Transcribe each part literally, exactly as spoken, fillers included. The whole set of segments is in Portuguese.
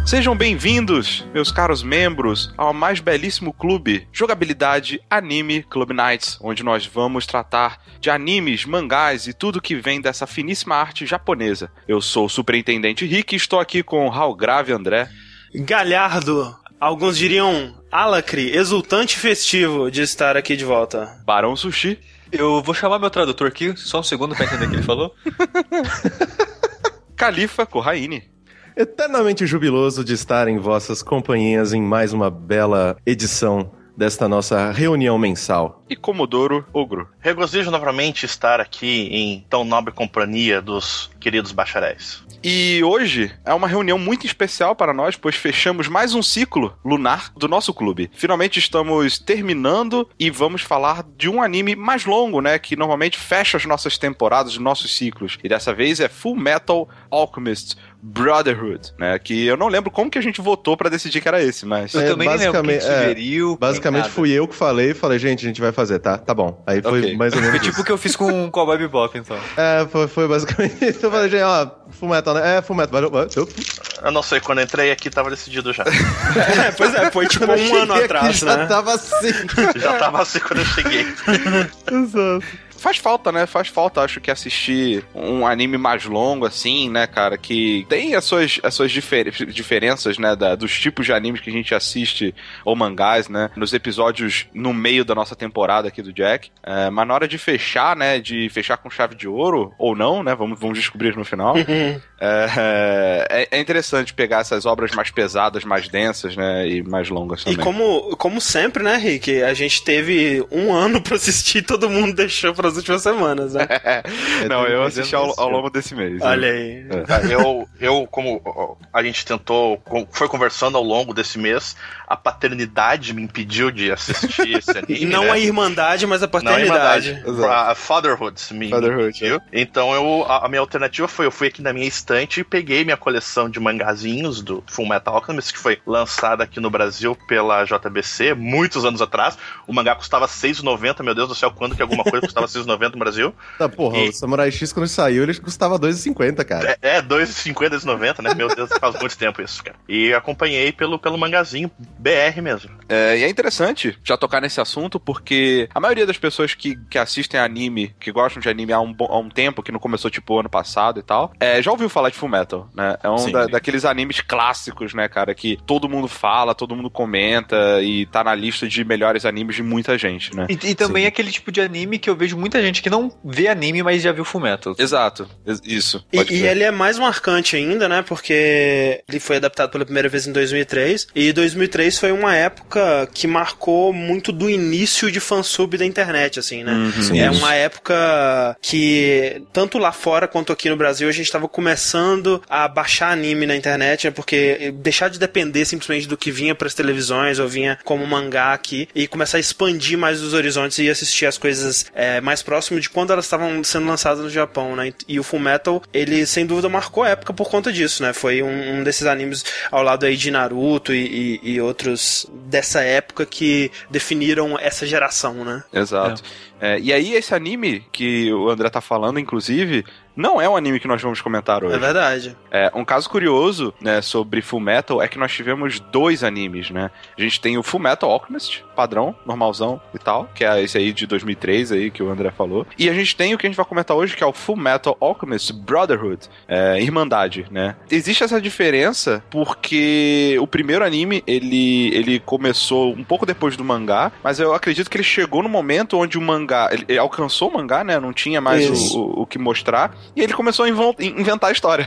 Sejam bem-vindos, meus caros membros, ao mais belíssimo clube, Jogabilidade Anime Club Nights, onde nós vamos tratar de animes, mangás e tudo que vem dessa finíssima arte japonesa. Eu sou o Superintendente Rick e estou aqui com o Raul Grave André. Galhardo, alguns diriam alacre, exultante e festivo de estar aqui de volta. Barão Sushi. Eu vou chamar meu tradutor aqui, só um segundo pra entender o que ele falou. Califa Corraine. Eternamente jubiloso de estar em vossas companhias em mais uma bela edição desta nossa reunião mensal. E Comodoro Ogro. Regozijo novamente estar aqui em tão nobre companhia dos queridos bacharéis. E hoje é uma reunião muito especial para nós, pois fechamos mais um ciclo lunar do nosso clube. Finalmente estamos terminando e vamos falar de um anime mais longo, né? Que normalmente fecha as nossas temporadas, os nossos ciclos. E dessa vez é Full Metal Alchemist Brotherhood, né? Que eu não lembro como que a gente votou pra decidir que era esse, mas... Eu É, também nem lembro quem basicamente- sugeriu. É, basicamente nada. fui eu que falei, falei, gente, a gente vai fazer, tá? Tá bom. Aí foi Ok. mais ou menos Foi tipo o isso. que eu fiz com o Cowboy Bebop, então. É, foi, foi basicamente isso. Eu falei, gente, ó, Fullmetal, né? É, Fullmetal, valeu, valeu. Eu não sei, quando eu entrei aqui tava decidido já. É, pois é, foi tipo Quando eu um ano cheguei atrás, aqui, já né? tava assim. Já tava assim quando eu cheguei. Exato. Faz falta, né? Faz falta, acho que assistir um anime mais longo, assim, né, cara? Que tem as suas, as suas difer- diferenças, né? Da, dos tipos de animes que a gente assiste, ou mangás, né? Nos episódios no meio da nossa temporada aqui do Jack. É, mas na hora de fechar, né? De fechar com chave de ouro, ou não, né? Vamos, vamos descobrir no final. é, é, é interessante pegar essas obras mais pesadas, mais densas, né? E mais longas E também. como, como sempre, né, Rick? A gente teve um ano pra assistir e todo mundo deixou pras últimas semanas, né? Não, eu tô assisti fazendo ao, isso. ao longo desse mês. Olha né? aí. Eu, eu, como ó, a gente tentou, com- foi conversando ao longo desse mês, a paternidade me impediu de assistir esse anime. E não né? a irmandade, mas a Não, a paternidade. Irmandade. A Fatherhood me Fatherhood, impediu. Então eu, a, a minha alternativa foi, eu fui aqui na minha estante e peguei minha coleção de mangazinhos do Full Metal Alchemist, que foi lançada aqui no Brasil pela J B C, muitos anos atrás. O mangá custava seis reais e noventa centavos, meu Deus do céu, quando que alguma coisa custava seis reais e noventa centavos no Brasil? Tá, porra, E- o Samurai X, quando saiu, ele custava dois reais e cinquenta, cara. É, é dois reais e cinquenta, dois reais e noventa, né? Meu Deus, faz muito tempo isso, cara. E acompanhei pelo, pelo mangazinho B R mesmo. É, e é interessante já tocar nesse assunto, porque a maioria das pessoas que, que assistem anime, que gostam de anime há um, bo- há um tempo, que não começou tipo ano passado e tal, é, já ouviu falar de Fullmetal, né? É um Sim, da- sim. daqueles animes clássicos, né, cara, que todo mundo fala, todo mundo comenta e tá na lista de melhores animes de muita gente, né? E, e também Sim. aquele tipo de anime que eu vejo muita gente que não vê anime, mas já viu Fullmetal. Exato, ex- isso. E, pode e crer. ele é mais marcante ainda, né? Porque ele foi adaptado pela primeira vez em dois mil e três. E dois mil e três foi uma época que marcou muito do início de fansub da internet, assim, né? Uhum. Sim. É uma época que, tanto lá fora quanto aqui no Brasil, a gente estava começando a baixar anime na internet, né? Porque deixar de depender simplesmente do que vinha pras televisões ou vinha como mangá aqui e começar a expandir mais os horizontes e assistir as coisas é, mais próximo de quando elas estavam sendo lançadas no Japão, né? E o Fullmetal, ele sem dúvida marcou a época por conta disso, né? Foi um, um desses animes ao lado aí de Naruto e, e, e outros dessa época que definiram essa geração, né? Exato. É, e aí, esse anime que o André tá falando, inclusive, não é um anime que nós vamos comentar hoje. É verdade. É, um caso curioso, né, sobre Fullmetal é que nós tivemos dois animes, né? A gente tem o Fullmetal Alchemist, padrão, normalzão e tal, que é esse aí de dois mil e três aí que o André falou. E a gente tem o que a gente vai comentar hoje, que é o Fullmetal Alchemist Brotherhood, é, Irmandade, né? Existe essa diferença porque o primeiro anime, ele, ele começou um pouco depois do mangá, mas eu acredito que ele chegou no momento onde o mangá, ele, ele alcançou o mangá, né? Não tinha mais o, o, o que mostrar, e ele começou a invol- inventar a história.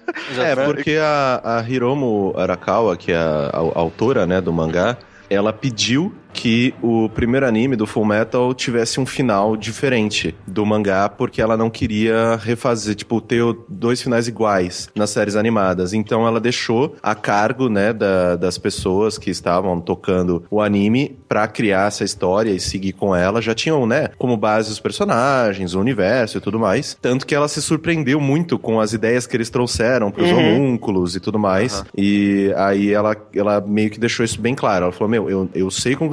É, porque a, a Hiromu Arakawa, que é a, a, a autora, né, do mangá, ela pediu que o primeiro anime do Fullmetal tivesse um final diferente do mangá, porque ela não queria refazer, tipo, ter dois finais iguais nas séries animadas. Então ela deixou a cargo, né, da, das pessoas que estavam tocando o anime pra criar essa história e seguir com ela. Já tinham, né, como base os personagens, o universo e tudo mais. Tanto que ela se surpreendeu muito com as ideias que eles trouxeram pros Uhum. homúnculos e tudo mais. Uhum. E aí ela, ela meio que deixou isso bem claro. Ela falou, meu, eu, eu sei como que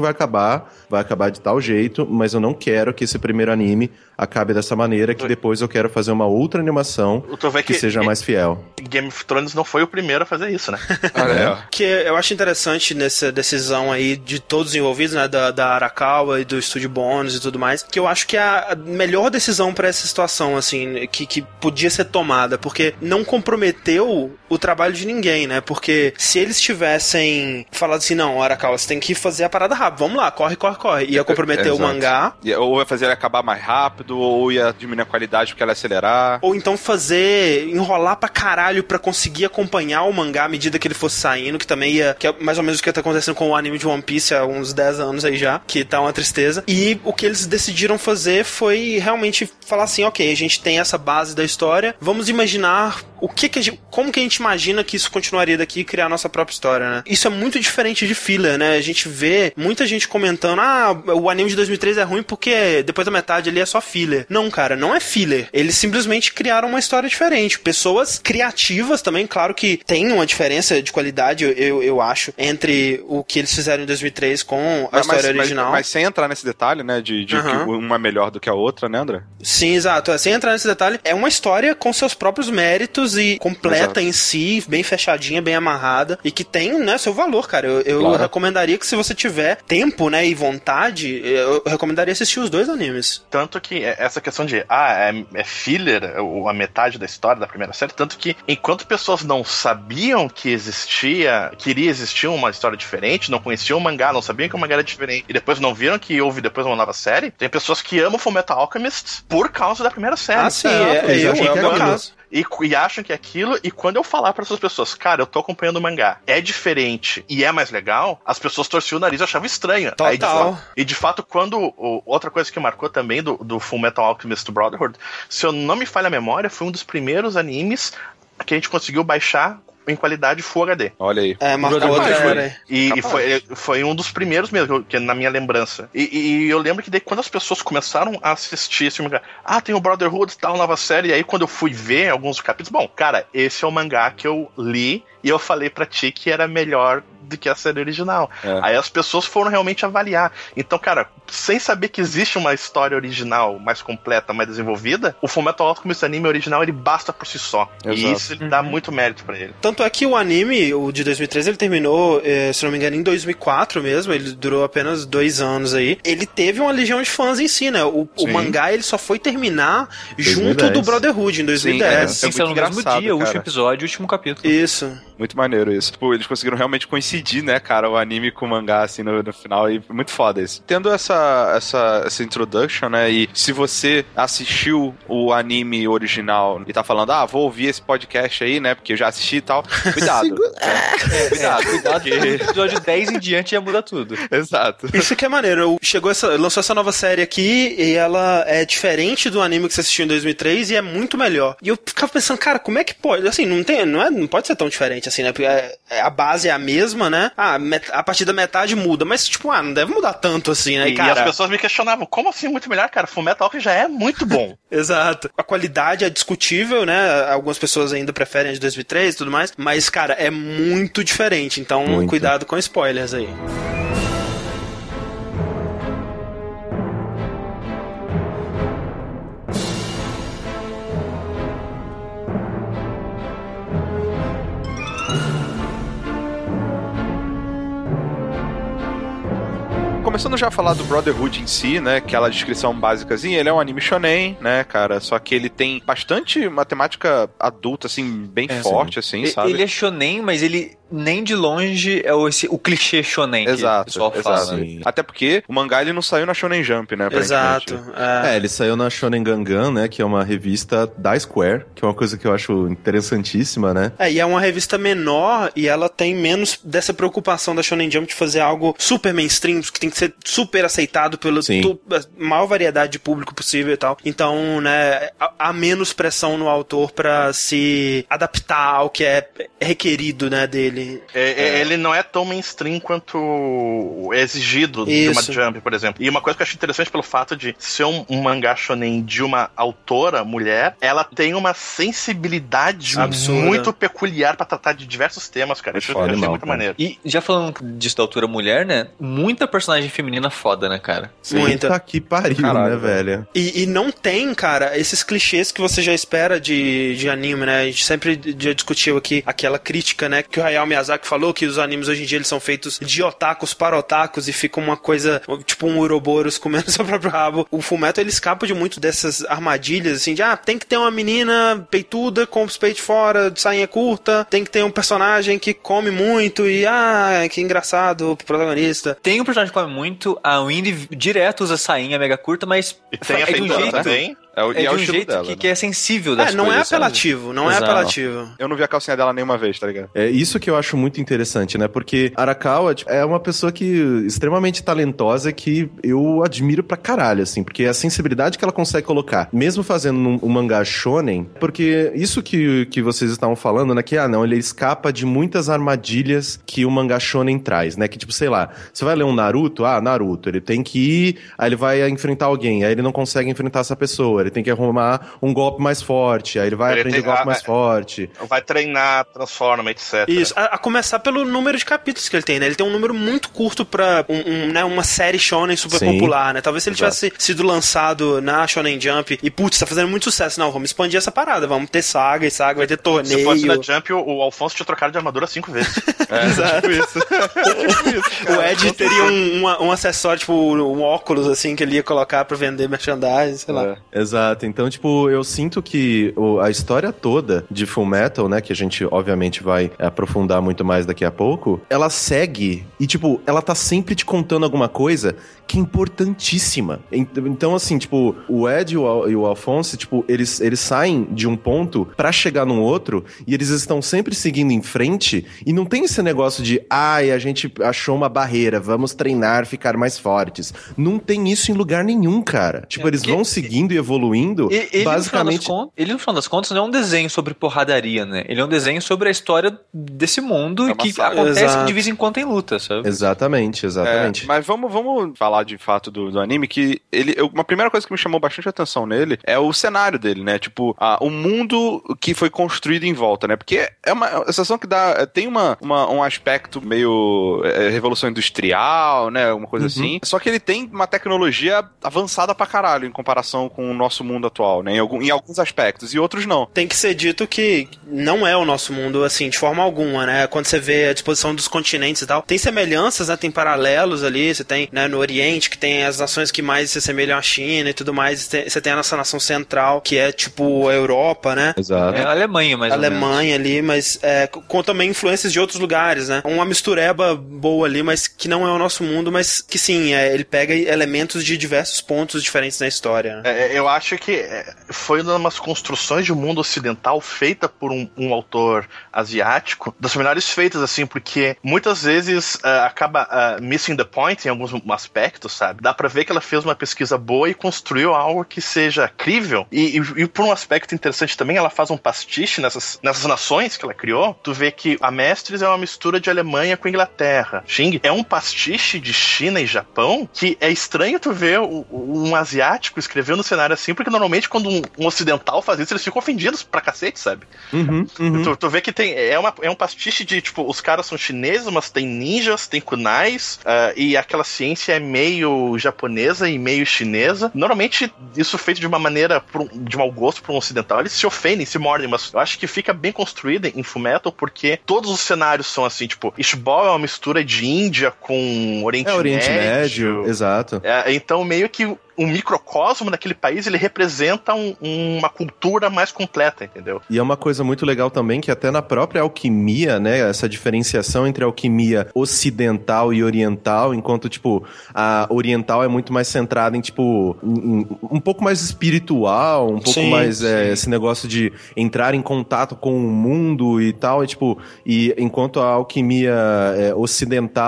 vai acabar, vai acabar de tal jeito, mas eu não quero que esse primeiro anime acabe dessa maneira, que depois eu quero fazer uma outra animação que, que seja mais fiel. Game of Thrones não foi o primeiro a fazer isso, né? É. Que eu acho interessante nessa decisão aí de todos os envolvidos, né, da, da Arakawa e do Estúdio Bones e tudo mais, que eu acho que é a melhor decisão pra essa situação, assim, que, que podia ser tomada, porque não comprometeu o trabalho de ninguém, né? Porque se eles tivessem falado assim, não, Arakawa, você tem que fazer a parada rápido, vamos lá, corre, corre, corre, ia comprometer é, o mangá. Ou ia fazer ele acabar mais rápido, ou ia diminuir a qualidade porque ela ia acelerar. Ou então fazer, enrolar pra caralho pra conseguir acompanhar o mangá à medida que ele fosse saindo, que também ia, que é mais ou menos o que tá acontecendo com o anime de One Piece há uns dez anos aí já, que tá uma tristeza. E o que eles decidiram fazer foi realmente falar assim, ok, a gente tem essa base da história, vamos imaginar o que que a gente, como que a gente imagina que isso continuaria daqui e criar a nossa própria história, né? Isso é muito diferente de filler, né? A gente vê muita gente comentando, ah, o anime de dois mil e três é ruim porque depois da metade ali é só filler. Não, cara, não é filler. Eles simplesmente criaram uma história diferente. Pessoas criativas também, claro que tem uma diferença de qualidade, eu, eu acho, entre o que eles fizeram em dois mil e três com a mas, história mas, original. Mas, mas sem entrar nesse detalhe, né, de, de uhum. que uma é melhor do que a outra, né, André? Sim, exato. Sem entrar nesse detalhe, é uma história com seus próprios méritos e completa exato. Em si, bem fechadinha, bem amarrada, e que tem, né, seu valor, cara. Eu, eu claro. recomendaria que se você tiver tempo, né, e vontade, eu recomendaria assistir os dois animes. Tanto que essa questão de, ah, é, é filler, a metade da história da primeira série, tanto que enquanto pessoas não sabiam que existia, que iria existir uma história diferente, não conheciam o mangá, não sabiam que o mangá era diferente, e depois não viram que houve depois uma nova série, tem pessoas que amam Fullmetal Alchemist por causa da primeira série. Ah, sim, é, é, eu, é o meu caso. E, e acham que é aquilo, e quando eu falar para essas pessoas, cara, eu tô acompanhando o mangá, é diferente e é mais legal, as pessoas torciam o nariz e achavam estranho. Total. Aí, de fato, e de fato, quando o, outra coisa que marcou também do, do Fullmetal Alchemist Brotherhood, se eu não me falha a memória, foi um dos primeiros animes que a gente conseguiu baixar em qualidade Full H D. Olha aí. É, marcou outra era. E, e foi, foi um dos primeiros mesmo, que na minha lembrança. E, e eu lembro que daí quando as pessoas começaram a assistir esse mangá, ah, tem o Brotherhood e tal, nova série, e aí quando eu fui ver alguns capítulos, bom, cara, esse é o mangá que eu li e eu falei pra ti que era melhor do que a série original. É. Aí as pessoas foram realmente avaliar. Então, cara, sem saber que existe uma história original mais completa, mais desenvolvida, o Fullmetal Alchemist anime original, ele basta por si só. Exato. E isso ele dá uhum. muito mérito pra ele. Tanto é que o anime, o de dois mil e treze, ele terminou, eh, se não me engano, em dois mil e quatro mesmo, ele durou apenas dois anos aí. Ele teve uma legião de fãs em si, né? O, o mangá, ele só foi terminar dois mil e dez. Junto do Brotherhood, em dois mil e dez. Sim, é, é, é muito no mesmo dia, o último episódio, o último capítulo. Isso. Muito maneiro isso. Pô, eles conseguiram realmente coincidir, né, cara, o anime com o mangá, assim, no, no final, e muito foda isso. Tendo essa, essa, essa introduction, né, e se você assistiu o anime original e tá falando, ah, vou ouvir esse podcast aí, né, porque eu já assisti e tal, cuidado. é, cuidado, cuidado, porque do episódio dez em diante ia mudar tudo. Exato. Isso que é maneiro. Chegou essa, lançou essa nova série aqui e ela é diferente do anime que você assistiu em dois mil e três e é muito melhor. E eu ficava pensando, cara, como é que pode? Assim, não tem, não, é, não pode ser tão diferente assim, né? Porque a base é a mesma, né? Ah, a partir da metade muda, mas tipo, ah, não deve mudar tanto assim, né? E, cara, e as pessoas me questionavam, como assim muito melhor, cara? Fullmetal Alchemist já é muito bom. Exato. A qualidade é discutível, né? Algumas pessoas ainda preferem a de dois mil e três e tudo mais, mas, cara, é muito diferente, então muito. Cuidado com spoilers aí. Começando já a falar do Brotherhood em si, né, aquela descrição básicazinha, ele é um anime shonen, né, cara, só que ele tem bastante matemática adulta, assim, bem é, forte, sim. assim, sabe? Ele é shonen, mas ele nem de longe é o, esse, o clichê shonen exato, que o pessoal exato. fala. Sim. Até porque o mangá, ele não saiu na Shonen Jump, né, exato. É. é, ele saiu na Shonen Gangan, né, que é uma revista da Square, que é uma coisa que eu acho interessantíssima, né? É, e é uma revista menor e ela tem menos dessa preocupação da Shonen Jump de fazer algo super mainstream, que tem que ser super aceitado pela tu, a maior variedade de público possível e tal. Então, né, há menos pressão no autor pra se adaptar ao que é requerido, né, dele. dele. É, é. Ele não é tão mainstream quanto é exigido Isso. de uma Jump, por exemplo. E uma coisa que eu acho interessante pelo fato de ser um, um mangá shonen de uma autora mulher, ela tem uma sensibilidade Absurda. muito peculiar pra tratar de diversos temas, cara. Isso eu achei muito cara. maneiro. E já falando disso da autora mulher, né? Muita personagem feminina foda, né, cara? Sim. Muita. Tá que pariu, Caralho, né, velho? E, e não tem, cara, esses clichês que você já espera de, de anime, né? A gente sempre já discutiu aqui aquela crítica, né? Que o Hayao Miyazaki falou que os animes hoje em dia eles são feitos de otakus para otakus e fica uma coisa, tipo um Ouroboros comendo seu próprio rabo. O Fullmetal, ele escapa de muito dessas armadilhas, assim, de ah, tem que ter uma menina peituda com os peitos fora, de sainha curta, tem que ter um personagem que come muito e ah, que engraçado o protagonista. Tem um personagem que come muito, a Winnie direto usa sainha mega curta, mas e tem é de um jeito também. É, o, é de é um o estilo jeito dela, que, né? que é sensível das É, não coisas, é apelativo, sabe? não Exato. é apelativo. Eu não vi a calcinha dela nenhuma vez, tá ligado? É isso que eu acho muito interessante, né? Porque Arakawa tipo, é uma pessoa que extremamente talentosa que eu admiro pra caralho, assim, porque a sensibilidade que ela consegue colocar, mesmo fazendo um, um mangá shonen, porque isso que, que vocês estavam falando, né? Que, ah, não, ele escapa de muitas armadilhas que o mangá shonen traz, né? Que, tipo, sei lá, você vai ler um Naruto, ah, Naruto, ele tem que ir, aí ele vai enfrentar alguém, aí ele não consegue enfrentar essa pessoa, ele tem que arrumar um golpe mais forte, aí ele vai ele aprender tem, golpe a, mais a, forte. Vai treinar, transforma, etcétera. Isso, a, a começar pelo número de capítulos que ele tem, né? Ele tem um número muito curto pra um, um, né, uma série shonen super Sim. popular, né? Talvez se ele Exato. tivesse sido lançado na Shonen Jump e, putz, tá fazendo muito sucesso. Não, vamos expandir essa parada, vamos ter saga e saga, vai ter torneio. Se fosse na Jump, o, o Alfonso tinha trocado de armadura cinco vezes. É, Exato. Tipo isso. tipo isso o Ed teria um, um, um acessório, tipo, um óculos, assim, que ele ia colocar pra vender merchandising, sei lá. É. Exato. Então, tipo, eu sinto que o, a história toda de Fullmetal, né, que a gente, obviamente, vai aprofundar muito mais daqui a pouco, ela segue e, tipo, ela tá sempre te contando alguma coisa que é importantíssima. Então, assim, tipo, o Ed e o, e o Alphonse, tipo, eles, eles saem de um ponto pra chegar num outro e eles estão sempre seguindo em frente e não tem esse negócio de, ai, a gente achou uma barreira, vamos treinar, ficar mais fortes. Não tem isso em lugar nenhum, cara. Tipo, é, eles vão seguindo e evoluindo, e, ele, basicamente... No contas, ele, no final das contas, não é um desenho sobre porradaria, né? Ele é um desenho sobre a história desse mundo é que saga. acontece Exato. de vez em quando em luta, sabe? Exatamente, exatamente. É, mas vamos, vamos falar de fato do, do anime, que ele, eu, uma primeira coisa que me chamou bastante atenção nele é o cenário dele, né? Tipo, a, o mundo que foi construído em volta, né? Porque é uma a sensação que dá, tem uma, uma, um aspecto meio é, revolução industrial, né? Uma coisa uhum. assim. Só que ele tem uma tecnologia avançada pra caralho em comparação com o nosso mundo atual, né? Em, algum, em alguns aspectos, e outros não. Tem que ser dito que não é o nosso mundo, assim, de forma alguma, né? Quando você vê a disposição dos continentes e tal, tem semelhanças, né? Tem paralelos ali, você tem, né, no Oriente, que tem as nações que mais se assemelham à China e tudo mais, você tem a nossa nação central, que é tipo a Europa, né? Exato. É a Alemanha, mais Alemanha ou menos. ali, mas é, com também influências de outros lugares, né? Uma mistureba boa ali, mas que não é o nosso mundo, mas que sim, é, ele pega elementos de diversos pontos diferentes na história. Né? É, eu acho que foi uma das construções de um mundo ocidental feita por um, um autor asiático, das melhores feitas, assim, porque muitas vezes uh, acaba uh, missing the point em alguns aspectos, sabe? Dá pra ver que ela fez uma pesquisa boa e construiu algo que seja crível. E, e, e por um aspecto interessante também, ela faz um pastiche nessas, nessas nações que ela criou. Tu vê que a Mestres é uma mistura de Alemanha com Inglaterra. Xing é um pastiche de China e Japão que é estranho tu ver um, um asiático escrevendo um cenário assim, porque normalmente quando um, um ocidental faz isso, eles ficam ofendidos pra cacete, sabe? Uhum, uhum. Tu, tu vê que tem, é, uma, é um pastiche de, tipo, os caras são chineses, mas tem ninjas, tem kunais, uh, e aquela ciência é meio japonesa e meio chinesa. Normalmente, isso feito de uma maneira, de mau gosto para um ocidental, eles se ofendem, se mordem, mas eu acho que fica bem construída em Fullmetal, porque todos os cenários são assim, tipo, Ishbal é uma mistura de Índia com Oriente, é, Oriente Médio. Médio, exato. É, então, meio que um microcosmo naquele país, ele representa um, uma cultura mais completa, entendeu? E é uma coisa muito legal também, que até na própria alquimia, né, essa diferenciação entre alquimia ocidental e oriental, enquanto, tipo, a oriental é muito mais centrada em, tipo, em, em, um pouco mais espiritual, um pouco sim, mais é, esse negócio de entrar em contato com o mundo e tal, e, tipo, e enquanto a alquimia é, ocidental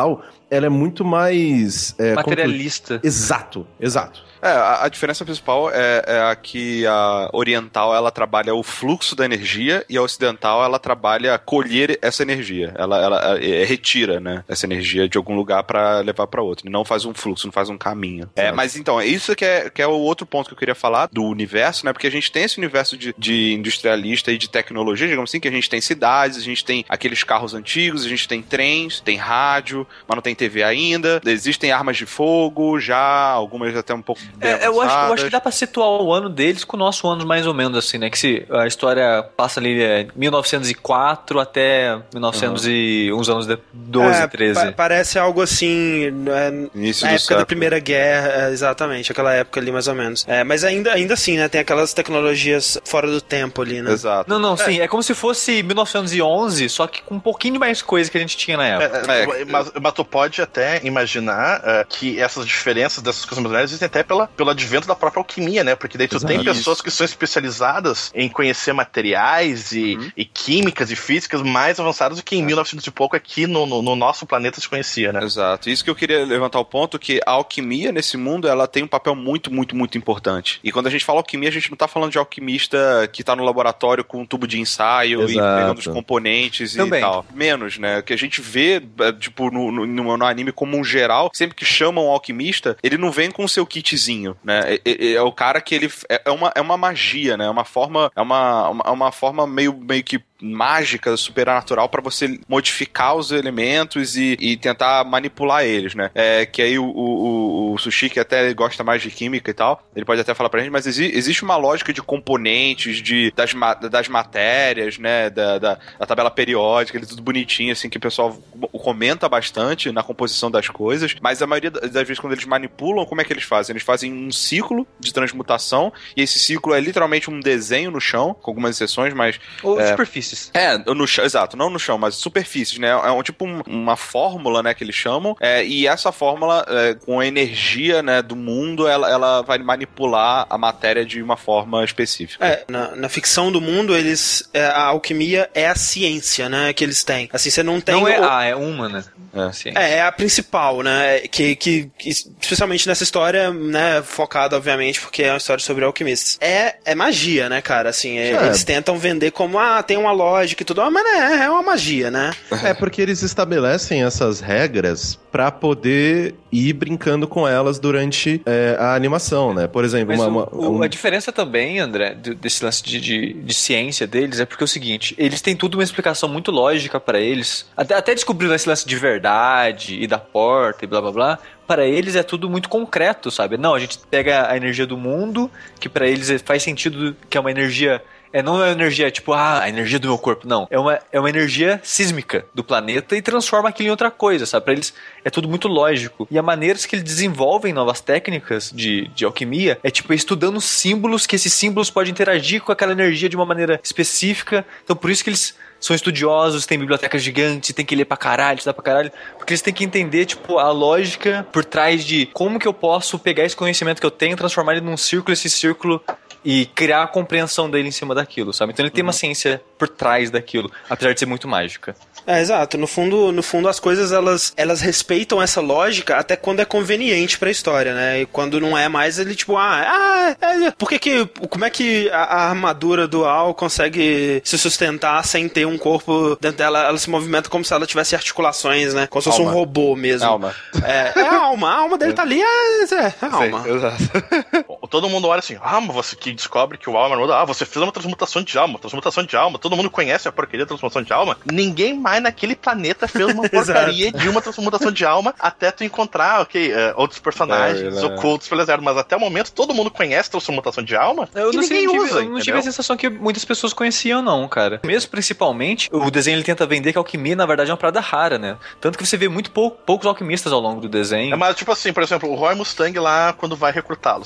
ela é muito mais... É, materialista. Tu... Exato, exato. É, a, a diferença principal é, é a que a oriental, ela trabalha o fluxo da energia e a ocidental, ela trabalha colher essa energia. Ela, ela é, retira, né, essa energia de algum lugar para levar para outro. E não faz um fluxo, não faz um caminho. É, mas então, isso que é, que é o outro ponto que eu queria falar do universo, né, porque a gente tem esse universo de, de industrialista e de tecnologia, digamos assim, que a gente tem cidades, a gente tem aqueles carros antigos, a gente tem trens, tem rádio, mas não tem T V ainda, existem armas de fogo, já, algumas até um pouco É, eu, acho, eu acho que dá pra situar o ano deles com o nosso ano mais ou menos, assim, né? Que se a história passa ali é, mil novecentos e quatro até mil e novecentos uhum. e uns anos de doze, é, treze. Pa- parece algo assim, é, na época século. da Primeira Guerra, é, exatamente, aquela época ali mais ou menos. É, mas ainda, ainda assim, né? Tem aquelas tecnologias fora do tempo ali, né? Exato. Não, não, é. sim, é como se fosse mil novecentos e onze, só que com um pouquinho mais coisa que a gente tinha na época. É, é, mas, mas tu pode até imaginar uh, que essas diferenças dessas coisas modernas existem até pela, pelo advento da própria alquimia, né? Porque daí tu Exato. tem pessoas que são especializadas em conhecer materiais e, uhum. e químicas e físicas mais avançadas do que em mil e novecentos e pouco aqui no, no, no nosso planeta se conhecia, né? Exato. Isso que eu queria levantar o ponto, que a alquimia nesse mundo, ela tem um papel muito, muito, muito importante. E quando a gente fala alquimia, a gente não tá falando de alquimista que tá no laboratório com um tubo de ensaio Exato. e pegando os componentes Também. e tal. Menos, né? O que a gente vê, tipo, no, no, no anime como um geral, sempre que chamam um alquimista, ele não vem com o seu kitzinho, né? É, é o cara que ele... É uma, é uma magia, né? É uma forma... É uma, uma, uma forma meio, meio que mágica, supernatural para você modificar os elementos e, e tentar manipular eles, né? É, que aí o, o, o Sushi, que até gosta mais de química e tal, ele pode até falar pra gente, mas exi- existe uma lógica de componentes, de, das, ma- das matérias, né? Da, da, da tabela periódica, ele tudo bonitinho, assim, que o pessoal comenta bastante na composição das coisas, mas a maioria das vezes quando eles manipulam, como é que eles fazem? Eles fazem um ciclo de transmutação e esse ciclo é literalmente um desenho no chão, com algumas exceções, mas... Ou é, superfície. É, no chão, exato, não no chão, mas superfícies, né? É um tipo um, uma fórmula, né, que eles chamam, é, e essa fórmula, é, com a energia, né, do mundo, ela, ela vai manipular a matéria de uma forma específica. É, na, na ficção do mundo, eles, é, a alquimia é a ciência, né, que eles têm. Assim, você não tem... Não é o... a, é uma, né? É, é, é a principal, né, que, que, que especialmente nessa história, né, focada, obviamente, porque é uma história sobre alquimistas. É, é magia, né, cara, assim, é, é. eles tentam vender como, ah, tem uma lógica e tudo, mas é, é uma magia, né? É porque eles estabelecem essas regras pra poder ir brincando com elas durante é, a animação, né? Por exemplo, mas uma, o, uma, a diferença também, André, desse lance de, de, de ciência deles é porque é o seguinte, eles têm tudo uma explicação muito lógica pra eles, até, até descobrir esse lance de verdade e da porta e blá blá blá. Para eles é tudo muito concreto, sabe? Não, a gente pega a energia do mundo, que para eles faz sentido, que é uma energia... É, não é uma energia tipo, ah, a energia do meu corpo, não. É uma, é uma energia sísmica do planeta e transforma aquilo em outra coisa, sabe? Pra eles é tudo muito lógico. E a maneira que eles desenvolvem novas técnicas de, de alquimia é tipo estudando símbolos, que esses símbolos podem interagir com aquela energia de uma maneira específica. Então por isso que eles são estudiosos, têm bibliotecas gigantes, tem que ler pra caralho, estudar pra caralho, porque eles têm que entender, tipo, a lógica por trás de como que eu posso pegar esse conhecimento que eu tenho, transformar ele num círculo, esse círculo e criar a compreensão dele em cima daquilo, sabe? Então ele tem uma ciência por trás daquilo, apesar de ser muito mágica. É, exato. No fundo, no fundo as coisas, elas, elas respeitam essa lógica até quando é conveniente pra história, né? E quando não é mais, ele tipo, ah, ah é, por que que, como é que a, a armadura do Al consegue se sustentar sem ter um corpo dentro dela? Ela se movimenta como se ela tivesse articulações, né? Como se fosse um robô mesmo. Alma. É, é a alma. A alma dele tá ali, é, é a alma. Sim, exato. Todo mundo olha assim, ah, mas você que descobre que o alma muda, ah, você fez uma transmutação de alma, transmutação de alma, todo mundo conhece a porcaria da transmutação de alma. Ninguém mais naquele planeta fez uma porcaria de uma transmutação de alma até tu encontrar, ok, uh, outros personagens é, ocultos pelo exército, mas até o momento todo mundo conhece transmutação de alma eu e não ninguém sei, eu usa, tive, Eu não tive a sensação que muitas pessoas conheciam não, cara. Mesmo principalmente, o desenho ele tenta vender que a alquimia na verdade é uma parada rara, né? Tanto que você vê muito pou, poucos alquimistas ao longo do desenho. É, mas tipo assim, por exemplo, o Roy Mustang lá, quando vai recrutá-los, cara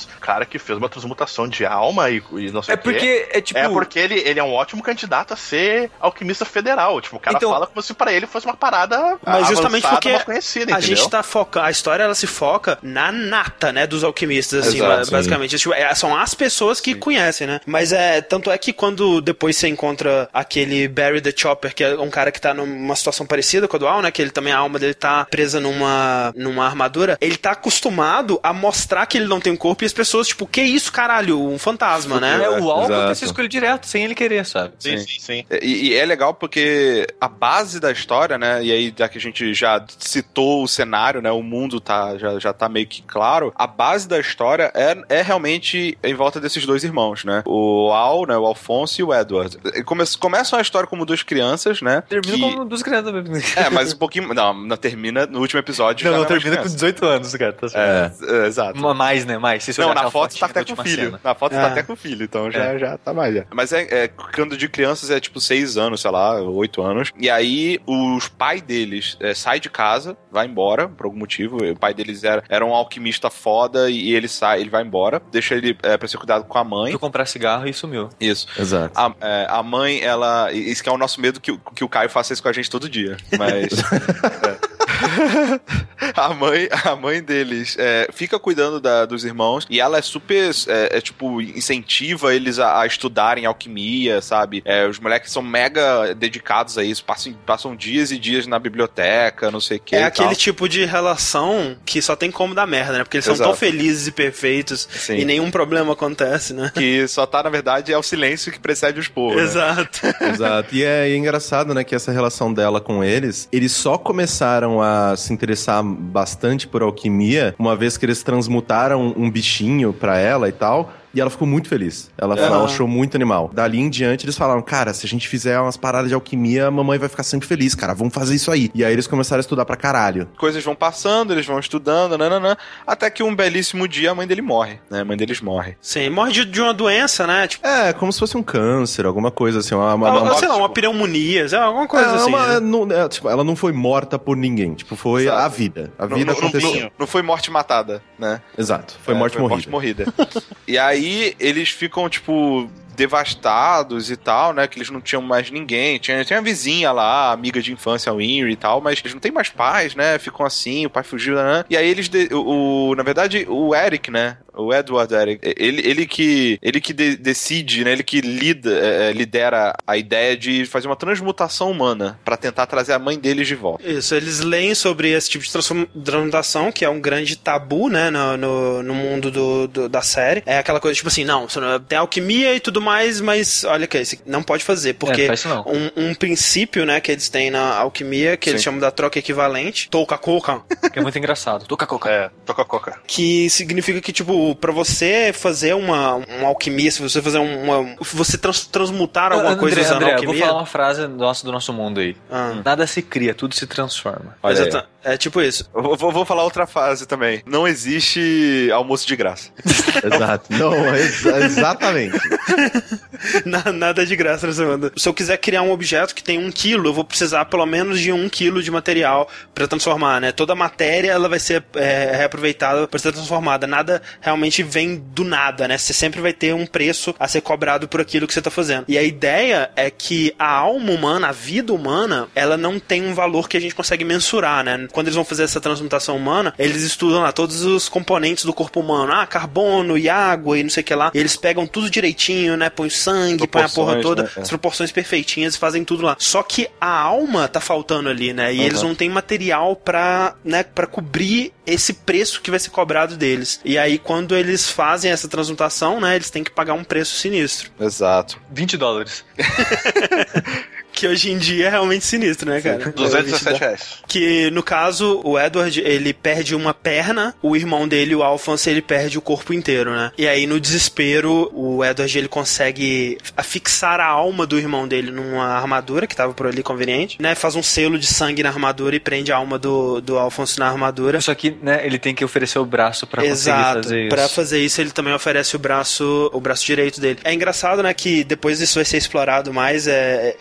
que fez uma transmutação de alma e, e não sei É o quê. porque, é tipo... É porque ele, ele é um ótimo candidato a ser alquimista federal. Tipo, o cara Então- fala como se pra ele fosse uma parada Mas justamente avançada, porque mas conhecida, a entendeu? gente tá foca, a história ela se foca na nata, né, dos alquimistas, assim, Exato, ba- sim. basicamente. Tipo, é, são as pessoas que conhecem, né? Mas é, tanto é que quando depois você encontra aquele Barry the Chopper, que é um cara que tá numa situação parecida com a do Al, né, que ele também, a alma dele tá presa numa, numa armadura, ele tá acostumado a mostrar que ele não tem um corpo e as pessoas, tipo, que isso, caralho, um fantasma, né? É o Al que Exato. acontece com ele direto, sem ele querer, sabe? Sim, sim, sim. E, e é legal porque a base da história, né? E aí, já que a gente já citou o cenário, né? O mundo tá, já, já tá meio que claro. A base da história é, é realmente em volta desses dois irmãos, né? O Al, né? O Alfonso e o Edward. E come, começam a história como duas crianças, né? Termina que- como duas crianças mesmo. É, mas um pouquinho. Não, não termina no último episódio. Não, já não, é mais termina com criança. dezoito anos, cara. Tá certo. É, é, exato. Uma mais, né? Mais. Se você Não, olhar na aquela foto tá fotinha da até com última filho. cena. Na foto É. tá até com filho, então já, É. já tá mais. Já. Mas é, é, quando de crianças é tipo seis anos, sei lá, oito anos. E aí os pais deles é, saem de casa, vai embora, por algum motivo. O pai deles era, era um alquimista foda e ele sai, ele vai embora, deixa ele é, pra ser cuidado com a mãe. Fui comprar cigarro e sumiu. Isso. Exato. A, é, a mãe, ela. Isso que é o nosso medo que, o- que o Caio faça isso com a gente todo dia. Mas. é. A mãe, a mãe deles é, fica cuidando da- dos irmãos e ela é super, é, é, tipo, incentiva eles a, a estudarem alquimia, sabe? É, os moleques são mega dedicados a isso, passam, passam dias e dias na biblioteca, não sei o que. É aquele tipo de relação que só tem como dar merda, né? Porque eles são Exato. tão felizes e perfeitos Sim. e nenhum problema acontece, né? Que só tá, na verdade, é o silêncio que precede os povos. Né? Exato. Exato. E é, engraçado, né, que essa relação dela com eles, eles só começaram a se interessar bastante por alquimia uma vez que eles transmutaram um bichinho pra ela e tal. E ela ficou muito feliz. Ela, Uhum. ela achou muito animal. Dali em diante, eles falaram, cara, se a gente fizer umas paradas de alquimia, a mamãe vai ficar sempre feliz, cara. Vamos fazer isso aí. E aí eles começaram a estudar pra caralho. Coisas vão passando, eles vão estudando, nananã, até que um belíssimo dia a mãe dele morre, né? A mãe deles morre. Sim, morre de, de uma doença, né? Tipo, É, como se fosse um câncer, alguma coisa assim. Uma, uma, ou, uma- sei lá, uma tipo- pneumonia, sei lá, alguma coisa É, assim. uma- né? não- é, tipo, ela não foi morta por ninguém. Tipo, foi Exato. a vida. A Não- vida não, não, aconteceu. não, não foi morte matada, né? Exato. Foi É, morte foi morrida. morrida. E aí eles ficam, tipo, devastados e tal, né? Que eles não tinham mais ninguém. Tinha, tinha a vizinha lá, a amiga de infância, a Winry e tal, mas eles não têm mais pais, né? Ficam assim, o pai fugiu, né? E aí eles, de- o, o- na verdade, o Eric, né? O Edward Eric, ele, ele que, ele que de- decide, né? Ele que lida, é, lidera a ideia de fazer uma transmutação humana pra tentar trazer a mãe deles de volta. Isso, eles leem sobre esse tipo de transform- transmutação, que é um grande tabu, né, no, no, no mundo do, do- da série. É aquela coisa, tipo assim, não, você não- tem alquimia e tudo mais, mas olha que esse não pode fazer, porque É, faz isso não. um, um princípio, né, que eles têm na alquimia, que eles Sim. chamam da troca equivalente, touca coca, Que é muito engraçado. Toca coca. É, toca coca. que significa que, tipo, pra você fazer uma, uma alquimia, se você fazer uma... você trans- transmutar alguma André, coisa usando André, eu vou alquimia... falar uma frase nossa, do nosso mundo aí. Ah. Nada se cria, tudo se transforma. Olha aí. Exata- É tipo isso. Eu vou, vou falar outra fase também. Não existe almoço de graça. Exato. Não, ex- exatamente. Na- Nada de graça nessa banda. Se eu quiser criar um objeto que tem um quilo, eu vou precisar pelo menos de um quilo de material pra transformar, né? Toda a matéria ela vai ser é, reaproveitada pra ser transformada. Nada realmente vem do nada, né? Você sempre vai ter um preço a ser cobrado por aquilo que você tá fazendo. E a ideia é que a alma humana, a vida humana, ela não tem um valor que a gente consegue mensurar, né? Quando eles vão fazer essa transmutação humana, eles estudam lá todos os componentes do corpo humano. Ah, carbono e água e não sei o que lá. E eles pegam tudo direitinho, né? Põe o sangue, põe a porra Proporções, toda, né? É. as proporções perfeitinhas e fazem tudo lá. Só que a alma tá faltando ali, né? E Uhum. eles não têm material pra, né, pra cobrir esse preço que vai ser cobrado deles. E aí, quando eles fazem essa transmutação, né? Eles têm que pagar um preço sinistro. Exato. vinte dólares. Que hoje em dia é realmente sinistro, né, cara? duzentos e dezessete reais. Que, no caso, o Edward, ele perde uma perna, o irmão dele, o Alphonse, ele perde o corpo inteiro, né? E aí, no desespero, o Edward, ele consegue afixar a alma do irmão dele numa armadura, que tava por ali conveniente, né? Faz um selo de sangue na armadura e prende a alma do, do Alphonse na armadura. Só que, né, ele tem que oferecer o braço pra conseguir Exato. fazer isso. Pra fazer isso, ele também oferece o braço, o braço direito dele. É engraçado, né, que depois isso vai ser explorado mais, é quando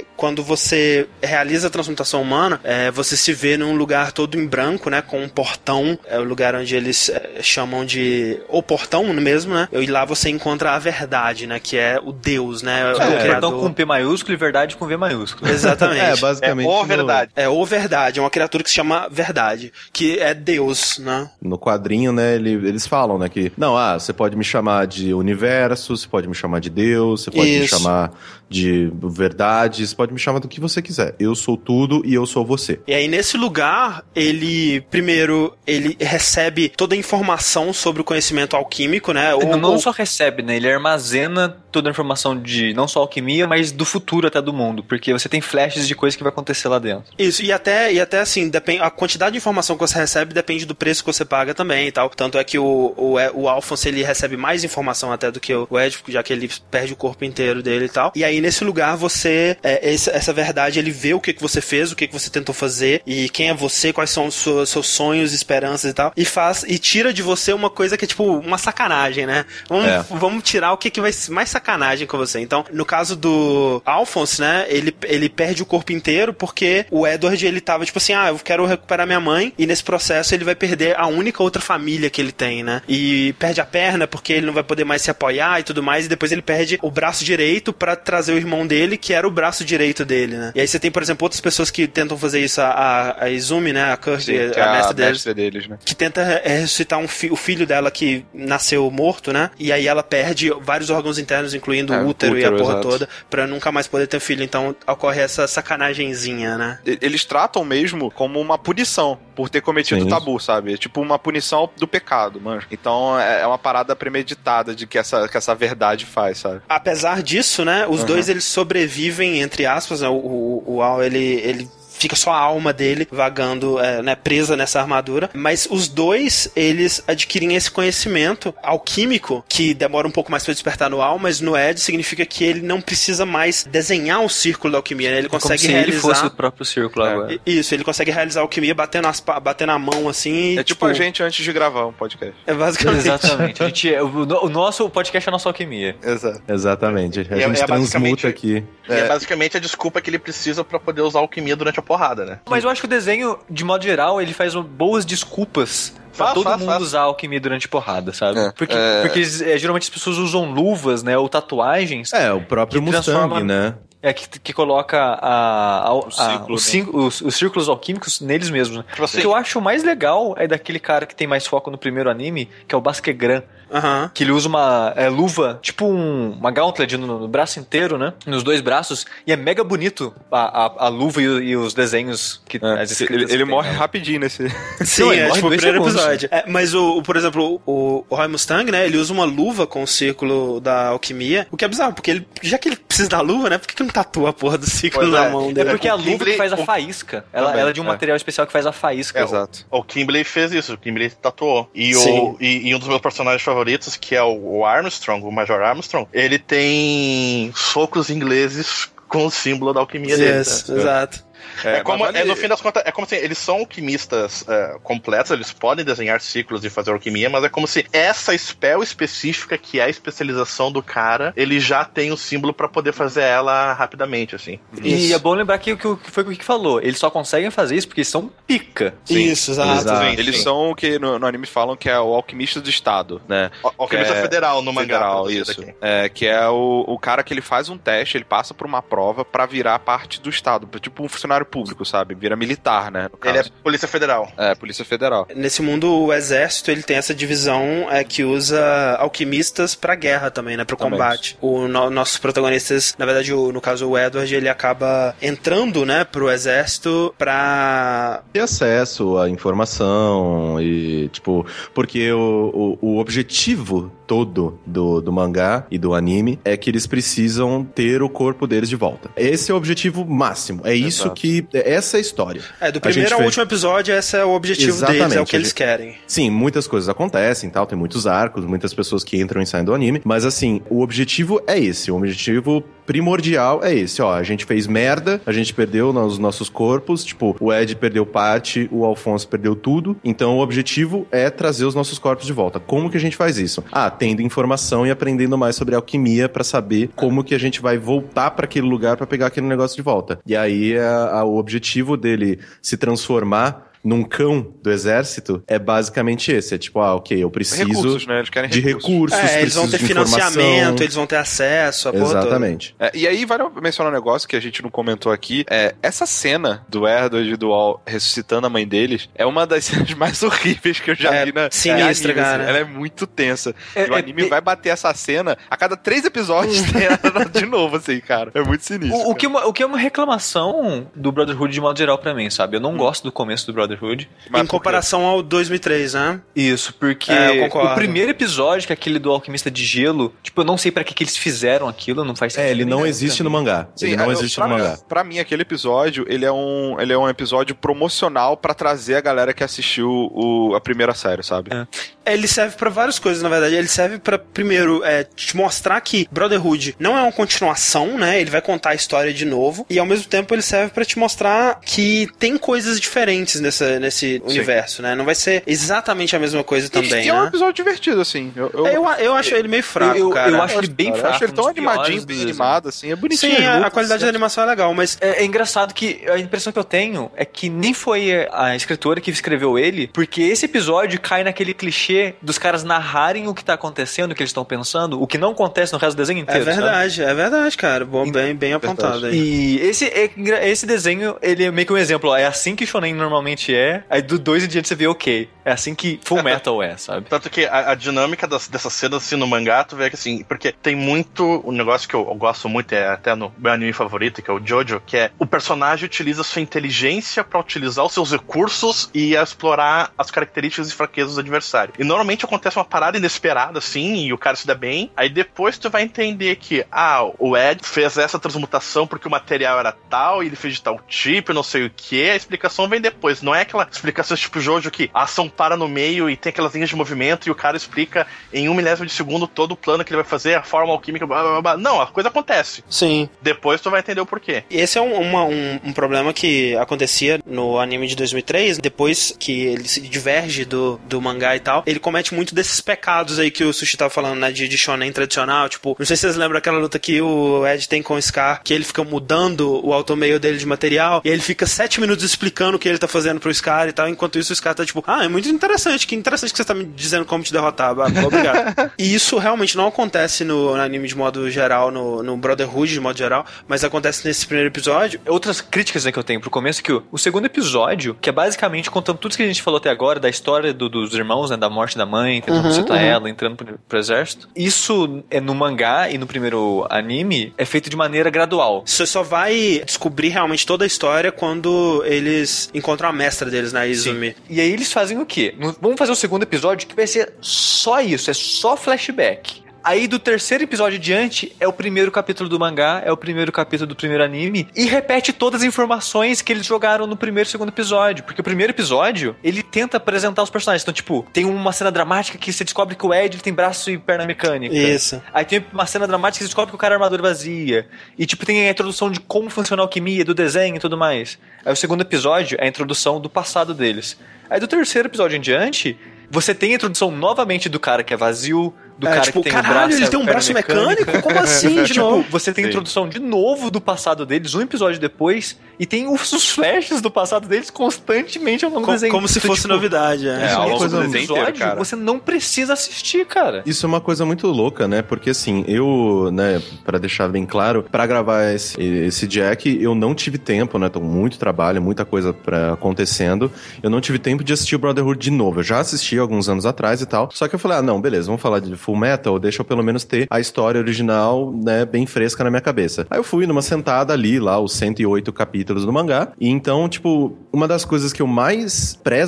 você realiza a transmutação humana, é, você se vê num lugar todo em branco, né? Com um portão, é o lugar onde eles é, chamam de... ou portão mesmo, né? E lá você encontra a verdade, né? Que é o Deus, né? É, o é, perdão com P maiúsculo e verdade com V maiúsculo. Exatamente. É, basicamente. É o verdade. É o verdade, é uma criatura que se chama verdade, que é Deus, né? No quadrinho, né, ele, eles falam, né, que não, ah, você pode me chamar de universo, você pode me chamar de Deus, você pode Isso. me chamar de verdade, você pode me chamar do que você quiser. Eu sou tudo e eu sou você. E aí, nesse lugar, ele, primeiro, ele recebe toda a informação sobre o conhecimento alquímico, né? Não, Ou, não ou... só recebe, né? Ele armazena toda a informação de não só alquimia, mas do futuro até do mundo, porque você tem flashes de coisas que vai acontecer lá dentro. Isso, e até, e até assim, depende, a quantidade de informação que você recebe depende do preço que você paga também e tal. Tanto é que o, o, o Alphonse, ele recebe mais informação até do que o Ed, já que ele perde o corpo inteiro dele e tal. E aí, nesse lugar, você, é, essa, essa verdade, ele vê o que, que você fez, o que, que você tentou fazer, e quem é você, quais são os seus, seus sonhos, esperanças e tal, e faz, e tira de você uma coisa que é tipo uma sacanagem, né? Vamos, É. vamos tirar o que, que vai ser mais sacanagem com você. Então, no caso do Alphonse, né, ele, ele perde o corpo inteiro porque o Edward, ele tava tipo assim, ah, eu quero recuperar minha mãe, e nesse processo ele vai perder a única outra família que ele tem, né? E perde a perna porque ele não vai poder mais se apoiar e tudo mais, e depois ele perde o braço direito pra trazer o irmão dele, que era o braço direito dele, né? E aí você tem, por exemplo, outras pessoas que tentam fazer isso, a, a, a Izumi, né, a Kirk, Sim, a, que é a mestre deles, mestre deles, né? que tenta é, ressuscitar um fi- o filho dela que nasceu morto, né? E aí ela perde vários órgãos internos, incluindo É, o útero, e a útero, porra exato. toda, pra nunca mais poder ter filho. Então ocorre essa sacanagemzinha, né? E- Eles tratam mesmo como uma punição por ter cometido Sim. o tabu, sabe? É tipo uma punição do pecado, mano. Então é é uma parada premeditada de que essa, que essa verdade faz, sabe? Apesar disso, né, os Uhum. dois eles sobrevivem, entre aspas, né, o, o, o Al, ele, ele fica só a alma dele vagando, é, né, presa nessa armadura, mas os dois, eles adquirem esse conhecimento alquímico, que demora um pouco mais pra despertar no Al, mas no Ed significa que ele não precisa mais desenhar o círculo da alquimia, né? Ele Como consegue se realizar... ele fosse o próprio círculo É. agora. Isso, ele consegue realizar a alquimia batendo, as, pa- batendo a mão assim. É tipo a gente antes de gravar um podcast. É basicamente. Exatamente. A gente, é- o, o nosso podcast é a nossa alquimia. Exato. Exatamente. A E é- gente é transmuta basicamente- aqui. E é basicamente a desculpa que ele precisa pra poder usar alquimia durante a porrada, né? Mas eu acho que o desenho, de modo geral, ele faz boas desculpas pra Faz, todo faz, mundo faz. usar alquimia durante porrada, sabe? É, Porque, é. porque eles, é, geralmente as pessoas usam luvas, né, ou tatuagens. É, o próprio Que Mustang, transforma- né? É, que, que coloca a, a- a- círculo, os, né? cin- os- os círculos alquímicos neles mesmos. Né? Tipo assim- O que eu acho mais legal é daquele cara que tem mais foco no primeiro anime, que é o Basquegran. Aham. Que ele usa uma é, luva, tipo um, uma gauntlet no, no braço inteiro, né? Nos dois braços. E é mega bonito a, a, a luva e, o- e os desenhos que É, as escritas ele ele que tem, morre né? rapidinho nesse. Sim, Não, ele é morre tipo o dois primeiro segundos. episódio. É, mas, o, o- por exemplo, o, o Roy Mustang, né, ele usa uma luva com o círculo da alquimia, o que é bizarro, porque ele, já que ele precisa da luva, né, por que que não tatua a porra do círculo Pois na é. mão É dele? porque é a O luva que Kimberly- faz a o- faísca. Ela, Também, ela é de um é. material especial que faz a faísca. Exato. O Kimberly fez isso, o Kimberly tatuou. E, Sim. o, e, e um dos meus personagens favoritos, que é o, o Armstrong, o Major Armstrong, ele tem socos ingleses com o símbolo da alquimia dele. Yes, tá? exato. É, como, mas é, no vale- fim das contas, é como se eles são alquimistas é, completos, eles podem desenhar ciclos e fazer alquimia, mas é como se essa spell específica, que é a especialização do cara, ele já tem o símbolo pra poder fazer ela rapidamente, assim. E Isso. é bom lembrar que, o que, que foi o que falou. Eles só conseguem fazer isso porque são pica. Isso, exato. Exato. Sim, Eles sim. são o que no, no anime falam que é o alquimista do estado, né? Al- Alquimista Que é federal no mangá. Federal, traduzido isso. aqui. É, que é o, o cara que ele faz um teste, ele passa por uma prova pra virar parte do estado, tipo um funcionário público, sabe? Vira militar, né? No caso. Ele é Polícia Federal. é... Polícia Federal. Nesse mundo, o exército, ele tem essa divisão é, que usa alquimistas pra guerra também, né? Pro Também. combate. O, no- nossos protagonistas, na verdade, o, no caso, o Edward, ele acaba entrando, né, pro exército pra... Ter acesso à informação e, tipo, porque o, o, o objetivo todo do, do mangá e do anime é que eles precisam ter o corpo deles de volta. Esse é o objetivo máximo. É isso Exato. que... Essa é a história. É, do A primeiro gente ao vê- último episódio, esse é o objetivo deles, é o Exatamente, que a eles gente- querem. Sim, muitas coisas acontecem, tal, tem muitos arcos, muitas pessoas que entram e saem do anime, mas assim, o objetivo é esse, o objetivo primordial é esse, ó, a gente fez merda, a gente perdeu os nossos corpos, tipo, o Ed perdeu parte, o Alphonse perdeu tudo, então o objetivo é trazer os nossos corpos de volta. Como que a gente faz isso? Ah, tendo informação e aprendendo mais sobre alquimia pra saber como que a gente vai voltar pra aquele lugar pra pegar aquele negócio de volta. E aí a, a, o objetivo dele se transformar num cão do exército é basicamente esse. É tipo, ah, ok, eu preciso recursos, né? Eles querem de recursos, recursos é, eles vão ter financiamento, eles vão ter acesso a Exatamente. É, e aí vale mencionar um negócio que a gente não comentou aqui. É, essa cena do Erdod e do Al ressuscitando a mãe deles é uma das cenas mais horríveis que eu já é, vi na sinistra, anime, cara. Assim. Ela é muito tensa. É, e o anime é, vai bater essa cena a cada três episódios tem ela de novo, assim, cara. É muito sinistro. O, o, que, o que é uma reclamação do Brotherhood de modo geral pra mim, sabe? Eu não hum. gosto do começo do Brotherhood. Mas em comparação ao dois mil e três, né? Isso, porque é, o primeiro episódio, que é aquele do Alquimista de Gelo, tipo, eu não sei pra que, que eles fizeram aquilo, não faz sentido. É, ele não existe no mangá. Sim, ele não eu, existe pra, no mangá. Pra mim, aquele episódio, ele é um, ele é um episódio promocional pra trazer a galera que assistiu o, a primeira série, sabe? É. Ele serve pra várias coisas, na verdade. Ele serve pra, primeiro, é, te mostrar que Brotherhood não é uma continuação, né? Ele vai contar a história de novo. E, ao mesmo tempo, ele serve pra te mostrar que tem coisas diferentes nessa, nesse Sim. universo, né? Não vai ser exatamente a mesma coisa também, e é um né? episódio divertido, assim. Eu, eu, eu, eu acho ele meio fraco, eu, cara. Eu acho ele bem cara, fraco. Eu acho ele tão animadinho, bem animado, assim. É bonitinho. Sim, a, a qualidade da animação é legal, mas... É, é engraçado que a impressão que eu tenho é que nem foi a escritora que escreveu ele, porque esse episódio cai naquele clichê dos caras narrarem o que tá acontecendo, o que eles estão pensando, o que não acontece no resto do desenho inteiro. É verdade, sabe? é verdade, cara. Bom, bem, bem apontado aí. E esse, esse desenho, ele é meio que um exemplo, ó, é assim que Shonen normalmente é, aí do dois em diante você vê, ok, é assim que Full Metal é, sabe? Tanto que a, a dinâmica das, dessas cenas assim no mangá, tu vê que assim, porque tem muito, um negócio que eu, eu gosto muito, é até no meu anime favorito, que é o Jojo, que é o personagem utiliza sua inteligência pra utilizar os seus recursos e a explorar as características e fraquezas do adversário. E normalmente acontece uma parada inesperada, assim, e o cara se dá bem, aí depois tu vai entender que, ah, o Ed fez essa transmutação porque o material era tal, e ele fez de tal tipo, não sei o que, a explicação vem depois, não é aquela explicação tipo Jojo que a ação para no meio e tem aquelas linhas de movimento e o cara explica em um milésimo de segundo todo o plano que ele vai fazer, a forma alquímica, blá, blá, blá. Não, a coisa acontece. Sim. Depois tu vai entender o porquê. Esse é um, uma, um, um problema que acontecia no anime de dois mil e três, depois que ele se diverge do, do mangá e tal, ele comete muito desses pecados aí que o Sushi tava falando, né, de, de shonen tradicional, tipo, não sei se vocês lembram aquela luta que o Ed tem com o Scar, que ele fica mudando o automeio dele de material, e aí ele fica sete minutos explicando o que ele tá fazendo pro Scar e tal, enquanto isso o Scar tá tipo, ah, é muito interessante, que interessante que você tá me dizendo como te derrotar, obrigado. E isso realmente não acontece no, no anime de modo geral, no, no Brotherhood de modo geral, mas acontece nesse primeiro episódio. Outras críticas, né, que eu tenho pro começo é que o, o segundo episódio, que é basicamente contando tudo que a gente falou até agora, da história do, dos irmãos, né, da morte da mãe, tentando uhum, citar uhum. ela, entrando pro, pro exército, isso é no mangá e no primeiro anime é feito de maneira gradual. Você só vai descobrir realmente toda a história quando eles encontram a mestra deles, na Izumi. Sim. E aí eles fazem o quê? Vamos fazer o segundo episódio que vai ser só isso, é só flashback. Aí do terceiro episódio em diante é o primeiro capítulo do mangá, é o primeiro capítulo do primeiro anime e repete todas as informações que eles jogaram no primeiro e segundo episódio. Porque o primeiro episódio, ele tenta apresentar os personagens. Então, tipo, tem uma cena dramática que você descobre que o Ed ele tem braço e perna mecânica. Isso. Aí tem uma cena dramática que você descobre que o cara é armadura vazia. E, tipo, tem a introdução de como funciona a alquimia, do desenho e tudo mais. Aí o segundo episódio é a introdução do passado deles. Aí do terceiro episódio em diante, você tem a introdução novamente do cara que é vazio, do é, cara tipo, que tem caralho, um braço, ele tem um braço mecânico? mecânico? Como assim, de tipo, novo? Você tem a Sim. introdução de novo do passado deles, um episódio depois, e tem os, os flashes do passado deles constantemente ao longo Com, do desenho. Como se então, fosse tipo, novidade. É, é ao longo coisa do desenho episódio, inteiro, cara. Você não precisa assistir, cara. Isso é uma coisa muito louca, né? Porque assim, eu, né, pra deixar bem claro, pra gravar esse, esse Jack, eu não tive tempo, né? Tô muito trabalho, muita coisa pra, acontecendo. Eu não tive tempo de assistir o Brotherhood de novo. Eu já assisti alguns anos atrás e tal. Só que eu falei, ah, não, beleza, vamos falar de Full Metal, deixa eu pelo menos ter a história original, né, bem fresca na minha cabeça. Aí eu fui numa sentada ali, lá, os cento e oito capítulos do mangá. E então, tipo, uma das coisas que eu mais prezo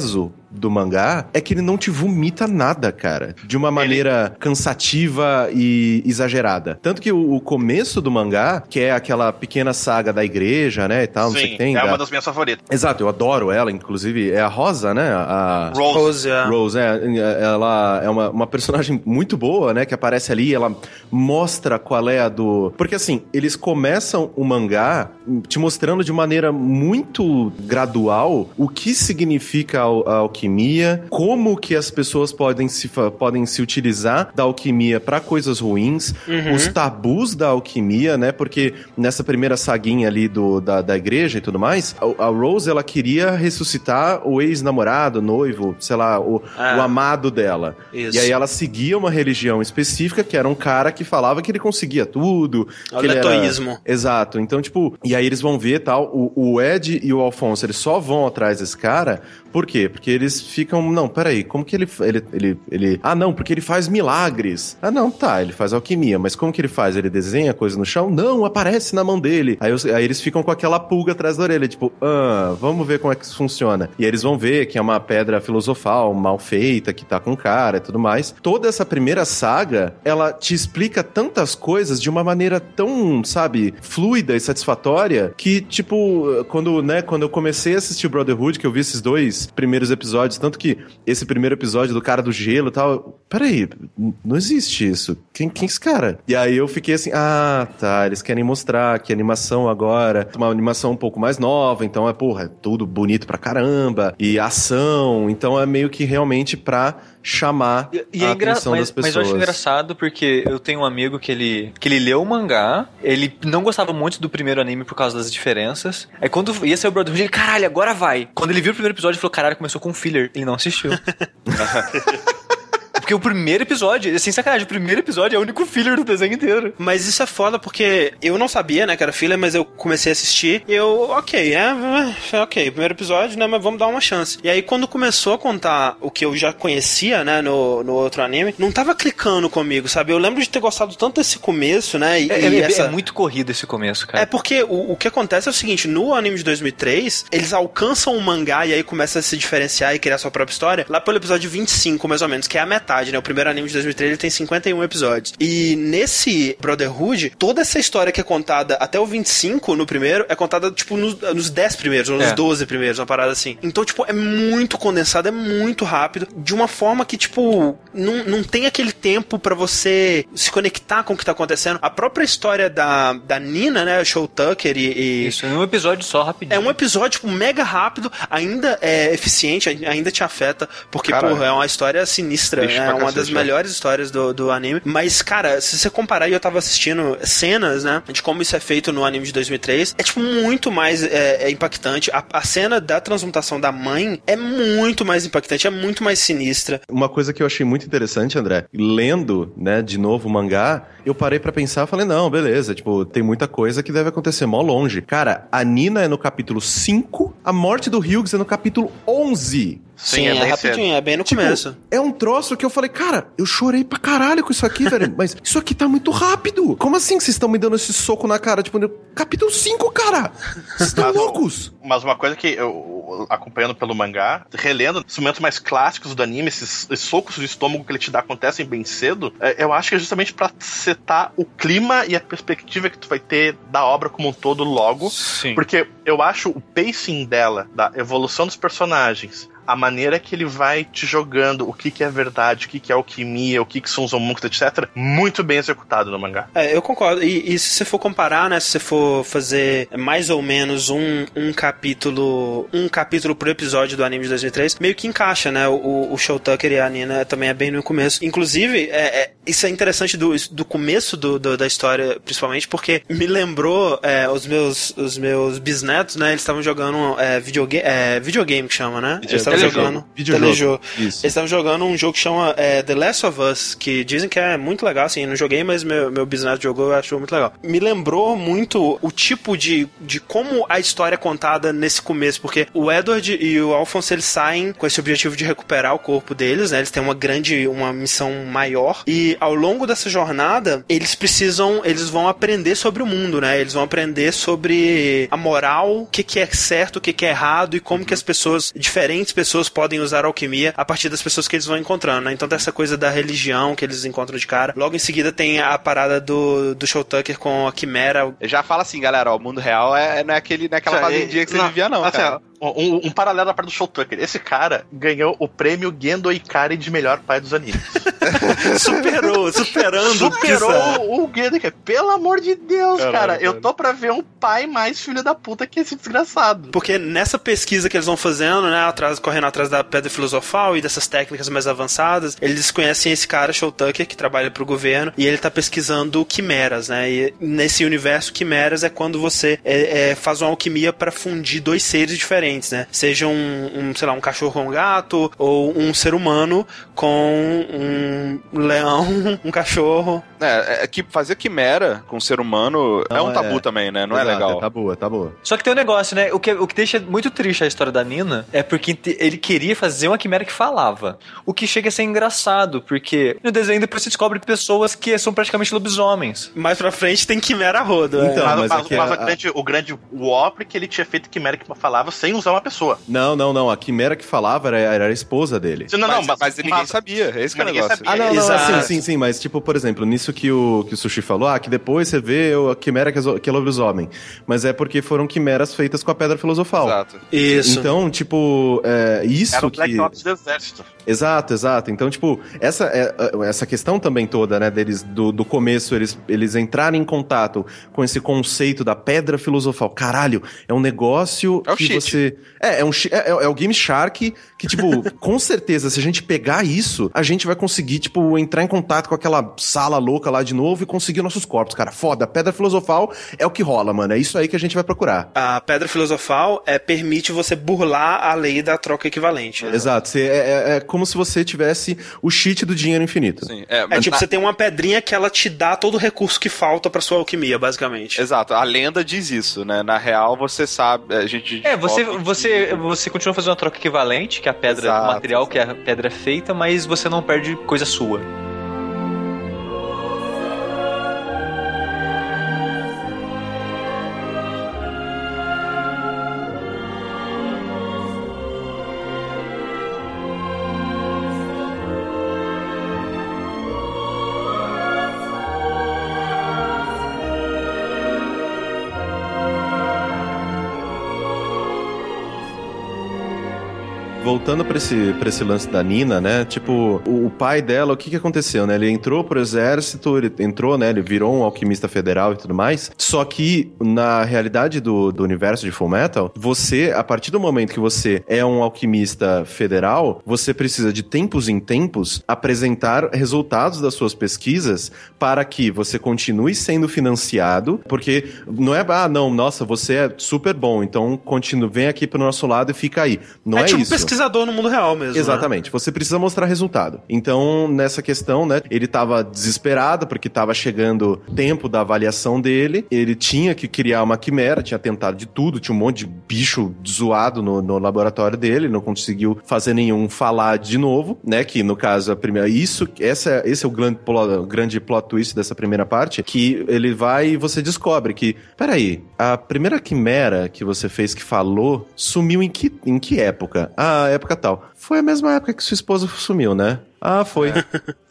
do mangá é que ele não te vomita nada, cara. De uma maneira ele... cansativa e exagerada. Tanto que o, o começo do mangá, que é aquela pequena saga da igreja, né, e tal, Sim, não sei o que tem. é da... uma das minhas favoritas. Exato, eu adoro ela, inclusive. É a Rosa, né? A... Rose. Rose, é. Rose, é. Ela é uma, uma personagem muito boa, né? Que aparece ali, ela mostra qual é a do... Porque, assim, eles começam o mangá te mostrando de maneira muito gradual o que significa a, a alquimia, como que as pessoas podem se, podem se utilizar da alquimia para coisas ruins, uhum. os tabus da alquimia, né? Porque nessa primeira saguinha ali do, da, da igreja e tudo mais, a, a Rose, ela queria ressuscitar o ex-namorado, noivo, sei lá, o, ah, o amado dela. Isso. E aí ela seguia uma religião específica, que era um cara que falava que ele conseguia tudo. O que letoísmo. Era... Exato. Então, tipo, e aí eles vão ver tal, o, o Ed e o Alfonso, eles só vão atrás desse cara, por quê? Porque eles ficam, não, peraí, como que ele, ele, ele, ele... Ah, não, porque ele faz milagres. Ah, não, tá, ele faz alquimia, mas como que ele faz? Ele desenha coisa no chão? Não, aparece na mão dele. Aí, os, aí eles ficam com aquela pulga atrás da orelha, tipo, ah, vamos ver como é que isso funciona. E aí eles vão ver que é uma pedra filosofal mal feita, que tá com cara e tudo mais. Toda essa primeira saga, ela te explica tantas coisas de uma maneira tão, sabe, fluida e satisfatória, que, tipo, quando, né, quando eu comecei a assistir Brotherhood, que eu vi esses dois primeiros episódios, tanto que esse primeiro episódio do cara do gelo e tal, peraí, não existe isso. Quem, quem é esse cara? E aí eu fiquei assim, ah, tá, eles querem mostrar que a animação agora, uma animação um pouco mais nova, então é, porra, é tudo bonito pra caramba, e ação, então é meio que realmente pra chamar e, e a é engra... atenção mas, das pessoas. Mas eu acho engraçado porque eu tenho um amigo que ele, que ele leu o mangá, ele não gostava muito do primeiro anime por causa das diferenças. Aí quando ia ser o Brotherhood, ele, caralho, agora vai. Quando ele viu o primeiro episódio, ele falou, caralho, começou com um filler. Ele não assistiu. Porque o primeiro episódio, sem sacanagem, o primeiro episódio é o único filler do desenho inteiro. Mas isso é foda porque eu não sabia, né, que era filler, mas eu comecei a assistir e eu, ok, é, é, ok, primeiro episódio, né, mas vamos dar uma chance. E aí quando começou a contar o que eu já conhecia, né, no, no outro anime, não tava clicando comigo, sabe? Eu lembro de ter gostado tanto desse começo, né, e, é, e é, essa... é muito corrido esse começo, cara. É porque o, o que acontece é o seguinte, no anime de dois mil e três, eles alcançam o mangá e aí começa a se diferenciar e criar sua própria história, lá pelo episódio vinte e cinco, mais ou menos, que é a metade, né, o primeiro anime de dois mil e três ele tem cinquenta e um episódios. E nesse Brotherhood, toda essa história que é contada até o vinte e cinco no primeiro, é contada, tipo, nos, nos dez primeiros, ou nos é. doze primeiros, uma parada assim. Então, tipo, é muito condensado, é muito rápido, de uma forma que, tipo, não, não tem aquele tempo pra você se conectar com o que tá acontecendo. A própria história da, da Nina, né, Show Tucker e, e... Isso, é um episódio só, rapidinho. É um episódio, tipo, mega rápido, ainda é eficiente, ainda te afeta, porque, cara, porra, é uma história sinistra, né? É uma das melhores histórias do, do anime, mas, cara, se você comparar, e eu tava assistindo cenas, né, de como isso é feito no anime de dois mil e três, é, tipo, muito mais é, é impactante. A, a cena da transmutação da mãe é muito mais impactante, é muito mais sinistra. Uma coisa que eu achei muito interessante, André, lendo, né, de novo o mangá, eu parei pra pensar e falei, não, beleza, tipo, tem muita coisa que deve acontecer mó longe. Cara, a Nina é no capítulo cinco, a morte do Hughes é no capítulo onze. Sim, Sim é, é rapidinho, cedo. É bem no tipo, começo. É um troço que eu falei, cara, eu chorei pra caralho com isso aqui, velho, mas isso aqui tá muito rápido. Como assim vocês estão me dando esse soco na cara? Tipo, capítulo cinco, cara! Vocês estão loucos! Mas uma coisa que eu, acompanhando pelo mangá, relendo os momentos mais clássicos do anime, esses, esses socos de estômago que ele te dá acontecem bem cedo, eu acho que é justamente pra setar o clima e a perspectiva que tu vai ter da obra como um todo logo. Sim. Porque eu acho o pacing dela, da evolução dos personagens, a maneira que ele vai te jogando o que, que é verdade, o que, que é alquimia, o que, que são os homúnculos, etcétera, muito bem executado no mangá. É, eu concordo. E, e se você for comparar, né, se você for fazer mais ou menos um, um capítulo um capítulo por episódio do anime de dois mil e três, meio que encaixa, né, o, o Show Tucker e a Nina também é bem no começo. Inclusive, é, é, isso é interessante do, do começo do, do, da história, principalmente, porque me lembrou é, os, meus, os meus bisnetos, né, eles estavam jogando é, videogame, é, videogame que chama, né? Eles estavam jogando telejogo. Eles estavam jogando um jogo que chama é, The Last of Us, que dizem que é muito legal, assim, eu não joguei, mas meu, meu bisneto jogou e achou muito legal. Me lembrou muito o tipo de, de como a história é contada nesse começo, porque o Edward e o Alphonse, eles saem com esse objetivo de recuperar o corpo deles, né, eles têm uma grande, uma missão maior, e ao longo dessa jornada, eles precisam, eles vão aprender sobre o mundo, né, eles vão aprender sobre a moral, o que que é certo, o que que é errado, e como que as pessoas, diferentes pessoas podem usar alquimia a partir das pessoas que eles vão encontrando, né? Então tem essa coisa da religião que eles encontram de cara. Logo em seguida tem a parada do, do Show Tucker com a quimera. Já fala assim, galera, ó, o mundo real é, não é, aquele, não é aquela fazendinha que você não, vivia, não, assim, cara. Um, um paralelo à parte do Show Tucker. Esse cara ganhou o prêmio Gendo Ikari de melhor pai dos animes. Superou, superando. Superou o Gendo Ikari. Pelo amor de Deus, Caralho, cara. cara. Eu tô pra ver um pai mais filho da puta que esse desgraçado. Porque nessa pesquisa que eles vão fazendo, né, atrás, correndo atrás da pedra filosofal e dessas técnicas mais avançadas, eles conhecem esse cara, Show Tucker, que trabalha pro governo, e ele tá pesquisando quimeras, né? E nesse universo, quimeras é quando você é, é, faz uma alquimia pra fundir dois seres diferentes. Né? Seja um, um, sei lá, um cachorro com um gato, ou um ser humano com um leão, um cachorro. É, é que fazer quimera com ser humano não, é um tabu é... também, né? Não Exato, é legal. É tabu, é tabu. Só que tem um negócio, né? O que, o que deixa muito triste a história da Nina é porque ele queria fazer uma quimera que falava. O que chega a ser engraçado, porque no desenho depois você descobre pessoas que são praticamente lobisomens. Mais pra frente tem quimera a rodo. Então, é. mas, mas, mas a... o grande, o grande uó é que ele tinha feito quimera que falava sem usar uma pessoa. Não, não, não. A quimera que falava era, era a esposa dele. Não, não, mas, mas, mas ninguém mas, sabia. É esse que é o negócio. Sabia. Ah, não, não, Exato. sim, sim, sim. Mas, tipo, por exemplo, nisso que o, que o Sushi falou, ah, que depois você vê a quimera que é, que é lobisomem. Mas é porque foram quimeras feitas com a pedra filosofal. Exato. Isso. Então, tipo, é, isso era o que... Black Ops do exército. Exato, exato. Então, tipo, essa, é, essa questão também toda, né, deles, do, do começo, eles, eles entrarem em contato com esse conceito da pedra filosofal. Caralho, é um negócio é que cheat. você... É, é, um, é, é o Game Shark que, tipo, com certeza, se a gente pegar isso, a gente vai conseguir, tipo, entrar em contato com aquela sala louca lá de novo e conseguir nossos corpos, cara. Foda, a pedra filosofal é o que rola, mano. É isso aí que a gente vai procurar. A pedra filosofal é, permite você burlar a lei da troca equivalente. Né? Exato. Você, é, é, é como se você tivesse o cheat do dinheiro infinito. Sim, é, é tipo, na... você tem uma pedrinha que ela te dá todo o recurso que falta pra sua alquimia, basicamente. Exato. A lenda diz isso, né? Na real, você sabe... A gente é, você, você, você continua fazendo uma troca equivalente, que é a pedra, exato, o material exato. que a pedra é feita, mas você não perde coisa sua. Voltando pra esse, pra esse lance da Nina, né? Tipo, o, o pai dela, o que que aconteceu, né? Ele entrou pro exército, ele entrou, né? Ele virou um alquimista federal e tudo mais. Só que, na realidade do, do universo de Fullmetal, você, a partir do momento que você é um alquimista federal, você precisa de tempos em tempos apresentar resultados das suas pesquisas para que você continue sendo financiado, porque não é, ah, não, nossa, você é super bom, então continue, vem aqui pro nosso lado e fica aí. Não é, é tipo isso. Pesquisador no mundo real mesmo. Exatamente. Né? Você precisa mostrar resultado. Então, nessa questão, né, ele tava desesperado porque tava chegando o tempo da avaliação dele, ele tinha que criar uma quimera, tinha tentado de tudo, tinha um monte de bicho zoado no, no laboratório dele, não conseguiu fazer nenhum falar de novo, né, que no caso, a primeira, isso, essa, esse é o grande plot, grande plot twist dessa primeira parte, que ele vai e você descobre que, peraí, a primeira quimera que você fez que falou, sumiu em que, em que época? Ah, época tal. Foi a mesma época que sua esposa sumiu, né? Ah, foi. É.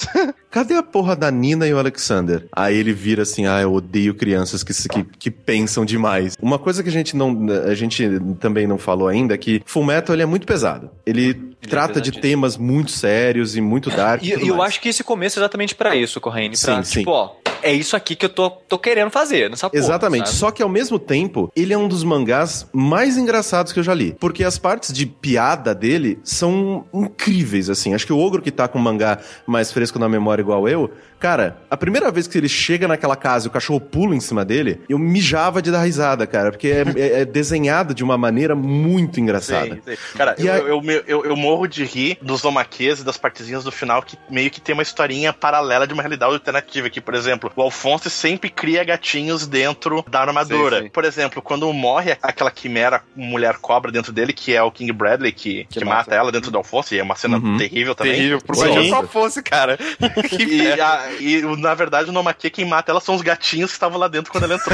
Cadê a porra da Nina e o Alexander? Aí ele vira assim, ah, eu odeio crianças que, que, que pensam demais. Uma coisa que a gente não, a gente também não falou ainda é que Fullmetal, ele é muito pesado. Ele, ele trata é de temas muito sérios e muito dark. E, e eu acho que esse começo é exatamente pra isso, Corraine. Pra, sim, tipo, sim. ó, é isso aqui que eu tô, tô querendo fazer nessa porra. Exatamente. Sabe? Só que ao mesmo tempo, ele é um dos mangás mais engraçados que eu já li. Porque as partes de piada dele são incríveis, assim. Acho que o Ogro que tá com o mangá mais fresco na memória igual eu, cara, a primeira vez que ele chega naquela casa e o cachorro pula em cima dele, eu mijava de dar risada, cara, porque é, é, é desenhado de uma maneira muito engraçada. Sim, sim. Cara, eu, a... eu, eu, eu, eu morro de rir dos omaquês e das partezinhas do final que meio que tem uma historinha paralela de uma realidade alternativa aqui, por exemplo, exemplo, o Alphonse sempre cria gatinhos dentro da armadura. Sim, sim. Por exemplo, quando morre aquela quimera mulher cobra dentro dele, que é o King Bradley, que, que, que mata. mata ela dentro do Alphonse, e é uma cena uhum. terrível também. Terrível, pro Sim. Alphonse, cara. e, a, e, na verdade, no Nomake, quem mata ela são os gatinhos que estavam lá dentro quando ela entrou.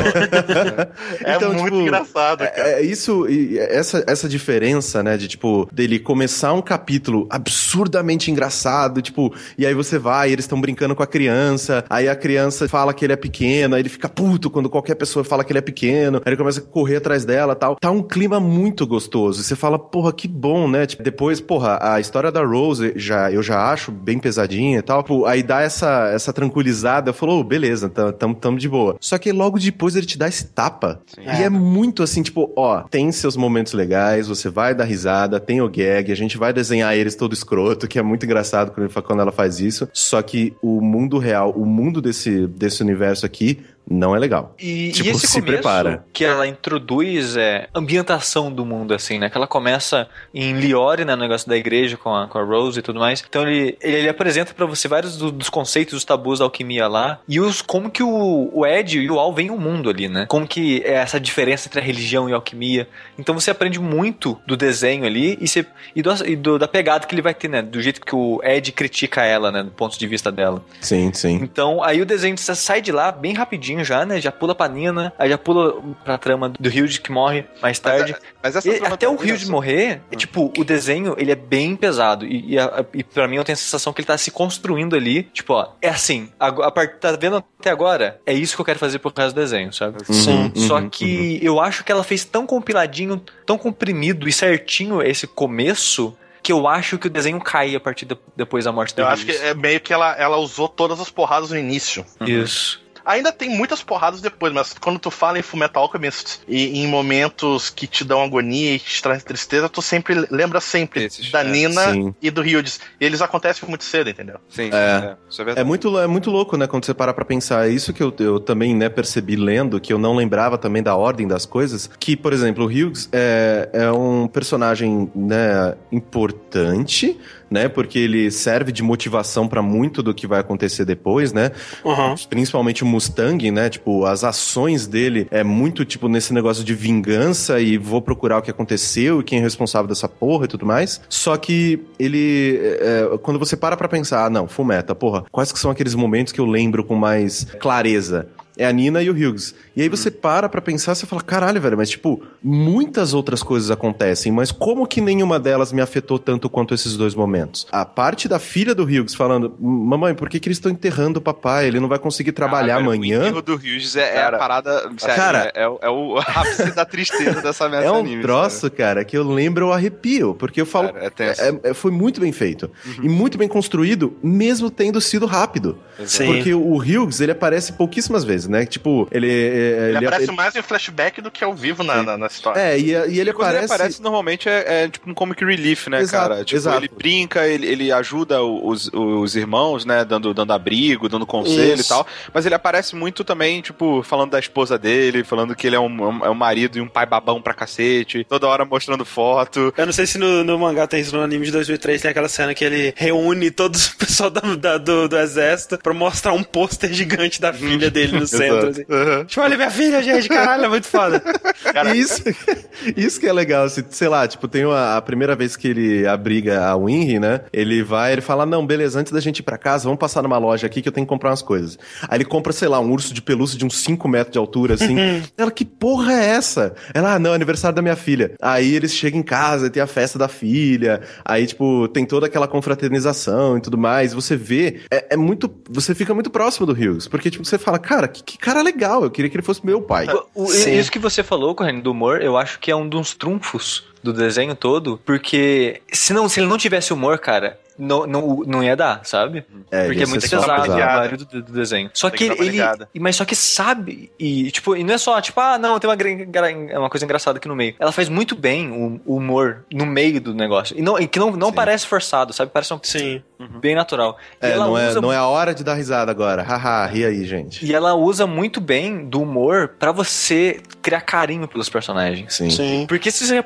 é então, muito tipo, engraçado, cara. É, é isso, essa, essa diferença, né, de, tipo, dele começar um capítulo absurdamente engraçado, tipo, e aí você vai, eles estão brincando com a criança, aí a criança fala que ele é pequeno, aí ele fica puto quando qualquer pessoa fala que ele é pequeno, aí ele começa a correr atrás dela e tal. Tá um clima muito gostoso. E você fala, porra, que bom, né? Tipo, depois, porra, a história da Rose, já, eu já acho bem pesadinha e tal. Pô, aí dá essa, essa tranquilizada. Eu falo, oh, beleza, tamo, tamo, tamo de boa. Só que logo depois ele te dá esse tapa. Sim. E é. é muito assim, tipo, ó, tem seus momentos legais, você vai dar risada, tem o gag, a gente vai desenhar eles todo escroto, que é muito engraçado quando, ele, quando ela faz isso. Só que o mundo real, o mundo desse, desse universo aqui, não é legal. E, tipo, e esse se começo prepara. Que ela introduz é ambientação do mundo, assim, né? Que ela começa em Liore, né? No negócio da igreja com a, com a Rose e tudo mais. Então ele, ele, ele apresenta pra você vários do, dos conceitos, dos tabus da alquimia lá. E os, como que o, o Ed e o Al veem o mundo ali, né? Como que é essa diferença entre a religião e a alquimia. Então você aprende muito do desenho ali e, você, e, do, e do, da pegada que ele vai ter, né? Do jeito que o Ed critica ela, né? Do ponto de vista dela. Sim, sim. Então aí o desenho você sai de lá bem rapidinho já, né? Já pula pra Nina, aí já pula pra trama do Hughes que morre mais tarde. Mas, mas essa e, até o Hughes morrer, é, tipo, o desenho, ele é bem pesado. E, e, a, e pra mim eu tenho a sensação que ele tá se construindo ali. Tipo, ó, é assim, a, a part, tá vendo até agora? É isso que eu quero fazer pro resto do desenho, sabe? Sim. Uhum, Só que uhum. eu acho que ela fez tão compiladinho, tão comprimido e certinho esse começo, que eu acho que o desenho cai a partir de, depois da morte do Eu Hughes. acho que é meio que ela, ela usou todas as porradas no início. Uhum. Isso. Ainda tem muitas porradas depois, mas quando tu fala em Fullmetal Alchemist e em momentos que te dão agonia e te trazem tristeza, tu sempre lembra sempre Esses, da é, Nina sim. e do Hughes. E eles acontecem muito cedo, entendeu? Sim, é, é, é, muito, é muito louco, né, quando você para pra pensar. É isso que eu, eu também, né, percebi lendo, que eu não lembrava também da ordem das coisas, que, por exemplo, o Hughes é, é um personagem, né, importante, né, porque ele serve de motivação pra muito do que vai acontecer depois, né, uhum. principalmente o Mustang, né, tipo, as ações dele é muito, tipo, nesse negócio de vingança e vou procurar o que aconteceu e quem é responsável dessa porra e tudo mais, só que ele, é, quando você para pra pensar, ah, não, Fullmetal, porra, quais que são aqueles momentos que eu lembro com mais clareza? É a Nina e o Hughes. E aí você para pra pensar, você fala, caralho, velho, mas tipo, muitas outras coisas acontecem, mas como que nenhuma delas me afetou tanto quanto esses dois momentos? A parte da filha do Hughes falando, mamãe, por que que eles estão enterrando o papai? Ele não vai conseguir trabalhar cara, amanhã? O enterro do Hughes é, cara, é a parada, sério, cara, é, é, é o ápice da tristeza dessa merda. É um anime, troço, sabe? Cara, que eu lembro o arrepio, porque eu falo, cara, é é, é, foi muito bem feito. Uhum. E muito bem construído, mesmo tendo sido rápido. Sim. Porque o Hughes, ele aparece pouquíssimas vezes, né? Tipo, ele... Ele, ele aparece ele... mais em flashback do que ao vivo na, na, na história. É, e, e ele e aparece... ele aparece, normalmente, é, é tipo um comic relief, né, exato, cara? Tipo, exato. ele brinca, ele, ele ajuda os, os irmãos, né, dando, dando abrigo, dando conselho Isso. e tal, mas ele aparece muito também, tipo, falando da esposa dele, falando que ele é um, é um marido e um pai babão pra cacete, toda hora mostrando foto. Eu não sei se no, no mangá tem isso, no anime de dois mil e três tem aquela cena que ele reúne todo o pessoal da, da, do, do exército pra mostrar um pôster gigante da filha dele no centro, assim. Uhum. Tipo, olha minha filha, gente, caralho, é muito foda. Isso, isso que é legal, assim, sei lá, tipo, tem uma, a primeira vez que ele abriga a Winry, né, ele vai, ele fala, não, beleza, antes da gente ir pra casa, vamos passar numa loja aqui que eu tenho que comprar umas coisas. Aí ele compra, sei lá, um urso de pelúcia de uns cinco metros de altura, assim. Ela, que porra é essa? Ela, ah, não, é aniversário da minha filha. Aí eles chegam em casa, tem a festa da filha, aí, tipo, tem toda aquela confraternização e tudo mais, você vê, é, é muito, você fica muito próximo do Hughes, porque, tipo, você fala, cara, que, que cara legal, eu queria que ele fosse meu pai. O, o, isso que você falou, Corrêa, do humor, eu acho que é um dos trunfos do desenho todo, porque se, não, se ele não tivesse humor, cara, não, não, não ia dar, sabe? É, porque é muito pesado a maioria do, do desenho. Só que, que ele, mas só que sabe, e tipo, e não é só, tipo, ah, não, tem uma, uma coisa engraçada aqui no meio. Ela faz muito bem o, o humor no meio do negócio. E, não, e que não, não parece forçado, sabe? Parece um, Sim. bem natural. É, ela não, é, não é a hora de dar risada agora. Haha, ri aí, gente. E ela usa muito bem do humor pra você criar carinho pelos personagens. Sim. Sim. Porque se você reparar, todos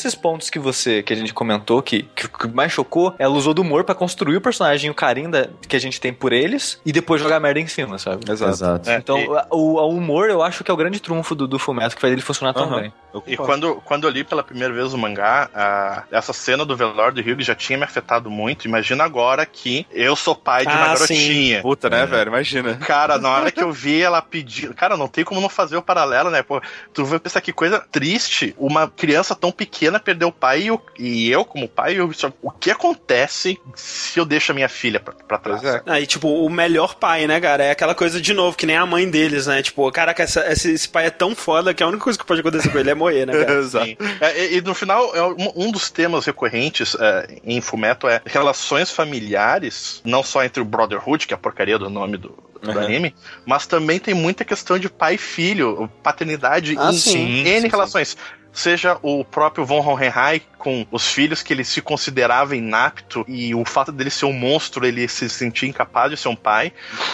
esses pontos que você, que a gente comentou, que, que o que mais chocou, ela usou do humor pra construir o personagem, o carinho da, que a gente tem por eles, e depois jogar merda em cima, sabe? Exato. Exato. É, Então, e... o, o humor, eu acho que é o grande trunfo do, do Fullmetal, que faz ele funcionar tão Uhum. bem. E quando, quando eu li pela primeira vez o mangá, a, essa cena do velório do Hyuga já tinha me afetado muito. Imagina agora que eu sou pai de Ah, uma garotinha. Puta, né, velho? Imagina. Cara, na hora que eu vi ela pedir... Cara, não tem como não fazer o paralelo, né? Pô, tu vai pensar que coisa triste. Uma criança tão pequena perdeu o pai e, eu, e eu como pai, eu, o que acontece se eu deixo a minha filha pra, pra trás? Pois é. Aí, tipo, o melhor pai, né, cara? É aquela coisa de novo, que nem a mãe deles, né? Tipo, caraca, essa, esse, esse pai é tão foda que a única coisa que pode acontecer com ele é morrer, né, cara? Exato. É, e, e no final, é um, um dos temas recorrentes é, em Fullmetal é relações familiares, não só entre o Brotherhood, que é a porcaria do nome do, do Uhum. anime, mas também tem muita questão de pai e filho, paternidade Ah, em sim, N sim, relações. Seja o próprio Von Hohenheim com os filhos que ele se considerava inapto e o fato dele ser um monstro, ele se sentia incapaz de ser um pai.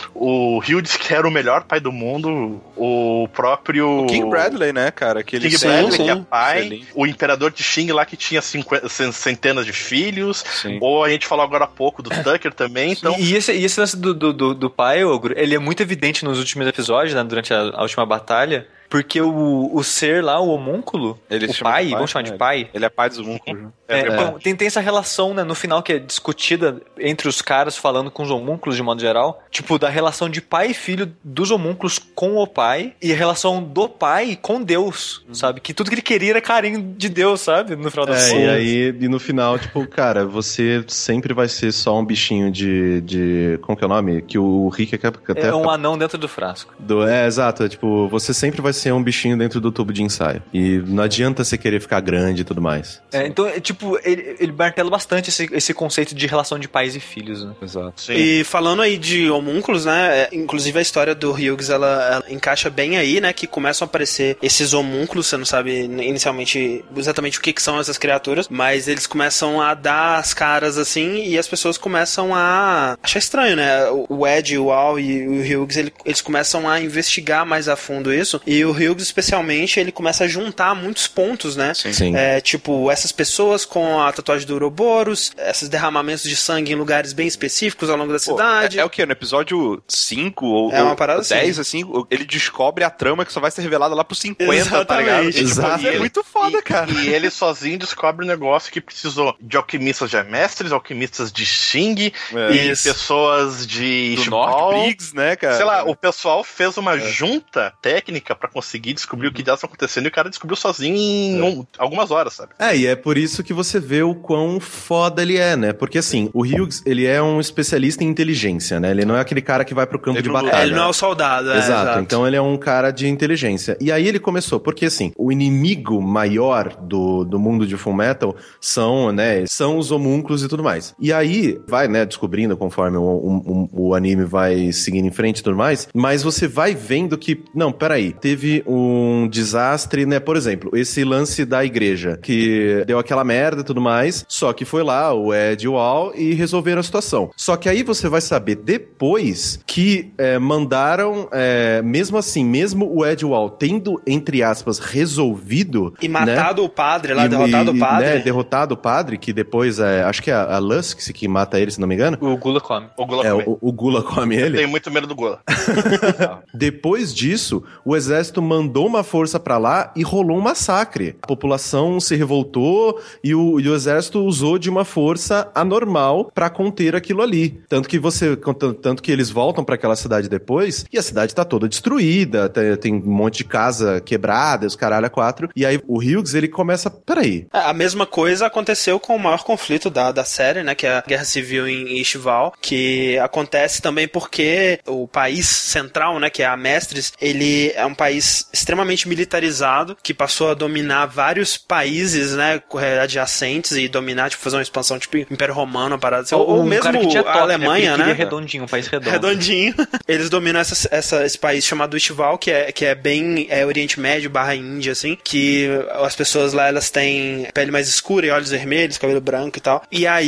O Hildes, que era o melhor pai do mundo. O próprio... O King Bradley, né, cara? Que ele King Sim, Bradley, sim. que é pai. Excelente. O Imperador de Xing lá, que tinha cinquenta, centenas de filhos. Sim. Ou a gente falou agora há pouco do Tucker também. Então, E, e esse, e esse lance do, do, do, do pai, Ogro, ele é muito evidente nos últimos episódios, né, durante a, a última batalha, porque o, o ser lá, o homúnculo, Ele o chama de pai, pai, vamos chamar né? de pai, Ele é pai dos homúnculos. né? é, É, então, tem, tem essa relação, né, no final que é discutida entre os caras falando com os homúnculos de modo geral, tipo, da relação de pai e filho dos homúnculos com o pai e a relação do pai com Deus, sabe? Que tudo que ele queria era carinho de Deus, sabe? No final das É, contas. e aí, e no final, tipo, cara, você sempre vai ser só um bichinho de. de como que é o nome? Que o Rick até. É um anão dentro do frasco. Do, é, exato. É, tipo, você sempre vai ser um bichinho dentro do tubo de ensaio. E não adianta você querer ficar grande e tudo mais. É, então, é, tipo, ele, ele martela bastante esse, esse conceito de relação de pais e filhos, né? Exato. sim. E falando aí de homúnculos, né? é, Inclusive a história do Hughes, ela, ela encaixa bem aí, né? Que começam a aparecer esses homúnculos, você não sabe inicialmente exatamente o que, que são essas criaturas, mas eles começam a dar as caras assim e as pessoas começam a achar estranho, né? O Ed, o Al e o Hughes, ele, eles começam a investigar mais a fundo isso, e o Hughes especialmente, ele começa a juntar muitos pontos, né? Sim. Sim. É, tipo, essas pessoas com a tatuagem do Ouroboros, esses derramamentos de sangue em lugares bem específicos ao longo da Pô, cidade. é, é o que? No episódio cinco ou, É uma ou parada dez, assim, ele descobre a trama que só vai ser revelada lá pro cinquenta, tá ligado? Exatamente. E, tipo, Exato. e é muito foda, E- cara. E ele sozinho descobre um negócio que precisou de alquimistas de mestres, alquimistas de Xing É. e Isso. pessoas de Do Ishbal. North Briggs, né, cara? Sei lá, o pessoal fez uma junta técnica pra conseguir descobrir o que já está acontecendo e o cara descobriu sozinho em um- algumas horas, sabe? É, e é por isso que você vê o quão foda ele é, né? Porque assim, o Hughes, ele é um especialista em inteligência, né? Ele não é aquele cara que vai pro campo Ele de não- É, batalha. ele não é o soldado, é, Exato, então ele é um cara de inteligência. E aí ele começou, porque assim, o inimigo maior do, do mundo de Fullmetal são, né, são os homúnculos e tudo mais. E aí, vai, né, descobrindo conforme o, o, o anime vai seguindo em frente e tudo mais, mas você vai vendo que, não, peraí, teve um desastre, né, por exemplo, esse lance da igreja, que deu aquela merda e tudo mais, só que foi lá o Ed e o Al e resolveram a situação. Só que aí você vai saber depois que é, mandaram, é, mesmo assim, mesmo o Ed e o Al tendo, entre aspas, resolvido... E matado né, o padre lá, e- derrotado e, o padre. Né, derrotado o padre, que depois, é, acho que é a, a Lusk que mata ele, se não me engano. O Gula come. O Gula É, come. o, o Gula come ele. Tenho muito medo do Gula. Depois disso, o exército mandou uma força pra lá e rolou um massacre. A população se revoltou e o, e o exército usou de uma força anormal pra conter aquilo ali. Tanto que você, tanto que eles voltam pra aquela cidade depois e a cidade tá toda destruída, tem, tem um monte de casa quebrada, os caralho a quatro. E aí o Hughes, ele começa, peraí, É, a mesma coisa aconteceu com o maior conflito da, da série, né, que é a Guerra Civil em Ishval, que acontece também porque o país central, né, que é a Mestres, ele é um país extremamente militarizado, que passou a dominar vários países, né, adjacentes e dominar, tipo, fazer uma expansão tipo Império Romano, uma parada assim, ou, ou Um mesmo cara que tinha a toque, Alemanha, né? né? Ele queria redondinho, um país redondo. Redondinho. Eles dominam essa, essa, esse país chamado Ishval, que é, que é bem é, Oriente Médio barra Índia, assim, que as pessoas lá, elas têm pele mais escura e olhos vermelhos, cabelo branco e tal. E aí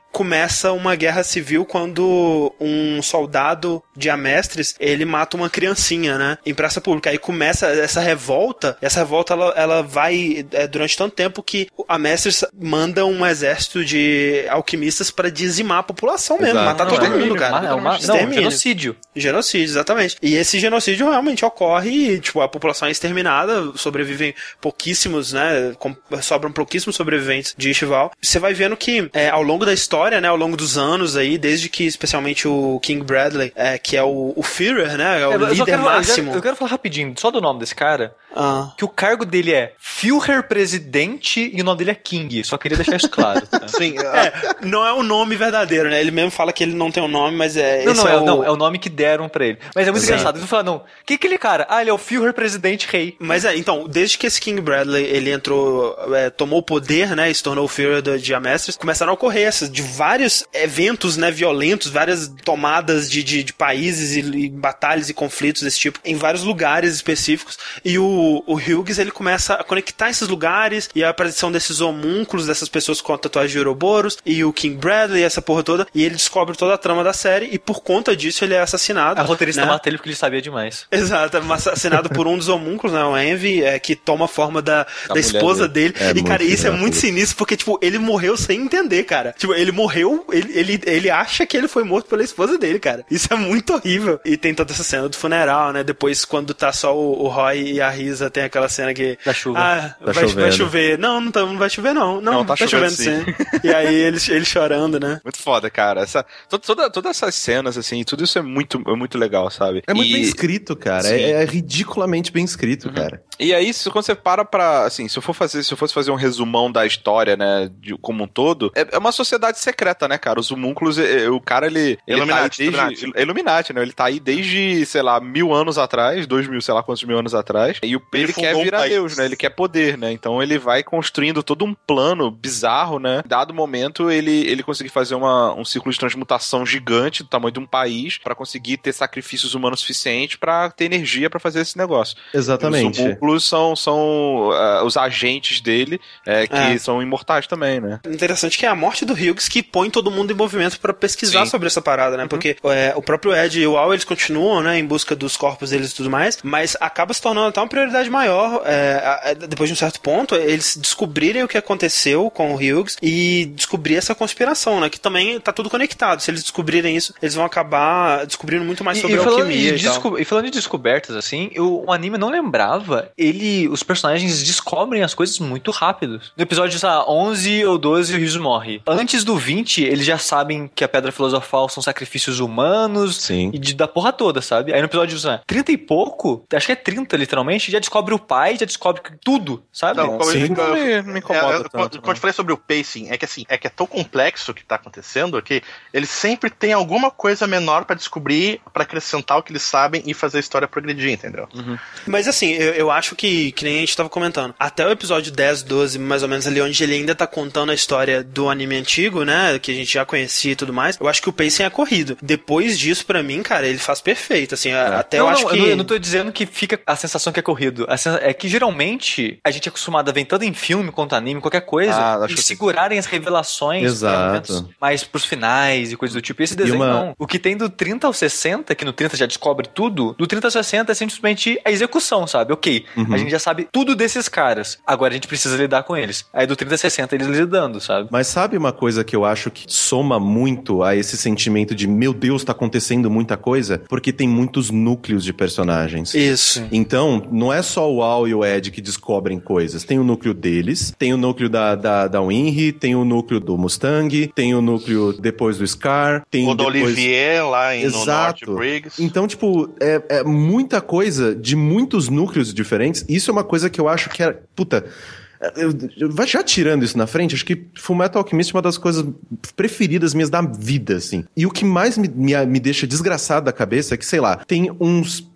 começa uma guerra civil quando um soldado de Amestris, ele mata uma criancinha, né? Em praça pública. Aí começa essa revolta, essa revolta ela, ela vai é, durante tanto tempo que Amestris manda um exército de alquimistas para dizimar a população mesmo, Exato. matar Não, todo é, mundo, cara. É uma, não, um genocídio. Genocídio, exatamente. E esse genocídio realmente ocorre e, tipo, a população é exterminada, sobrevivem pouquíssimos, né? Com, sobram pouquíssimos sobreviventes de Ishval. Você vai vendo que é, ao longo da história, né? Ao longo dos anos aí, desde que especialmente o King Bradley, é, que é o, o Führer, né? É o É, eu só líder quero, máximo. Eu quero, eu quero falar rapidinho, só do nome desse cara. Ah. Que o cargo dele é Führer Presidente e o nome dele é King. Só queria deixar isso claro. Tá? Sim, É, não é o nome verdadeiro, né? Ele mesmo fala que ele não tem um nome, mas é. Não, esse não, é, é, o... não, é o nome que deram pra ele. Mas é muito Sim. engraçado. Eles vão falar, não, que aquele cara? Ah, ele é o Führer Presidente Rei. Mas é, então, desde que esse King Bradley, ele entrou, é, tomou o poder, né, e se tornou o Führer de, de Amestris, começaram a ocorrer essas, de vários eventos, né, violentos, várias tomadas de, de, de países e, e batalhas e conflitos desse tipo, em vários lugares específicos, e o, o Hughes, ele começa a conectar esses lugares, e a aparição desses homúnculos, dessas pessoas com a tatuagem de Ouroboros, e o King Bradley, essa porra toda, e ele descobre toda a trama da série, e por conta disso ele é assassinado. A roteirista né? mata ele porque ele sabia demais. Exato, é assassinado por um dos homúnculos, né, o Envy, é, que toma a forma da, da, da esposa dele. É e, cara, isso é filho muito da puta. sinistro, porque, tipo, ele morreu sem entender, cara. Tipo, ele morreu, ele, ele, ele acha que ele foi morto pela esposa dele, cara. Isso é muito horrível. E tem toda essa cena do funeral, né, depois quando tá só o, o Roy e a Risa, tem aquela cena que... Da chuva. Ah, Tá vai, vai chovendo. chover. Não, não, tá, não vai chover, não. Não, Não, tá tá, chovendo, chovendo, sim. E aí ele, ele chorando, né. Muito foda, cara. Essa, to- toda, todas essas cenas, assim, tudo isso é muito, é muito legal, sabe? É muito E- bem escrito, cara. Sim. É, é ridiculamente bem escrito, cara. E aí, se, quando você para pra, assim, se eu for fazer, se eu fosse fazer um resumão da história, né, de, como um todo, é, é uma sociedade secreta, né, cara? Os homúnculos, é, é, o cara, ele... ele Illuminati, tá aí desde, Illuminati. é Illuminati, né? Ele tá aí desde, sei lá, mil anos atrás, dois mil, sei lá quantos mil anos atrás, e o, ele, Ele quer fundou um virar país. Deus, né? Ele quer poder, né? Então ele vai construindo todo um plano bizarro, né? Dado momento, ele, ele conseguir fazer uma, um círculo de transmutação gigante do tamanho de um país pra conseguir ter sacrifícios humanos suficientes pra ter energia pra fazer esse negócio. Exatamente. Os homúnculos são, são uh, os agentes dele, é, que É. são imortais também, né? Interessante que é a morte do Hughes que põe todo mundo em movimento pra pesquisar Sim. sobre essa parada, né? Porque é, o próprio Ed e o Al, eles continuam, né, em busca dos corpos deles e tudo mais, mas acaba se tornando até uma prioridade maior, é, a- a- depois de um certo ponto, eles descobrirem o que aconteceu com o Hughes e descobrir essa conspiração, né? Que também tá tudo conectado. Se eles descobrirem isso, eles vão acabar descobrindo muito mais E, sobre e a falando alquimia de e tal. desco- e falando de descobertas, assim, eu, o anime não lembrava, ele, os personagens descobrem as coisas muito rápido. No episódio, sei lá, onze ou doze, o Ryuzo morre. Antes do vinte, eles já sabem que a Pedra Filosofal são sacrifícios humanos. Sim. E de, da porra toda, sabe? Aí no episódio, sei lá, trinta e pouco, acho que é trinta literalmente, já descobre o pai, já descobre tudo, sabe? Não, como Sim. eu- Não me, não me incomoda É, eu- tanto. quando, né? quando eu falei sobre o pacing, é que assim, é que é tão complexo o que tá acontecendo que eles sempre têm alguma coisa menor pra descobrir, pra acrescentar o que eles sabem e fazer a história progredir, entendeu? Mas assim, eu, eu acho que, que nem a gente tava comentando, até o episódio dez, doze, mais ou menos ali, onde ele ainda tá contando a história do anime antigo, né, que a gente já conhecia e tudo mais, eu acho que o pacing é corrido. Depois disso, pra mim, cara, ele faz perfeito, assim, a- até não, eu não, acho eu que... não, eu não tô dizendo que fica a sensação que é corrido. A sen- é que geralmente a gente é acostumado a ver tanto em filme quanto anime, qualquer coisa, Ah, acho e que- segurarem as revelações pra Exato. momentos mais pros finais e coisas do tipo. E esse desenho uma- não. O que tem do trinta ao sessenta, que no trinta já descobre tudo, do trinta ao sessenta é simplesmente a execução, sabe? Ok, Uhum. a gente já sabe tudo desses caras, agora a gente precisa lidar com eles. Aí do trinta a sessenta eles lidando, sabe? Mas sabe uma coisa que eu acho que soma muito a esse sentimento de meu Deus, tá acontecendo muita coisa? Porque tem muitos núcleos de personagens. Isso. Então, não é só o Al e o Ed que descobrem coisas. Tem o núcleo deles, tem o núcleo da, da, da Winry, tem o núcleo do Mustang, tem o núcleo depois do Scar, tem O do depois... Olivier lá em, no Norte Exato. Briggs. Então, tipo, é, é muita coisa de muitos núcleos diferentes. Isso é uma coisa que eu acho que é... Puta... Eu, eu, vai já tirando isso na frente, acho que Fullmetal Alchemist é uma das coisas preferidas minhas da vida, assim. E o que mais me, me, me deixa desgraçado da cabeça é que, sei lá, tem uns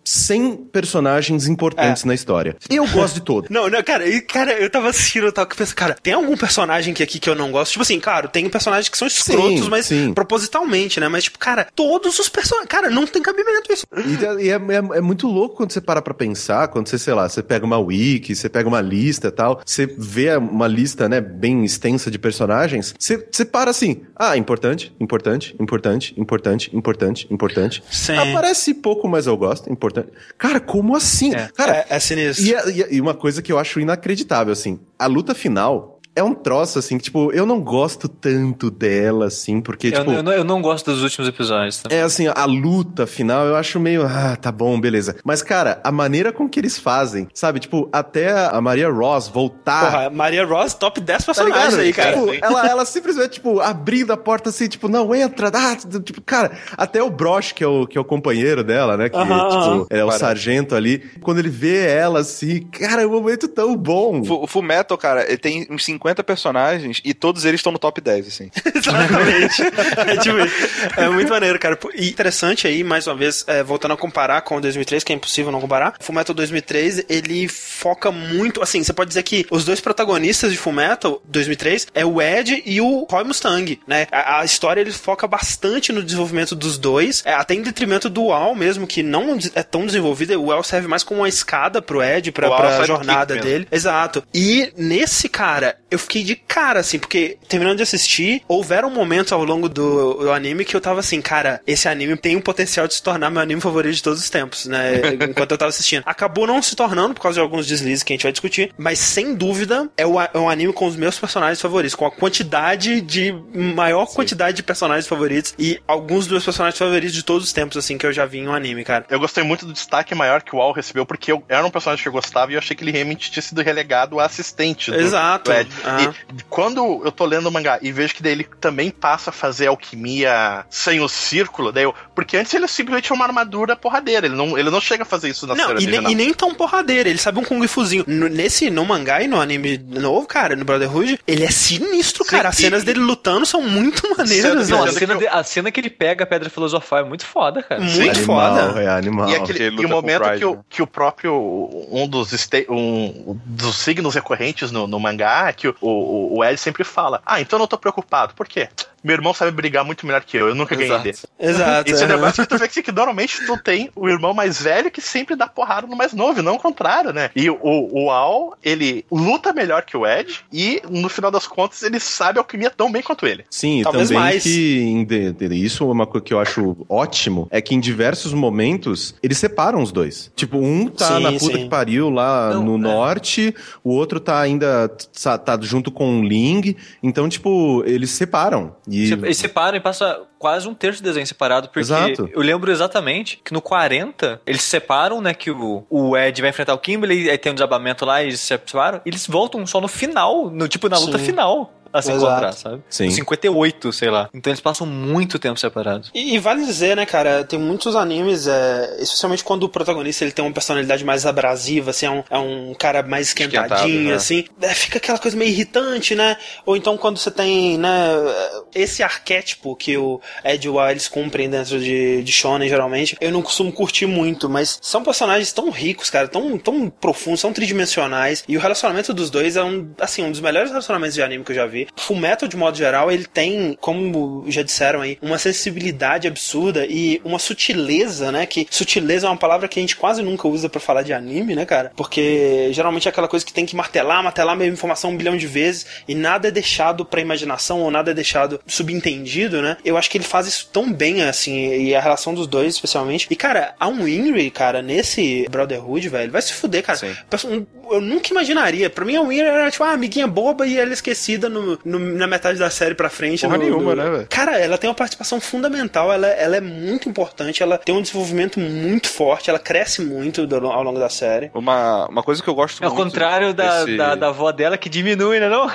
cem personagens importantes é. na história. Eu gosto de todos. Não, não, cara, e, cara, eu tava assistindo, eu tava pensando, cara, tem algum personagem que aqui que eu não gosto? Tipo assim, claro, tem personagens que são escrotos, sim, mas sim. propositalmente, né? Mas, tipo, cara, todos os personagens. Cara, não tem cabimento isso. E, e é, é, é muito louco quando você para pra pensar, quando você, sei lá, você pega uma wiki, você pega uma lista e tal, você vê uma lista, né, bem extensa de personagens, você, você para assim, ah, importante, importante, importante, importante, importante, importante. Sim. Aparece pouco, mas eu gosto, importante. Cara, como assim? É, cara, é, é sinistro. E, e, e uma coisa que eu acho inacreditável, assim, a luta final é um troço, assim, que, tipo, eu não gosto tanto dela, assim, porque, eu, tipo... Eu não, eu não gosto dos últimos episódios também. É, assim, a luta final eu acho meio... Ah, tá bom, beleza. Mas, cara, a maneira com que eles fazem, sabe? Tipo, até a Maria Ross voltar... Porra, Maria Ross, top dez personagens tá aí, cara. Tipo, ela, ela simplesmente, tipo, abrindo a porta, assim, tipo, não, entra, ah, tipo, cara, até o Brosh, que é o, que é o companheiro dela, né? Que, uh-huh, tipo, uh-huh. é o Para. sargento ali. Quando ele vê ela, assim, cara, é um momento tão bom. O Full Metal, cara, ele tem uns cinquenta personagens e todos eles estão no top dez, assim. Exatamente. É, tipo, é muito maneiro, cara. E interessante aí, mais uma vez, é, voltando a comparar com o dois mil e três, que é impossível não comparar, o Fullmetal dois mil e três, ele foca muito, assim, você pode dizer que os dois protagonistas de Fullmetal dois mil e três é o Ed e o Roy Mustang, né? A, a história, ele foca bastante no desenvolvimento dos dois, é, até em detrimento do Al mesmo, que não é tão desenvolvido. O Al serve mais como uma escada pro Ed, pra, pra jornada dele. Exato. E nesse, cara, eu fiquei de cara, assim, porque terminando de assistir, houveram momentos ao longo do, do anime que eu tava assim, cara, esse anime tem o potencial de se tornar meu anime favorito de todos os tempos, né? Enquanto eu tava assistindo. Acabou não se tornando por causa de alguns deslizes que a gente vai discutir, mas sem dúvida é o, é um anime com os meus personagens favoritos, com a quantidade de, maior Sim. quantidade de personagens favoritos e alguns dos meus personagens favoritos de todos os tempos, assim, que eu já vi em um anime, cara. Eu gostei muito do destaque maior que o Al recebeu, porque eu era um personagem que eu gostava e eu achei que ele realmente tinha sido relegado a assistente do, Exato. do Ed. Uhum. E quando eu tô lendo o mangá e vejo que daí ele também passa a fazer alquimia sem o círculo, daí eu, porque antes ele simplesmente é uma armadura porradeira, ele não, ele não chega a fazer isso na série original. E nem tão porradeira, ele sabe um kung fuzinho. No, nesse, no mangá e no anime novo, cara, no Brotherhood, ele é sinistro, cara. Sim, As cenas e... dele lutando são muito maneiras. Não, a cena, de, a cena que ele pega a Pedra Filosofal é muito foda, cara. Muito Sim. foda. Animal, é animal. E, aquele, e o momento que, o, que o próprio, um dos, este, um, dos signos recorrentes no, no mangá é que o, o, o Ed sempre fala, ah, então eu não tô preocupado. Por quê? Meu irmão sabe brigar muito melhor que eu, eu nunca ganhei dele. Exato. Esse é um negócio que tu vê que, que normalmente tu tem o irmão mais velho que sempre dá porrada no mais novo, e não o contrário, né? E o, o Al, ele luta melhor que o Ed, e no final das contas ele sabe alquimia tão bem quanto ele. Sim, e também mais. que de, de, isso é uma coisa que eu acho ótimo, é que em diversos momentos eles separam os dois. Tipo, um tá sim, na puta sim. que pariu lá não, no é. norte, o outro tá ainda tá, tá junto com o Ling, então, tipo, eles separam. E... Eles separam e passa quase um terço do desenho separado, porque Exato. eu lembro exatamente que no quarenta eles se separam, né, que o, o Ed vai enfrentar o Kimberly, aí tem um desabamento lá e eles se separam, e eles voltam só no final, no, tipo na luta Sim. final. A se Exato. encontrar, sabe? Sim. cinquenta e oito, sei lá. Então eles passam muito tempo separados. E, e vale dizer, né, cara, tem muitos animes, é, especialmente quando o protagonista ele tem uma personalidade mais abrasiva, assim, é um, é um cara mais esquentadinho, né? assim, é, fica aquela coisa meio irritante, né? Ou então quando você tem, né, esse arquétipo que o Ed e o Al, eles cumprem dentro de, de shonen, geralmente, eu não costumo curtir muito, mas são personagens tão ricos, cara, tão, tão profundos, tão tridimensionais, e o relacionamento dos dois é um, assim, um dos melhores relacionamentos de anime que eu já vi. Fullmetal, de modo geral, ele tem, como já disseram aí, uma sensibilidade absurda e uma sutileza, né? Que sutileza é uma palavra que a gente quase nunca usa pra falar de anime, né, cara? Porque geralmente é aquela coisa que tem que martelar, martelar a mesma informação um bilhão de vezes e nada é deixado pra imaginação ou nada é deixado subentendido, né? Eu acho que ele faz isso tão bem, assim, e a relação dos dois, especialmente. E, cara, a Winry, cara, nesse Brotherhood, velho, vai se fuder, cara. Sim. Eu nunca imaginaria. Pra mim, a Winry era, tipo, uma amiguinha boba e ela esquecida no No, na metade da série pra frente. Porra no, nenhuma, no... né, velho? Cara, ela tem uma participação fundamental, ela, ela é muito importante, ela tem um desenvolvimento muito forte, ela cresce muito do, ao longo da série. Uma, uma coisa que eu gosto é muito... Ao contrário da, desse... da, da avó dela, que diminui, né, não?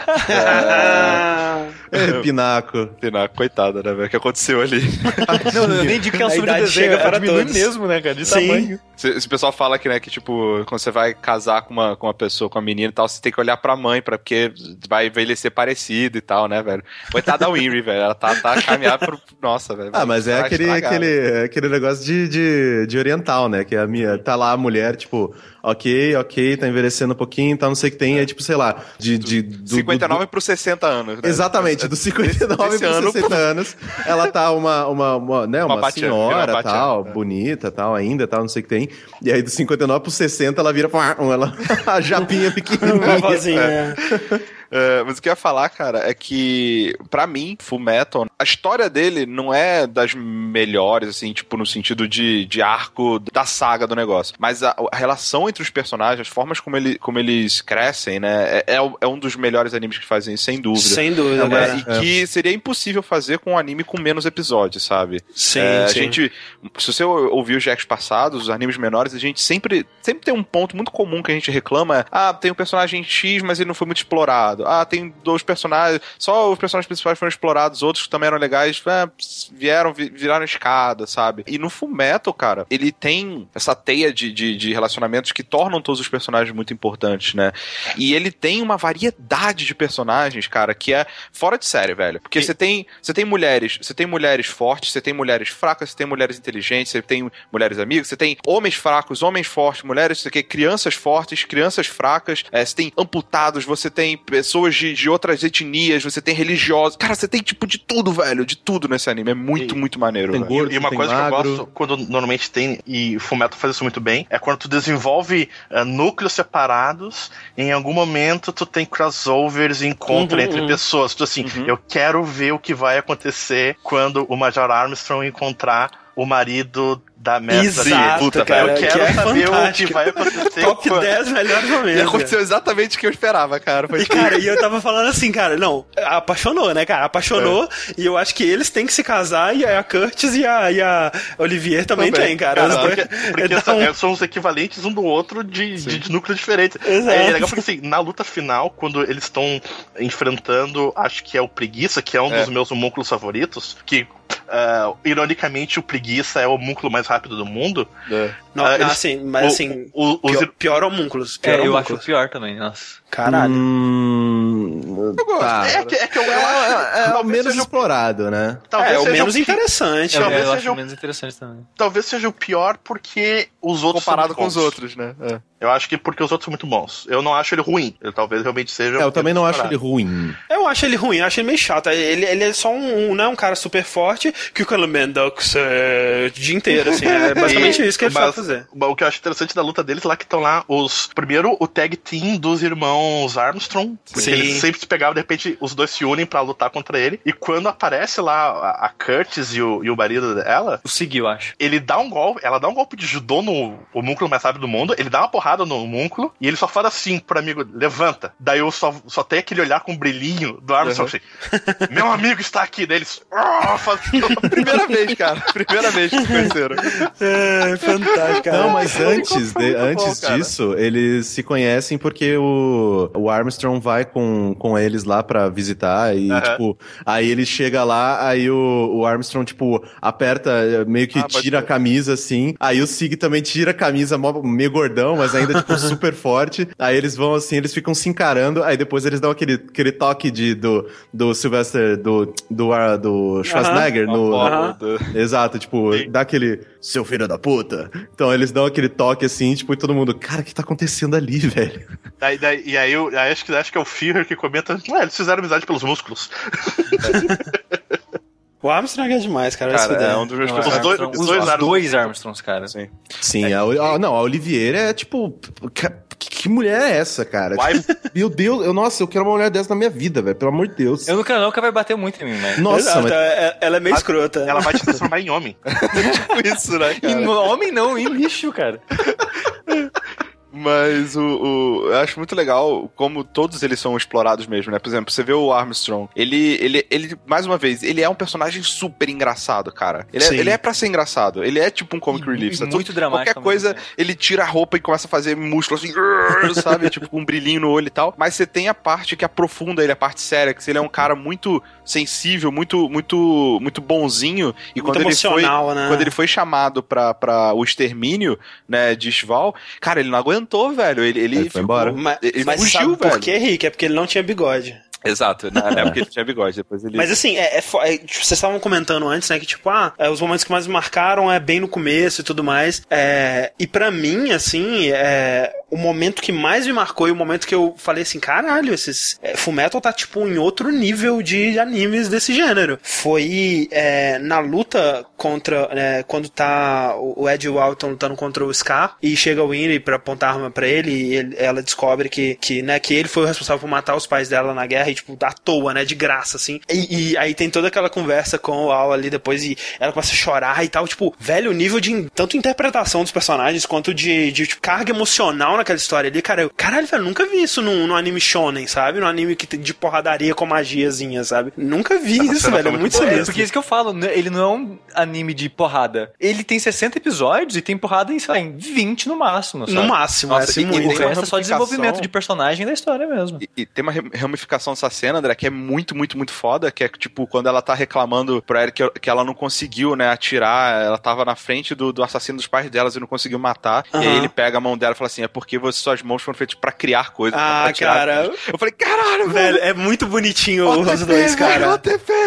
É, é Pinaco. Pinaco, coitada, né, velho? O que aconteceu ali? Não, eu nem digo que ela sube do desenho, ela diminui todos. mesmo, né, cara? De Sim. tamanho. Esse pessoal fala que, né, que, tipo, quando você vai casar com uma, com uma pessoa, com uma menina e tal, você tem que olhar pra mãe, pra, porque vai envelhecer parecido. falecida e tal, né, velho? Coitada da Winry, velho. Ela tá, tá caminhada pro... Nossa, velho. Ah, mas é aquele, aquele, aquele negócio de, de, de oriental, né? Que a minha, tá lá a mulher, tipo, ok, ok, tá envelhecendo um pouquinho, tá não sei o que tem, é. aí tipo, sei lá, de... de do, cinquenta e nove do... pro sessenta anos, né? Exatamente, dos cinquenta e nove pro sessenta anos, ela tá uma, uma, uma, né, uma, uma senhora, uma tal, é. bonita, tal, ainda, tal, não sei o que tem, e aí dos cinquenta e nove pro sessenta ela vira ela, a japinha pequenininha. Uma vozinha, é. Uh, mas o que eu ia falar, cara, é que, pra mim, Fullmetal, a história dele não é das melhores, assim, tipo, no sentido de, de arco da saga do negócio. Mas a, a relação entre os personagens, as formas como, ele, como eles crescem, né, é, é um dos melhores animes que fazem isso, sem dúvida. Sem dúvida, é, né? E que seria impossível fazer com um anime com menos episódios, sabe? Sim, é, sim. A gente, se você ouviu os jacks passados, os animes menores, a gente sempre, sempre tem um ponto muito comum que a gente reclama, é, ah, tem um personagem X, mas ele não foi muito explorado. Ah, tem dois personagens, só os personagens principais foram explorados, outros que também eram legais, é, vieram, viraram escada, sabe? E no Fullmetal, cara, ele tem essa teia de, de, de relacionamentos que tornam todos os personagens muito importantes, né? E ele tem uma variedade de personagens, cara, que é fora de série, velho. Porque você tem, você tem mulheres, você tem mulheres fortes, você tem mulheres fracas, você tem mulheres inteligentes, você tem mulheres amigas, você tem homens fracos, homens fortes, mulheres, você tem crianças fortes, crianças fracas, é, você tem amputados, você tem pessoas de, de outras etnias, você tem religiosos. Cara, você tem tipo de tudo, velho, de tudo nesse anime. É muito, e, muito maneiro. Tem gordo, e uma coisa magro. que eu gosto, quando normalmente tem, e o Fullmetal faz isso muito bem, é quando tu desenvolve uh, núcleos separados, e em algum momento tu tem crossovers e encontro uhum, entre uhum. pessoas. Tu assim, uhum. eu quero ver o que vai acontecer quando o Major Armstrong encontrar o marido da mestra. Exato, puta, cara. Eu quero que é saber fantástico. o que vai acontecer. Top quando... dez melhores momentos. E aconteceu exatamente o que eu esperava, cara. Foi e, cara, e eu tava falando assim, cara, não, apaixonou, né, cara? Apaixonou, é. e eu acho que eles têm que se casar, e a Curtis e a, e a Olivier também, também. tem, cara. cara porque porque é são, um... são os equivalentes um do outro de, de, de núcleos diferentes. Exato. É legal porque, assim, na luta final, quando eles estão enfrentando, acho que é o Preguiça, que é um é. dos meus homúnculos favoritos, que Uh, ironicamente, o Preguiça é o homúnculo mais rápido do mundo. É. Não, uh, eles, assim, mas o, assim, o, o, pior, os... pior homúnculos. Pior é, homúnculos. eu acho o pior também, nossa. Caralho. Hum, tá. É que, é que eu, eu é, acho, é, é o menos seja... explorado, né? Talvez é, o menos o... interessante. É, talvez eu seja acho o... o menos interessante também. Talvez seja o pior porque os outros comparado são com os outros, né? É. Eu acho que porque os outros são muito bons. Eu não acho ele ruim. Ele talvez realmente seja... É, eu também não acho ele ruim. Eu acho ele ruim. Eu acho ele meio chato. Ele, ele é só um, um, né, um cara super forte que o Calamandox é, o dia inteiro, assim. É basicamente e, isso que ele sabe fazer. O que eu acho interessante da luta deles lá que estão lá os... Primeiro, o tag team dos irmãos Armstrong. Porque Sim. eles sempre se pegavam, de repente, os dois se unem pra lutar contra ele. E quando aparece lá a, a Curtis e o, e o marido dela... O Sig, eu acho. Ele dá um golpe... Ela dá um golpe de judô no homúnculo mais rápido do mundo. Ele dá uma porrada no homúnculo, e ele só fala assim pro amigo, levanta. Daí eu só, só tenho aquele olhar com um brilhinho do Armstrong, uhum. assim, meu amigo está aqui. Daí eles... Oh, faz... Primeira vez, cara. Primeira vez que conheceram. É, fantástico, cara. Não, mas antes, de, antes bom, disso, eles se conhecem porque o, o Armstrong vai com, com eles lá pra visitar, e uhum. tipo, aí ele chega lá, aí o, o Armstrong, tipo, aperta, meio que ah, tira a camisa, assim, aí o Sig também tira a camisa, meio gordão, mas ainda, tipo, super forte. Aí eles vão, assim, eles ficam se encarando, aí depois eles dão aquele, aquele toque de, do, do Sylvester, do, do, uh, do Schwarzenegger, uh-huh. no... Uh-huh. Do... Exato, tipo, Sim. dá aquele, seu filho da puta. Então eles dão aquele toque, assim, tipo, e todo mundo, cara, o que tá acontecendo ali, velho? Daí, daí, e aí, eu, aí acho, que, acho que é o Führer que comenta, ué, eles fizeram amizade pelos músculos. O Armstrong é demais, cara. Cara, é um dos meus personagens. Os dois, os dois, dois Armstrongs, cara. Sim. Sim, é. a, a, não, a Olivier é tipo... Que, que mulher é essa, cara? Tipo, meu Deus, eu, nossa, eu quero uma mulher dessa na minha vida, velho. Pelo amor de Deus. Eu não quero não, que vai bater muito em mim, né? Nossa, Exato, mas... ela é meio escrota. Ela vai te transformar em homem. Tipo isso, né, cara? Em homem não, em lixo, cara. Mas o, o, eu acho muito legal como todos eles são explorados mesmo, né? Por exemplo, você vê o Armstrong, ele, ele, ele mais uma vez, ele é um personagem super engraçado, cara. Ele, é, ele é pra ser engraçado. Ele é tipo um comic e, relief. E muito dramático. Qualquer coisa, também. Ele tira a roupa e começa a fazer músculo assim, sabe? Tipo, com um brilhinho no olho e tal. Mas você tem a parte que aprofunda ele, a parte séria, que ele é um cara muito sensível, muito, muito, muito bonzinho. E muito quando ele foi, né? quando ele foi chamado pra, pra o extermínio, né, de Ishval, cara, ele não aguentou, velho. Ele, ele, ele foi ficou, embora. Mas, ele mas fugiu, sabe velho. por que, Rick? É porque ele não tinha bigode. Exato, na, na época ele tinha bigode, depois ele... Mas assim, é, é, é, tipo, vocês estavam comentando antes, né, que tipo, ah, é, os momentos que mais me marcaram é bem no começo e tudo mais, é, e pra mim, assim, é, o momento que mais me marcou e o momento que eu falei assim, caralho, esses, é, Fullmetal tá tipo em outro nível de animes desse gênero, foi é, na luta contra, né, quando tá o Ed Walton lutando contra o Scar, e chega o Winry pra apontar a arma pra ele, e ele, ela descobre que, que, né, que ele foi o responsável por matar os pais dela na guerra, e tipo, à toa, né, de graça, assim, e, e aí tem toda aquela conversa com o Al ali depois, e ela começa a chorar e tal, tipo, velho, o nível de tanto interpretação dos personagens, quanto de, de tipo, carga emocional naquela história ali, cara, eu, caralho, velho, nunca vi isso num, num anime shonen, sabe, num anime que tem de porradaria com magiazinha, sabe, nunca vi isso, velho, é muito sinistro. Porque é isso que eu falo, ele não é um anime de porrada, ele tem sessenta episódios e tem porrada em, sei lá, em vinte no máximo, sabe? No máximo, Nossa, é assim, e- muito. e- O resto é só desenvolvimento de personagem da história mesmo. E, e tem uma re- ramificação dessa cena, André, que é muito, muito, muito foda, que é tipo, quando ela tá reclamando pra ela que, que ela não conseguiu, né, atirar, ela tava na frente do, do assassino dos pais delas e não conseguiu matar, Uhum. e aí ele pega a mão dela e fala assim, é porque você, suas mãos foram feitas pra criar coisas, Ah, pra atirar cara. coisas. Eu falei, caralho, Velho, velho, é muito bonitinho O os T P, dois, cara. velho, O T P.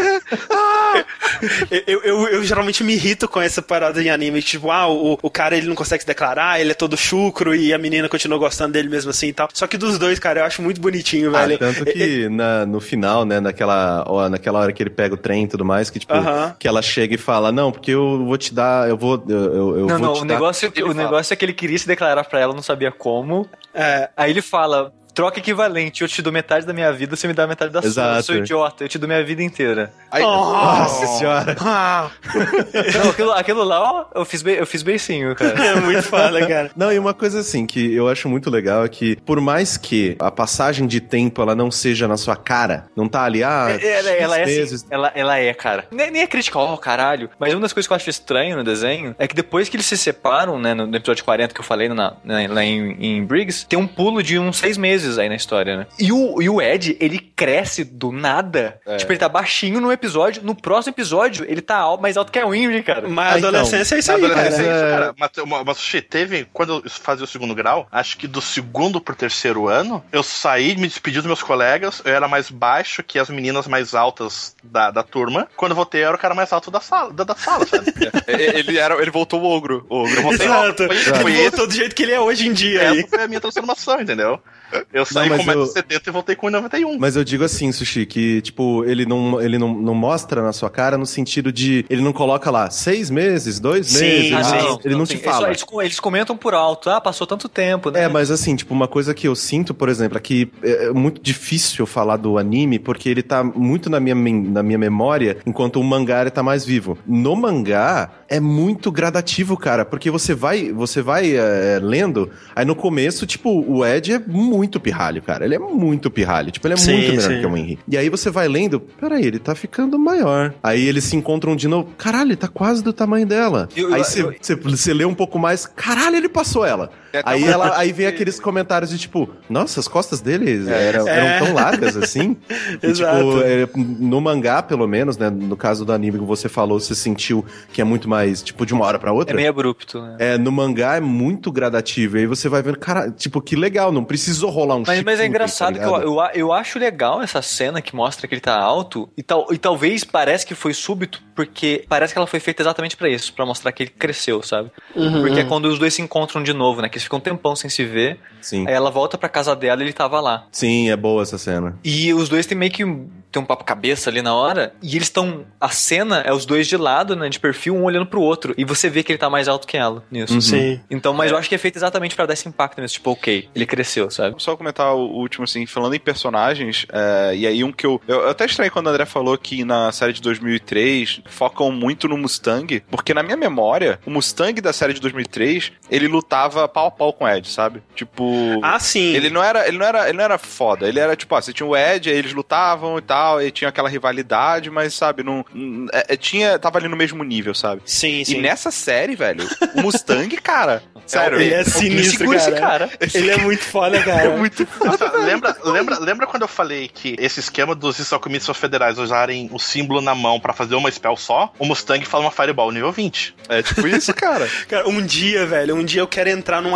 Ah! Eu, eu, eu geralmente me irrito com essa parada em anime, tipo, ah, o, o cara ele não consegue se declarar, ele é todo chucro e a menina continua gostando dele mesmo assim e tal. Só que dos dois, cara, eu acho muito bonitinho, Ah, velho. tanto que na, no final, né, naquela, ó, naquela hora que ele pega o trem e tudo mais, que tipo, Aham. que ela chega e fala, não, porque eu vou te dar, eu vou, eu, eu, eu não, vou não, te o dar... negócio, Ele o fala. negócio é que ele queria se declarar pra ela, não sabia como. É, Aí ele fala, troca equivalente, eu te dou metade da minha vida, você me dá metade da sua. Exato. Eu sou idiota, eu te dou minha vida inteira. Aí, Nossa senhora. ah, Não, aquilo, aquilo lá, ó, eu fiz, bem, eu fiz beicinho, cara. é muito foda, cara. Não, e uma coisa assim que eu acho muito legal é que, por mais que a passagem de tempo ela não seja na sua cara, não tá ali, ah, Ela, ela é meses. assim, ela, ela é, cara. Nem, nem é crítica, ó, caralho. Mas uma das coisas que eu acho estranho no desenho é que depois que eles se separam, né, no episódio quarenta que eu falei na, na, lá em, em Briggs, tem um pulo de uns seis meses aí na história, né? E o, e o Ed, ele cresce do nada. É. Tipo, ele tá baixinho no episódio, no próximo episódio, ele tá al- mais alto que a Winry, cara. Mas Ah, a então. adolescência é isso Na aí, adolescência, cara. é isso, É. cara. Mas, mas, mas, Sushi, teve, quando eu fazia o segundo grau, acho que do segundo pro terceiro ano, eu saí, me despedi dos meus colegas, eu era mais baixo que as meninas mais altas da, da turma. Quando eu voltei, eu era o cara mais alto da sala, da, da sala, sabe? ele, era, ele voltou o ogro. O ogro. Eu voltei, Exato. foi, Ele foi voltou esse, do jeito que ele é hoje em dia aí. essa foi a minha transformação, entendeu? Eu saí Não, com mas um metro e eu- setenta e voltei com um e noventa e um. Mas eu digo assim, Sushi, que, tipo, ele não, ele não, não mostra na sua cara no sentido de... Ele não coloca lá seis meses, dois Sim, meses, ah, ele, sim. não, ele não sim. te fala. Eles, eles, eles comentam por alto, ah, passou tanto tempo, né? É, mas assim, tipo, uma coisa que eu sinto, por exemplo, é que é muito difícil falar do anime, porque ele tá muito na minha, men- na minha memória, enquanto o mangá ele tá mais vivo. No mangá, é muito gradativo, cara, porque você vai, você vai é, lendo, aí no começo, tipo, o Ed é muito pirralho, cara. Ele é muito pirralho, tipo, ele é Sim, muito melhor sim. que o Henry. E aí você vai lendo, peraí, ele tá ficando maior. Aí eles se encontram de novo, caralho, ele tá quase do tamanho dela. Eu- aí eu- você eu- você- você lê um pouco mais, caralho, ele passou ela. É, tá Aí, uma- ela, aí vem aqueles comentários de tipo, nossa, as costas dele eram, É. eram tão largas assim. E, Exato. tipo, é, no mangá, pelo menos, né? No caso do anime que você falou, você sentiu que é muito mais, tipo, de uma hora pra É outra. meio abrupto, né? É, no mangá é muito gradativo. E aí você vai vendo, cara, tipo, que legal, não precisou rolar um Mas, mas é Shippuden, engraçado tá que eu, ligado? eu, a- eu acho legal essa cena que mostra que ele tá alto e, tal, e talvez parece que foi súbito, porque parece que ela foi feita exatamente pra isso, pra mostrar que ele cresceu, sabe? Uhum. Porque é quando os dois se encontram de novo, né? Que eles ficam um tempão sem se ver, Sim. aí ela volta pra casa dela e ele tava lá. Sim, é boa essa cena. E os dois têm meio que um, tem um papo cabeça ali na hora, e eles estão, a cena é os dois de lado, né, de perfil, um olhando pro outro, e você vê que ele tá mais alto que ela, nisso. Uhum. Sim. Então, mas eu acho que é feito exatamente pra dar esse impacto mesmo, tipo, ok, ele cresceu, sabe? Só comentar o último, assim, falando em personagens, é, e aí um que eu, eu... Eu até estranhei quando o André falou que na série de dois mil e três focam muito no Mustang, porque na minha memória, o Mustang da série de dois mil e três, ele lutava pau a pau com o Ed, sabe? Tipo... Ah, sim. Ele não, era, ele, não era, ele não era foda, ele era tipo, ah, você tinha o Ed, aí eles lutavam e tal, e tinha aquela rivalidade, mas, sabe, não, não- é, é, tinha, tava ali no mesmo nível, sabe? Sim, E sim. nessa série, velho, o Mustang, cara, sério, Ele é Alguém sinistro, segura cara. esse cara. Ele é muito foda, cara. é muito Nossa, lembra, lembra, lembra quando eu falei que esse esquema dos Isokumitsu federais usarem o símbolo na mão pra fazer uma spell só? O Mustang fala uma Fireball nível vinte. É tipo isso, cara. Cara, um dia, velho, um dia eu quero entrar numa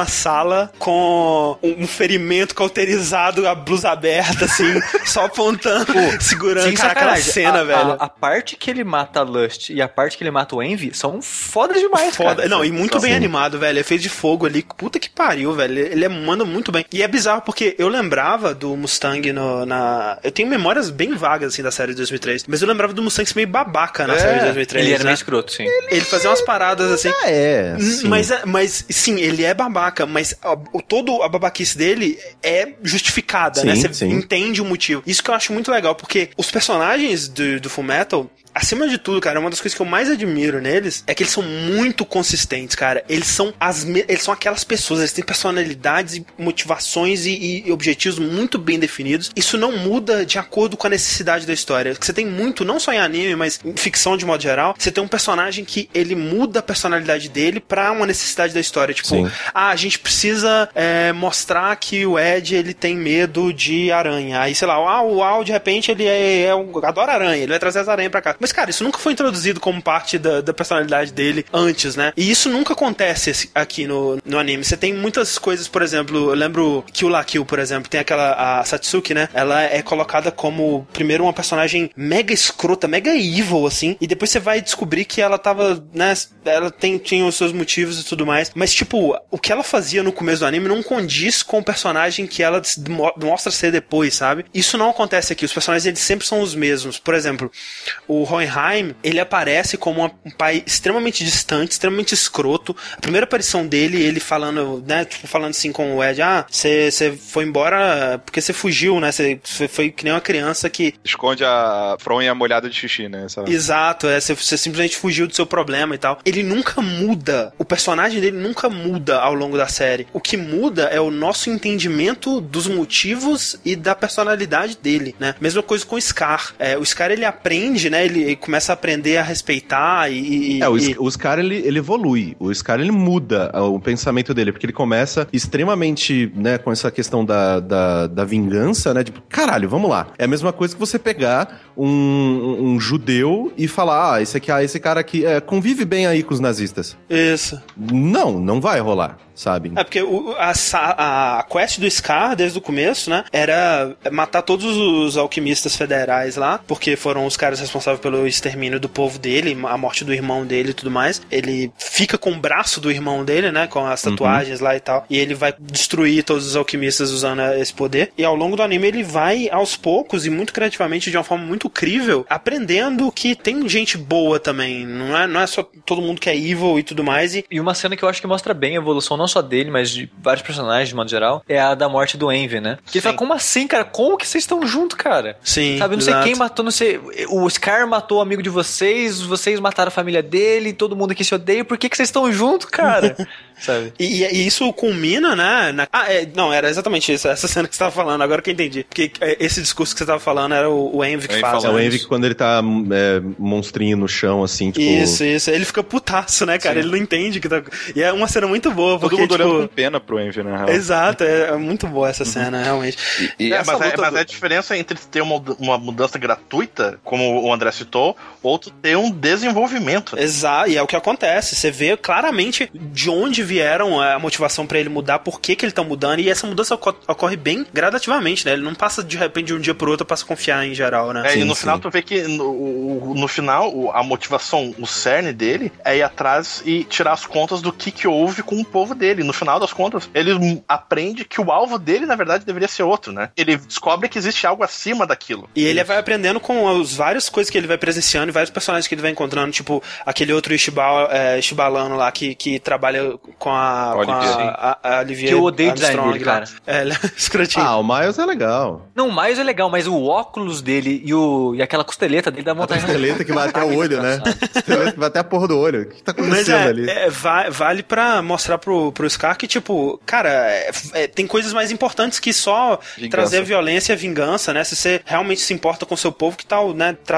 numa sala com um, um ferimento cauterizado, a blusa aberta, assim, só apontando, Pô, segurando. Cara, aquela cena, a, velho. A, a parte que ele mata a Lust e a parte que ele mata o Envy são fodas demais, Foda. cara. Não, e muito assim. bem animado, velho. É feito de fogo ali. Puta que pariu, velho. Ele manda muito bem. E é bizarro porque eu lembrava do Mustang no, na... Eu tenho memórias bem vagas, assim, da série de dois mil e três. Mas eu lembrava do Mustang meio babaca na é, série de dois mil e três. Ele era né? meio escroto, sim. Ele, ele fazia umas paradas, assim. Ah, é. Sim. Mas, mas, sim, ele é babaca. Mas a, o, todo a babaquice dele é justificada, sim, né? Você sim. entende o motivo. Isso que eu acho muito legal, porque os personagens do, do Fullmetal... Acima de tudo, cara, uma das coisas que eu mais admiro neles é que eles são muito consistentes, cara. Eles são as me- eles são aquelas pessoas, eles têm personalidades e motivações e, e objetivos muito bem definidos. Isso não muda de acordo com a necessidade da história. Você tem muito, não só em anime, mas em ficção de modo geral, você tem um personagem que ele muda a personalidade dele pra uma necessidade da história. Tipo, Sim. ah, a gente precisa é, mostrar que o Ed, ele tem medo de aranha. Aí, sei lá, ah, o Al, de repente, ele é, é um, adora aranha, ele vai trazer as aranhas pra cá. Mas, cara, isso nunca foi introduzido como parte da, da personalidade dele antes, né? E isso nunca acontece aqui no, no anime. Você tem muitas coisas, por exemplo, eu lembro Kill la Kill, por exemplo, tem aquela, a Satsuki, né? Ela é colocada como, primeiro, uma personagem mega escrota, mega evil, assim, e depois você vai descobrir que ela tava, né? Ela tem, tinha os seus motivos e tudo mais, mas, tipo, o que ela fazia no começo do anime não condiz com o personagem que ela mostra ser depois, sabe? Isso não acontece aqui. Os personagens, eles sempre são os mesmos. Por exemplo, o Hohenheim, ele aparece como uma, um pai extremamente distante, extremamente escroto. A primeira aparição dele, ele falando, né, tipo, falando assim com o Ed, ah, você foi embora porque você fugiu, né, você foi que nem uma criança que... Esconde a fronha molhada de xixi, né? Essa... Exato, é, você simplesmente fugiu do seu problema e tal. Ele nunca muda, o personagem dele nunca muda ao longo da série. O que muda é o nosso entendimento dos motivos e da personalidade dele, né? Mesma coisa com o Scar. É, o Scar, ele aprende, né, ele Ele começa a aprender a respeitar e... É, o, e... o Scar, ele, ele evolui. O Scar, ele muda o pensamento dele, porque ele começa extremamente, né, com essa questão da, da, da vingança, né, tipo, caralho, vamos lá. É a mesma coisa que você pegar um, um judeu e falar, ah, esse, aqui, ah, esse cara aqui é, convive bem aí com os nazistas. Isso. Não, não vai rolar. Sabe? É porque o, a, a, a quest do Scar, desde o começo, né, era matar todos os alquimistas federais lá, porque foram os caras responsáveis pelo extermínio do povo dele, a morte do irmão dele e tudo mais. Ele fica com o braço do irmão dele, né, com as tatuagens uhum. lá e tal, e ele vai destruir todos os alquimistas usando esse poder. E ao longo do anime ele vai, aos poucos e muito criativamente, de uma forma muito crível, aprendendo que tem gente boa também, não é, não é só todo mundo que é evil e tudo mais. E, e uma cena que eu acho que mostra bem a evolução não só dele, mas de vários personagens, de modo geral, é a da morte do Envy, né? Que ele fala, como assim, cara? Como que vocês estão juntos, cara? Sim, sabe, não exato. sei quem matou, não sei... O Scar matou o amigo de vocês, vocês mataram a família dele, todo mundo aqui se odeia, por que que vocês estão juntos, cara? Sabe? E, e isso culmina, né? Na... Ah, é, não, era exatamente isso, essa cena que você tava falando, agora que eu entendi. Porque esse discurso que você tava falando era o, o Envy que faz. É o Envy que quando ele tá é, monstrinho no chão, assim, tipo... Isso, isso. Ele fica putaço, né, cara? Sim. Ele não entende que tá... E é uma cena muito boa, porque, todo mundo tipo... olhando com pena pro Envy, né? Exato, é, é muito boa essa cena, uhum. realmente. E, e é, mas, é, mas do... é a diferença entre ter uma, uma mudança gratuita, como o André citou, ou tu ter um desenvolvimento. Exato, e é o que acontece. Você vê claramente de onde vieram a motivação pra ele mudar, por que que ele tá mudando, e essa mudança ocorre bem gradativamente, né? Ele não passa de repente de um dia pro outro, passa a confiar em geral, né? É, sim, e no sim. final tu vê que no, no final a motivação, o cerne dele é ir atrás e tirar as contas do que que houve com o povo dele. No final das contas, ele aprende que o alvo dele, na verdade, deveria ser outro, né? Ele descobre que existe algo acima daquilo. E ele vai aprendendo com as várias coisas que ele vai presenciando e vários personagens que ele vai encontrando, tipo aquele outro Ishibal, é, Ishibalano lá que, que trabalha com a, com a, a, a Olivia que eu odeio o design Armstrong, dele, cara. É, ele é escrotinho. Ah, o Miles é legal. Não, o Miles é legal, mas o óculos dele e, o, e aquela costeleta dele dá vontade. A costeleta que vai até o olho, né? Costeleta que vai até a porra do olho. O que tá acontecendo mas é, ali? É, vale pra mostrar pro, pro Scar que, tipo, cara, é, é, tem coisas mais importantes que só vingança. Trazer violência e vingança, né? Se você realmente se importa com o seu povo, que tal, né, trazer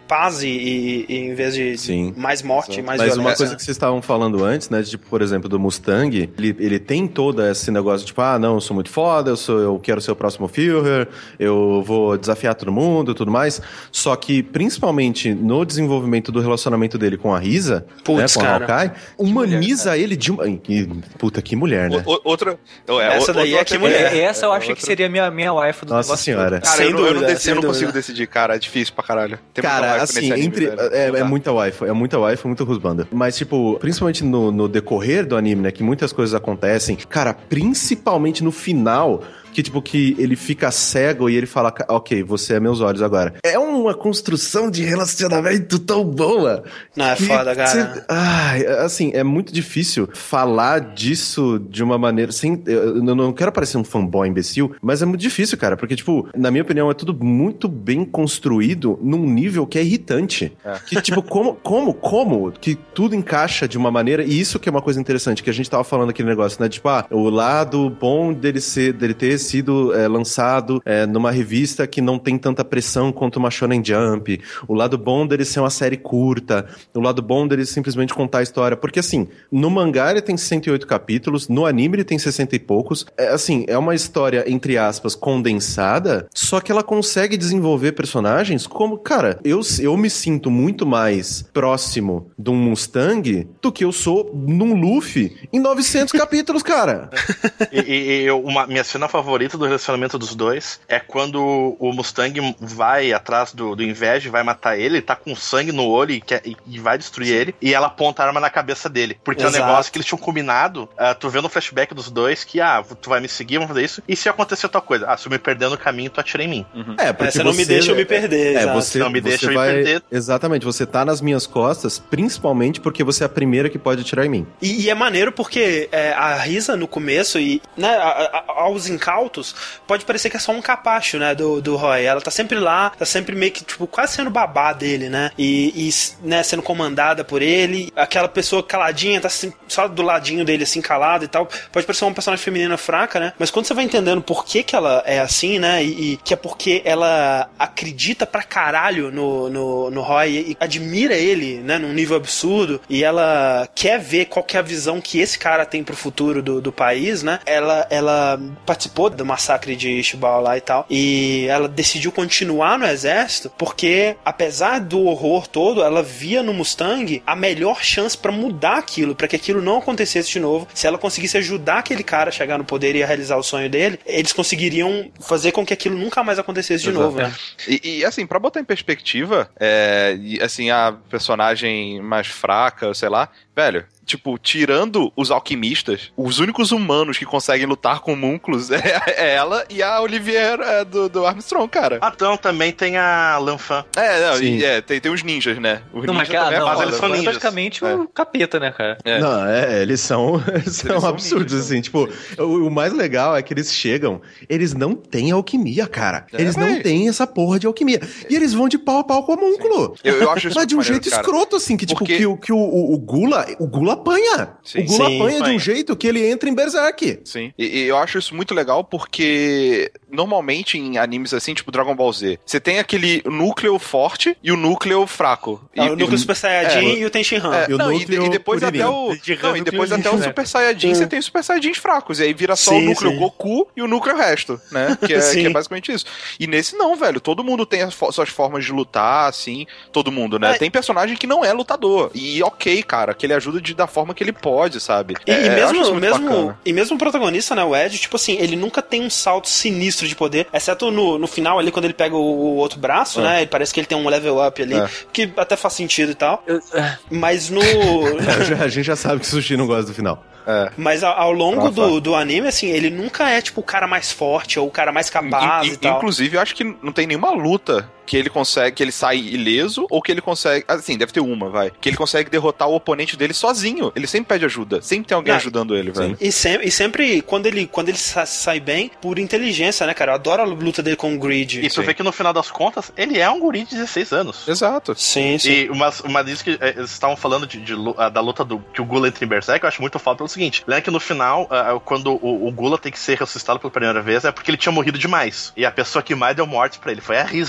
paz e, e, e em vez de Sim. mais morte, mais Mas violência. uma coisa que vocês estavam falando antes, né, tipo, por exemplo, do Mustang, ele, ele tem todo esse negócio, tipo, ah, não, eu sou muito foda, eu, sou, eu quero ser o próximo Führer, eu vou desafiar todo mundo e tudo mais, só que, principalmente no desenvolvimento do relacionamento dele com a Risa, Puts, né, com a cara. Hawkeye, humaniza mulher, ele de uma... Que, puta, que mulher, né? O- outra. É, Essa o- daí outra é que mulher. É, essa eu É, acho outra- que seria a minha, minha wife do Nossa negócio senhora. Cara, Sem eu, não- eu não, dúvida, deci- eu não sem consigo dúvida. decidir, cara. É difícil pra caralho. Tem muita Cara, waifu assim, nesse anime, entre. velho. É, Não é dá. muita waifu, é muita waifu, muito rusbanda. Mas, tipo, principalmente no, no decorrer do anime, né? Que muitas coisas acontecem. Cara, principalmente no final. Que, tipo, que ele fica cego e ele fala, ok, você é meus olhos agora. É uma construção de relacionamento tão boa. Não, é que foda, cara. cê- Ai, assim, é muito difícil falar disso de uma maneira... Sem, eu não quero parecer um fanboy imbecil, mas é muito difícil, cara. Porque, tipo, na minha opinião, é tudo muito bem construído num nível que é irritante. É. Que, tipo, como, como, como que tudo encaixa de uma maneira... E isso que é uma coisa interessante, que a gente tava falando aquele negócio, né? Tipo, ah, o lado bom dele, ser, dele ter sido é, lançado é, numa revista que não tem tanta pressão quanto uma Shonen Jump. O lado bom dele ser uma série curta. O lado bom dele simplesmente contar a história. Porque, assim, no mangá ele tem cento e oito capítulos, no anime ele tem sessenta e poucos. É, assim, é uma história, entre aspas, condensada, só que ela consegue desenvolver personagens como, cara, eu, eu me sinto muito mais próximo de um Mustang do que eu sou num Luffy em novecentos capítulos, cara. E, e- e eu- uma, minha cena favorita do relacionamento dos dois é quando o Mustang vai atrás do, do Inveja e vai matar ele, ele tá com sangue no olho e, quer, e, e vai destruir ele, e ela aponta a arma na cabeça dele. Porque Exato. é um negócio que eles tinham combinado, uh, tu vê no flashback dos dois que, ah, tu vai me seguir, vamos fazer isso, e se acontecer tal coisa? Ah, se eu me perder no caminho, tu atira em mim. É, É, você não me deixa eu me perder, É, exato. você Não me você deixa eu me vai... perder. Exatamente, você tá nas minhas costas, principalmente porque você é a primeira que pode atirar em mim. E, e é maneiro porque é, a Risa no começo e né, a- a- aos incautos pode parecer que é só um capacho, né, do, do Roy. Ela tá sempre lá, tá sempre meio que, tipo, quase sendo babá dele, né, e, e né, sendo comandada por ele. Aquela pessoa caladinha, tá assim, só do ladinho dele, assim, calada e tal. Pode parecer uma personagem feminina fraca, né, mas quando você vai entendendo por que que ela é assim, né, e, e que é porque ela acredita pra caralho no, no, no Roy e admira ele, né, num nível absurdo, e ela quer ver qual que é a visão que esse cara tem pro futuro do, do país, né, ela, ela participou do massacre de Shibao lá e tal, e ela decidiu continuar no exército porque, apesar do horror todo, ela via no Mustang a melhor chance pra mudar aquilo, pra que aquilo não acontecesse de novo. Se ela conseguisse ajudar aquele cara a chegar no poder e a realizar o sonho dele, eles conseguiriam fazer com que aquilo nunca mais acontecesse de Exato. novo, né? E, e, assim, pra botar em perspectiva, é, e, assim, a personagem mais fraca, sei lá, velho, tipo, tirando os alquimistas, os únicos humanos que conseguem lutar com homúnculos é, é ela e a Olivier é, do, do Armstrong, cara. Ah, então também tem a Lanfan. É, não, Sim. e, é tem, tem os ninjas, né? Os Não, mas, ninjas cara, também é não, mas foda. eles são é ninjas. praticamente o capeta, né, cara? É. Não, é, eles são, eles são são absurdos, ninjas, assim, tipo, o, o mais legal é que eles chegam, eles não têm alquimia, cara. É, eles não mas- têm essa porra de alquimia. E eles vão de pau a pau com o homúnculo. Eu, eu acho isso Mas de um muito jeito maneiro, cara. escroto, assim, que tipo, Porque- que, o- que o, o, o Gula, o Gula apanha. Sim. o Gula Sim, apanha de um apanha. jeito que ele entra em Berserk. Sim. E, e eu acho isso muito legal porque normalmente em animes assim, tipo Dragon Ball Z, você tem aquele núcleo forte e o núcleo fraco. É, E- o núcleo e- Super Saiyajin é. e o Tenshinhan. É, E o não, e, núcleo e depois Kuririn. até o. De Não, e núcleo depois até o lixo, né? Super Saiyajin, você tem os Super Saiyajins fracos. E aí vira só Sim, o núcleo sim. Goku e o núcleo resto, né? Que é, Sim. que é basicamente isso. E nesse não, velho. Todo mundo tem as fo- suas formas de lutar, assim. Todo mundo, né? É. Tem personagem que não é lutador. E ok, cara, que ele ajuda de, da forma que ele pode, sabe? E, É, e eu acho isso mesmo, muito mesmo, bacana. e mesmo o protagonista, né, o Ed, tipo assim, ele nunca tem um salto sinistro de poder, exceto no, no final ali, quando ele pega o, o outro braço, É. né, ele parece que ele tem um level up ali, É. que até faz sentido e tal, Eu- mas no... Já- a gente já sabe que o Sushi não gosta do final. É. Mas ao, ao longo Rafa. do, do anime, assim, ele nunca é, tipo, o cara mais forte ou o cara mais capaz In- in- e tal. Inclusive, eu acho que não tem nenhuma luta que ele consegue, que ele sai ileso, ou que ele consegue. Assim, deve ter uma, vai. Que ele consegue derrotar o oponente dele sozinho. Ele sempre pede ajuda. Sempre tem alguém Ah, ajudando ele, velho. E sempre, e sempre quando ele, quando ele sa- sai bem, por inteligência, né, cara? Eu adoro a luta dele com o Grid. E tu Sim. vê que no final das contas, ele é um guri de dezesseis anos. Exato. Sim, sim. E uma, uma disso que eh, eles estavam falando de, de lu- ah, da luta do que o Gula entra em Berserk, eu acho muito foda pelo seguinte: lembra que no final, ah, quando o, o Gula tem que ser ressuscitado pela primeira vez, é porque ele tinha morrido demais. E a pessoa que mais deu morte pra ele foi a Risa. Uhum.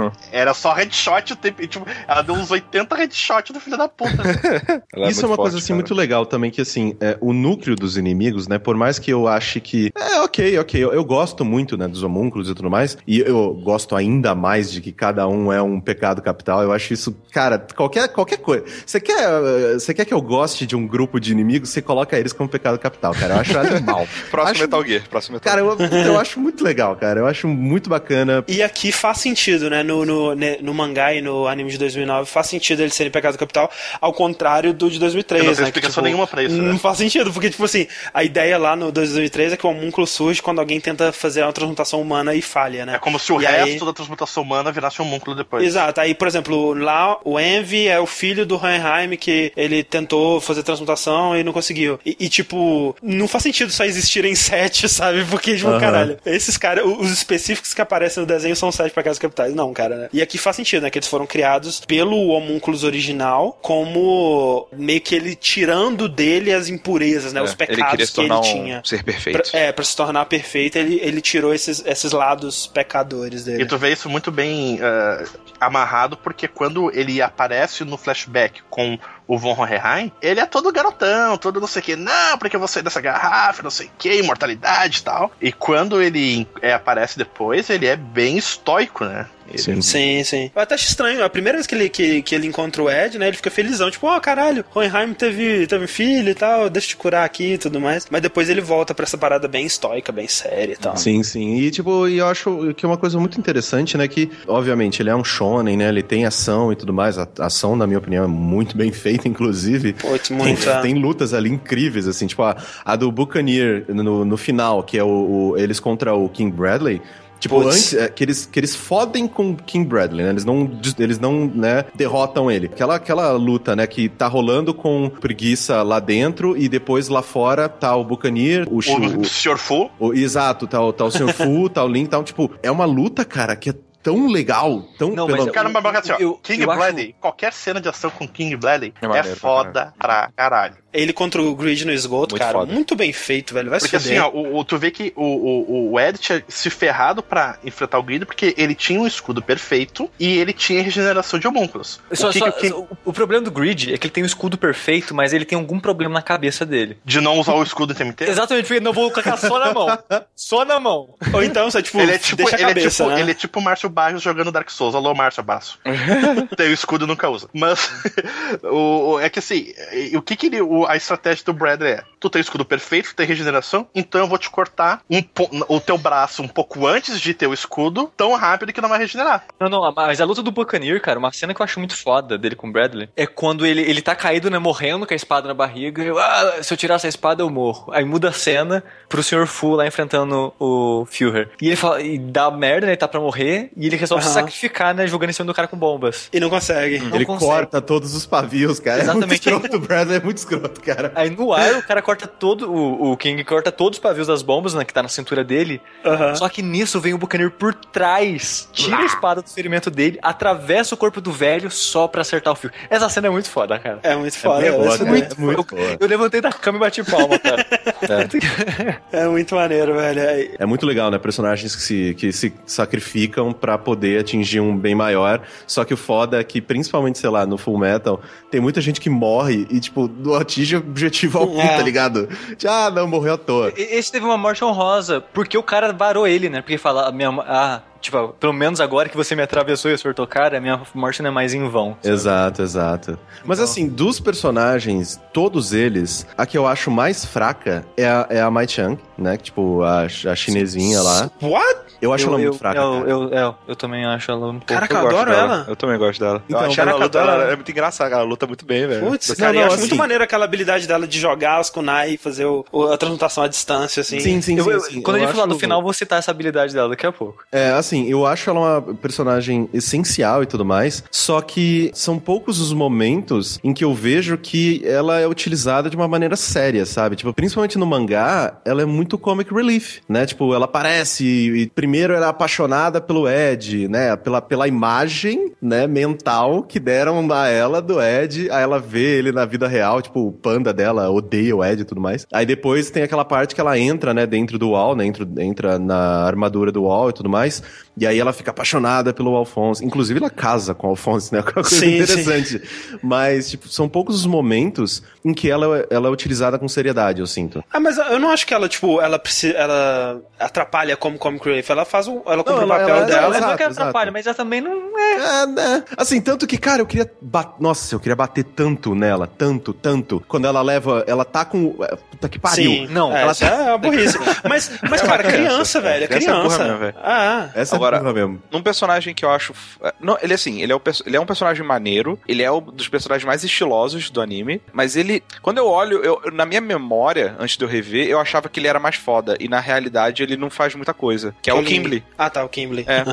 Uhum. Era só headshot o tempo. Tipo, ela deu uns oitenta headshots do filho da puta. É Isso é uma forte, coisa assim cara. muito legal também, que assim, é, o núcleo dos inimigos, né? Por mais que eu ache que. É, ok, ok. Eu, eu gosto muito, né, dos homúnculos e tudo mais. E eu gosto ainda mais de que cada um é um pecado capital. Eu acho isso, cara, qualquer, qualquer coisa. Você quer, você quer que eu goste de um grupo de inimigos, você coloca eles como pecado capital, cara. Eu acho animal. Próximo acho, Metal Gear. Próximo Metal Cara, eu, eu acho muito legal, cara. Eu acho muito bacana. E aqui faz sentido, né? No, no, no mangá e no anime de dois mil e nove, faz sentido eles serem pecado capital, ao contrário do de dois mil e três, eu não tenho né? explicação que, tipo, nenhuma pra isso, Não né? faz sentido, porque, tipo assim, a ideia lá no dois mil e três é que o homúnculo surge quando alguém tenta fazer uma transmutação humana e falha, né? É como se o e resto aí... da transmutação humana virasse um homúnculo depois. Exato. Aí, por exemplo, lá o Envy é o filho do Hohenheim que ele tentou fazer transmutação e não conseguiu. E, e tipo, não faz sentido só existirem sete, sabe? Porque, tipo, uhum. caralho, esses caras, os específicos que aparecem no desenho são sete pecados capitais. Não, cara, né? E aqui faz sentido, né? Que eles foram criados pelo homúnculos original como meio que ele tirando dele as impurezas, né? É, os pecados ele que ele tinha. Um ser perfeito. Pra, é, pra se tornar perfeito, ele, ele tirou esses, esses lados pecadores dele. E tu vê isso muito bem uh, amarrado, porque quando ele aparece no flashback com o Von Hohenheim, ele é todo garotão, todo não sei o que, não, porque eu vou sair dessa garrafa, não sei o que, imortalidade e tal. E quando ele é, aparece depois, ele é bem estoico, né? Ele... Sim, sim, sim. Eu até acho estranho, a primeira vez que ele, que, que ele encontra o Ed, né, ele fica felizão, tipo, ó, oh, caralho, Hohenheim teve, teve filho e tal, deixa eu te curar aqui e tudo mais. Mas depois ele volta pra essa parada bem estoica, bem séria e tal. Sim, sim. E, tipo, eu acho que é uma coisa muito interessante, né, que, obviamente, ele é um shonen, né, ele tem ação e tudo mais, a ação, na minha opinião, é muito bem feita, inclusive. Putz, muito. Tem, tem lutas ali incríveis, assim, tipo, a, a do Buccaneer no, no final, que é o, o eles contra o King Bradley. Tipo, Puts. antes, é, que, eles, que eles fodem com o King Bradley, né? Eles não, eles não né, derrotam ele. Aquela, aquela luta, né, que tá rolando com preguiça lá dentro e depois lá fora tá o Buccaneer, o... O, o senhor Fu. O, exato, tá, tá o senhor Fu, tá o Link, tá, tipo... É uma luta, cara, que é tão legal, tão... Não, pelo... mas... Caramba, mas assim, ó, eu, King eu Bradley, acho... qualquer cena de ação com King Bradley é, maneiro, foda pra caralho. Ele contra o Grid no esgoto, muito cara, foda. Muito bem feito, velho. Vai porque se fuder. assim, ó, o, o, tu vê que o, o, o Ed tinha se ferrado pra enfrentar o Grid porque ele tinha um escudo perfeito e ele tinha regeneração de homúnculos. Só, o, que só, que, o, o problema do Grid é que ele tem um escudo perfeito, mas ele tem algum problema na cabeça dele. De não usar o escudo o tempo inteiro? Exatamente, porque não vou colocar só na mão. Só na mão. Ou então, só, tipo, ele é tipo, deixa a ele cabeça, é tipo, né? ele é tipo o Márcio Barros jogando Dark Souls. Alô, Márcio, abraço. Tem o escudo e nunca usa. Mas, o, o, é que assim, o que que ele, o, a estratégia do Bradley é? Tu tem o escudo perfeito, tu tem regeneração, então eu vou te cortar um, o teu braço um pouco antes de ter o escudo, tão rápido que não vai regenerar. Não, não, mas a luta do Buccaneer, cara, uma cena que eu acho muito foda dele com o Bradley, é quando ele, ele tá caído, né, morrendo com a espada na barriga, e eu, ah, se eu tirar essa espada eu morro. Aí muda a cena pro senhor Fu lá enfrentando o Führer. E ele fala, e dá merda, né, ele tá pra morrer, e ele resolve uhum. se sacrificar, né, jogando em cima do cara com bombas. E não consegue. Não ele consegue. Corta todos os pavios, cara. Exatamente. É muito escroto, o Bradley é muito escroto, cara. Aí no ar o cara corta todo, o, o King corta todos os pavios das bombas, né, que tá na cintura dele. Uhum. Só que nisso vem o Buccaneer por trás, tira a espada do ferimento dele, atravessa o corpo do velho só pra acertar o fio. Essa cena é muito foda, cara. É muito foda. É, é, boa, é muito, muito muito eu, eu levantei da cama e bati palma, cara. é. é muito maneiro, velho. É... é muito legal, né? Personagens que se, que se sacrificam pra poder atingir um bem maior. Só que o foda é que, principalmente, sei lá, no Full Metal, tem muita gente que morre e, tipo, não atinge o objetivo algum, é. tá ligado? Ah, não, morreu à toa. Esse teve uma morte honrosa, porque o cara varou ele, né? Porque fala, minha, ah, tipo, pelo menos agora que você me atravessou e acertou o cara, a minha morte não é mais em vão. Sabe? Exato, exato. Mas então... assim, dos personagens, todos eles, a que eu acho mais fraca é a, é a Mai Chang, né? Tipo, a, a chinesinha lá. What? Eu acho eu, ela eu, muito fraca, eu, cara. Eu, eu, eu também acho ela um pouco... Caraca, eu adoro dela. ela. Eu também gosto dela. Então, eu acho caraca, ela, luta, ela ela é muito engraçada, ela luta muito bem, velho. Putz, não, cara, não, eu acho assim, muito maneiro aquela habilidade dela de jogar as kunai e fazer o, o, a transmutação à distância, assim. Sim, sim, eu, sim. eu, sim. Quando eu a gente falar acho... no final, eu vou citar essa habilidade dela daqui a pouco. É, assim, eu acho ela uma personagem essencial e tudo mais, só que são poucos os momentos em que eu vejo que ela é utilizada de uma maneira séria, sabe? Tipo, principalmente no mangá, ela é muito comic relief, né? Tipo, ela aparece e primeiro era apaixonada pelo Ed, né? Pela, pela imagem, né, mental que deram a ela do Ed, aí ela vê ele na vida real, tipo, o panda dela odeia o Ed e tudo mais. Aí depois tem aquela parte que ela entra, né, dentro do wall, né? Entra, entra na armadura do wall e tudo mais. E aí ela fica apaixonada pelo Alphonse. Inclusive, ela casa com o Alphonse, né? É uma coisa Sim, interessante. Sim. Mas, tipo, são poucos os momentos em que ela, ela é utilizada com seriedade, eu sinto. Ah, mas eu não acho que ela, tipo, ela precisa, ela atrapalha como comic relief. Ela faz o, ela cumpre o papel ela, dela. Ela exato, não é que ela exato. atrapalha, mas ela também não é... É, né? Assim, tanto que, cara, eu queria... Bat... Nossa, eu queria bater tanto nela. Tanto, tanto. Quando ela leva... Ela tá com... Puta que pariu. Sim, Não, é, ela essa é uma burrice. Mas, mas cara, criança, velho. É Essa é burra criança. mesmo, velho. Ah, Essa Agora, é burra mesmo. Num personagem que eu acho... Não, ele assim, ele é, o, ele é um personagem maneiro, ele é um dos personagens mais estilosos do anime, mas ele... Quando eu olho, eu, na minha memória, antes de eu rever, eu achava que ele era mais foda, e na realidade ele não faz muita coisa, que é o Kimblee. Ah, tá, o Kimblee. É,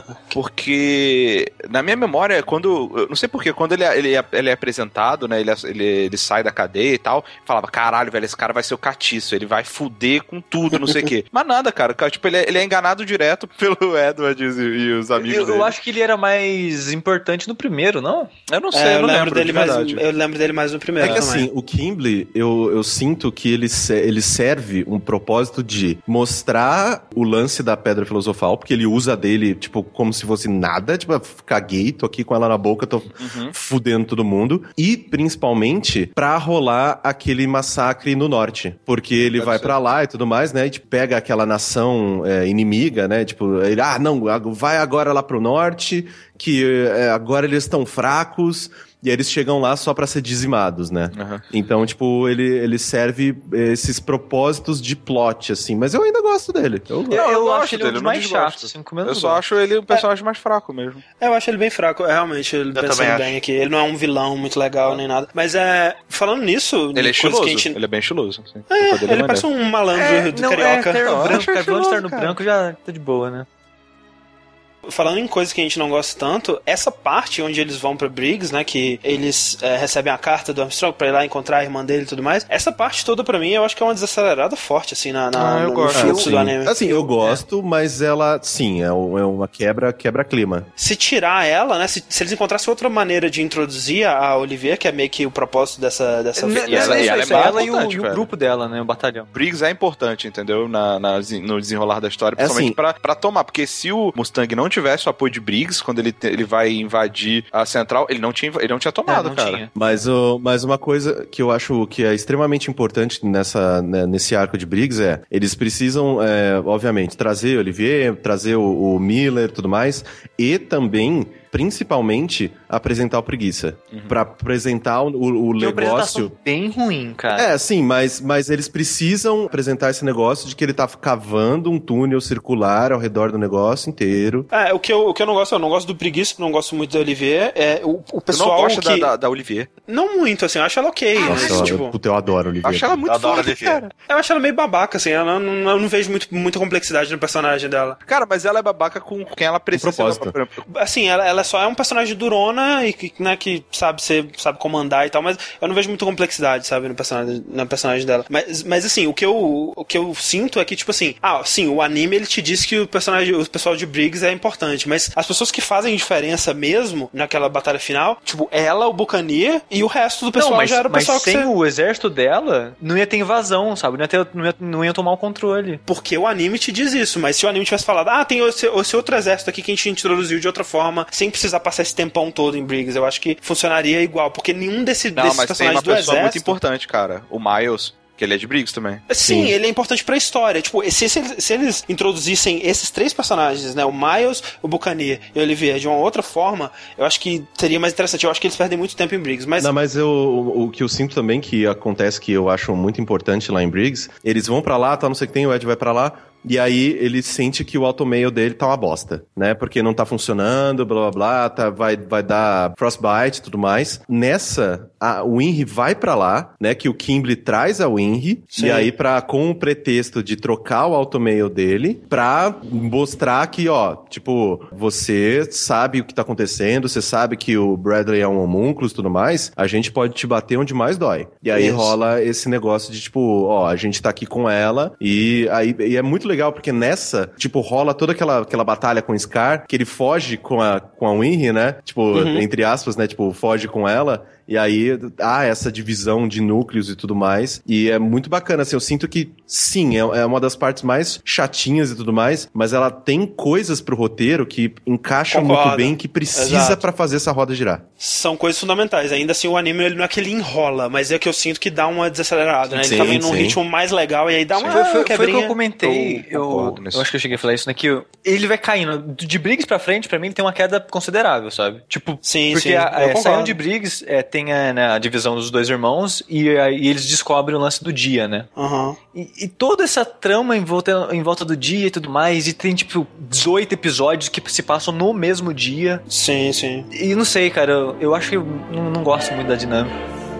porque na minha memória, quando... Eu não sei porquê, quando ele é, ele é, ele é apresentado, né, ele, ele, ele sai da cadeia e tal, falava, caralho, velho, esse cara vai ser o catiço, ele vai fuder com tudo, não sei o quê. Mas nada, cara, tipo, ele é, ele é enganado direto pelo Edward e, e os amigos Eu, dele. eu acho que ele era mais importante no primeiro, não? Eu não sei, É, eu eu, não lembro lembro, dele de mais, verdade. eu lembro dele mais no primeiro É que também. assim, o Kimblee, eu, eu sinto que ele, se, ele serve um propósito de mostrar o lance da Pedra Filosofal, porque ele usa dele, tipo, como se fosse nada, tipo, caguei, tô aqui com ela na boca, tô Uhum. fudendo todo mundo, e principalmente pra rolar aquele massacre no norte, porque ele Pode vai ser. pra lá e tudo mais, né, e tipo, pega aquela nação é, inimiga, né, tipo, ele, ah, não, vai agora lá pro norte, que é, agora eles estão fracos, e aí eles chegam lá só pra ser dizimados, né? Uhum. Então, tipo, ele, ele serve esses propósitos de plot, assim. Mas eu ainda gosto dele. Eu gosto. Eu, eu gosto acho ele dele, um dos eu não mais desgosto. chatos, assim, com menos Eu só acho ele um personagem mais fraco mesmo. Eu acho ele bem fraco, realmente, ele também pensando acho. bem aqui. Ele não é um vilão muito legal nem nada. Mas é. Falando nisso, Ele é coisas estiloso, que a gente... ele é bem estiloso. Assim. É, O ele poder dele é parece maneiro. um malandro É, do não, carioca. é terno Eu branco, acho cara, vilão de estiloso, terno cara. branco já tá de boa, né? Falando em coisas que a gente não gosta tanto, essa parte onde eles vão pra Briggs, né, que eles é, recebem a carta do Armstrong pra ir lá encontrar a irmã dele e tudo mais, essa parte toda pra mim eu acho que é uma desacelerada forte, assim, na, na, Ah, eu no, gosto. no fluxo Assim, do anime. assim, eu gosto, mas ela, sim, é um- é uma quebra, quebra-clima. Se tirar ela, né, se, se eles encontrassem outra maneira de introduzir a Olivia, que é meio que o propósito dessa... dessa Não, E ela- não é e só ela é isso, bem ela e o, importante, e o velho. grupo dela, né, o batalhão. Briggs é importante, entendeu? Na, na- no desenrolar da história, É principalmente assim- pra, pra tomar. Porque se o Mustang não tivesse o apoio de Briggs, quando ele, te- ele vai invadir a central, ele não tinha, ele não tinha tomado, É, não cara. tinha. Mas, o, mas uma coisa que eu acho que é extremamente importante nessa, né, nesse arco de Briggs é, eles precisam, é, obviamente, trazer o Olivier, trazer o, o Miller e tudo mais, e também, principalmente, apresentar o Preguiça. Uhum. Pra apresentar o, o Que apresentação negócio... bem ruim, cara. É, sim, mas, mas eles precisam apresentar esse negócio de que ele tá cavando um túnel circular ao redor do negócio inteiro. É, o que, eu, o que eu não gosto, eu não gosto do Preguiça, não gosto muito da Olivier, é o, o Tu pessoal não gosta que... da, da, da Olivier? Não muito, assim, eu acho ela ok, Nossa, mas, eu, tipo... eu, puta, eu adoro o Olivier. Acho ela muito Eu adoro foda, Olivier. cara. Eu acho ela meio babaca, assim, ela não, eu não vejo muito, muita complexidade no personagem dela. Cara, mas ela é babaca com quem ela precisa. propósito. Ela- Assim, ela, ela só é um personagem durona e que, né, que sabe ser, sabe comandar e tal, mas eu não vejo muita complexidade, sabe, no personagem, no personagem dela. Mas, mas assim, o que, eu, o que eu sinto é que, tipo assim, ah, sim, o anime ele te diz que o personagem, o pessoal de Briggs é importante, mas as pessoas que fazem diferença mesmo naquela batalha final, tipo, ela, o Buccaneer e o resto do pessoal não, mas, já era o mas pessoal que sem você... o exército dela, não ia ter invasão, sabe? Não ia, ter, não ia, não ia tomar o controle. Porque o anime te diz isso, mas se o anime tivesse falado, ah, tem esse, esse outro exército aqui que a gente introduziu de outra forma, sem precisar passar esse tempão todo em Briggs, eu acho que funcionaria igual, porque nenhum desse, Não, desses mas tem uma personagens do pessoa muito exército... importante, cara. O Miles, que ele é de Briggs também. Sim, Sim. ele é importante pra história. Tipo, se, se, eles- se eles introduzissem esses três personagens, né, o Miles, o Buccaneer e o Olivier, de uma outra forma, eu acho que seria mais interessante. Eu acho que eles perdem muito tempo em Briggs, mas... Não, mas eu, o, o que eu sinto também que acontece, que eu acho muito importante lá em Briggs, eles vão pra lá, tá, não sei o que tem, o Ed vai pra lá, e aí ele sente que o automail dele tá uma bosta, né? Porque não tá funcionando, blá blá blá, tá, vai, vai dar frostbite e tudo mais. Nessa, a, o Winry vai pra lá, né? Que o Kimblee traz a Winry, Sim. e aí pra, com o pretexto de trocar o automail dele, pra mostrar que, ó, tipo, você sabe o que tá acontecendo, você sabe que o Bradley é um homúnculo e tudo mais, a gente pode te bater onde mais dói. E aí Isso. rola esse negócio de, tipo, ó, a gente tá aqui com ela, e aí e é muito legal, porque nessa, tipo, rola toda aquela, aquela batalha com o Scar, que ele foge com a, com a Winry, né? Tipo, Uhum. entre aspas, né? Tipo, foge com ela. E aí há essa divisão de núcleos e tudo mais. E é muito bacana, assim, eu sinto que sim, é, é uma das partes mais chatinhas e tudo mais, mas ela tem coisas pro roteiro que encaixam Concordo. muito bem, que precisa pra fazer essa roda girar. São coisas fundamentais. Ainda assim, o anime ele não é que ele enrola, mas é que eu sinto que dá uma desacelerada, né? Ele Sim, tá vendo num sim. ritmo mais legal e aí dá uma Foi, foi, foi o quebrinha. que eu comentei, Eu eu, concordo nisso. eu acho que eu cheguei a falar isso, né, que eu- ele vai caindo, de Briggs pra frente, pra mim ele tem uma queda considerável, sabe? Tipo, Sim, porque sim, a, eu é, concordo. saindo de Briggs, é, tem a, né, a divisão dos dois irmãos e aí eles descobrem o lance do dia, né? Aham. E, e toda essa trama em volta, em volta do dia e tudo mais, e tem tipo dezoito episódios que se passam no mesmo dia. Sim, sim. E não sei, cara, eu, eu acho que eu não, não gosto muito da dinâmica.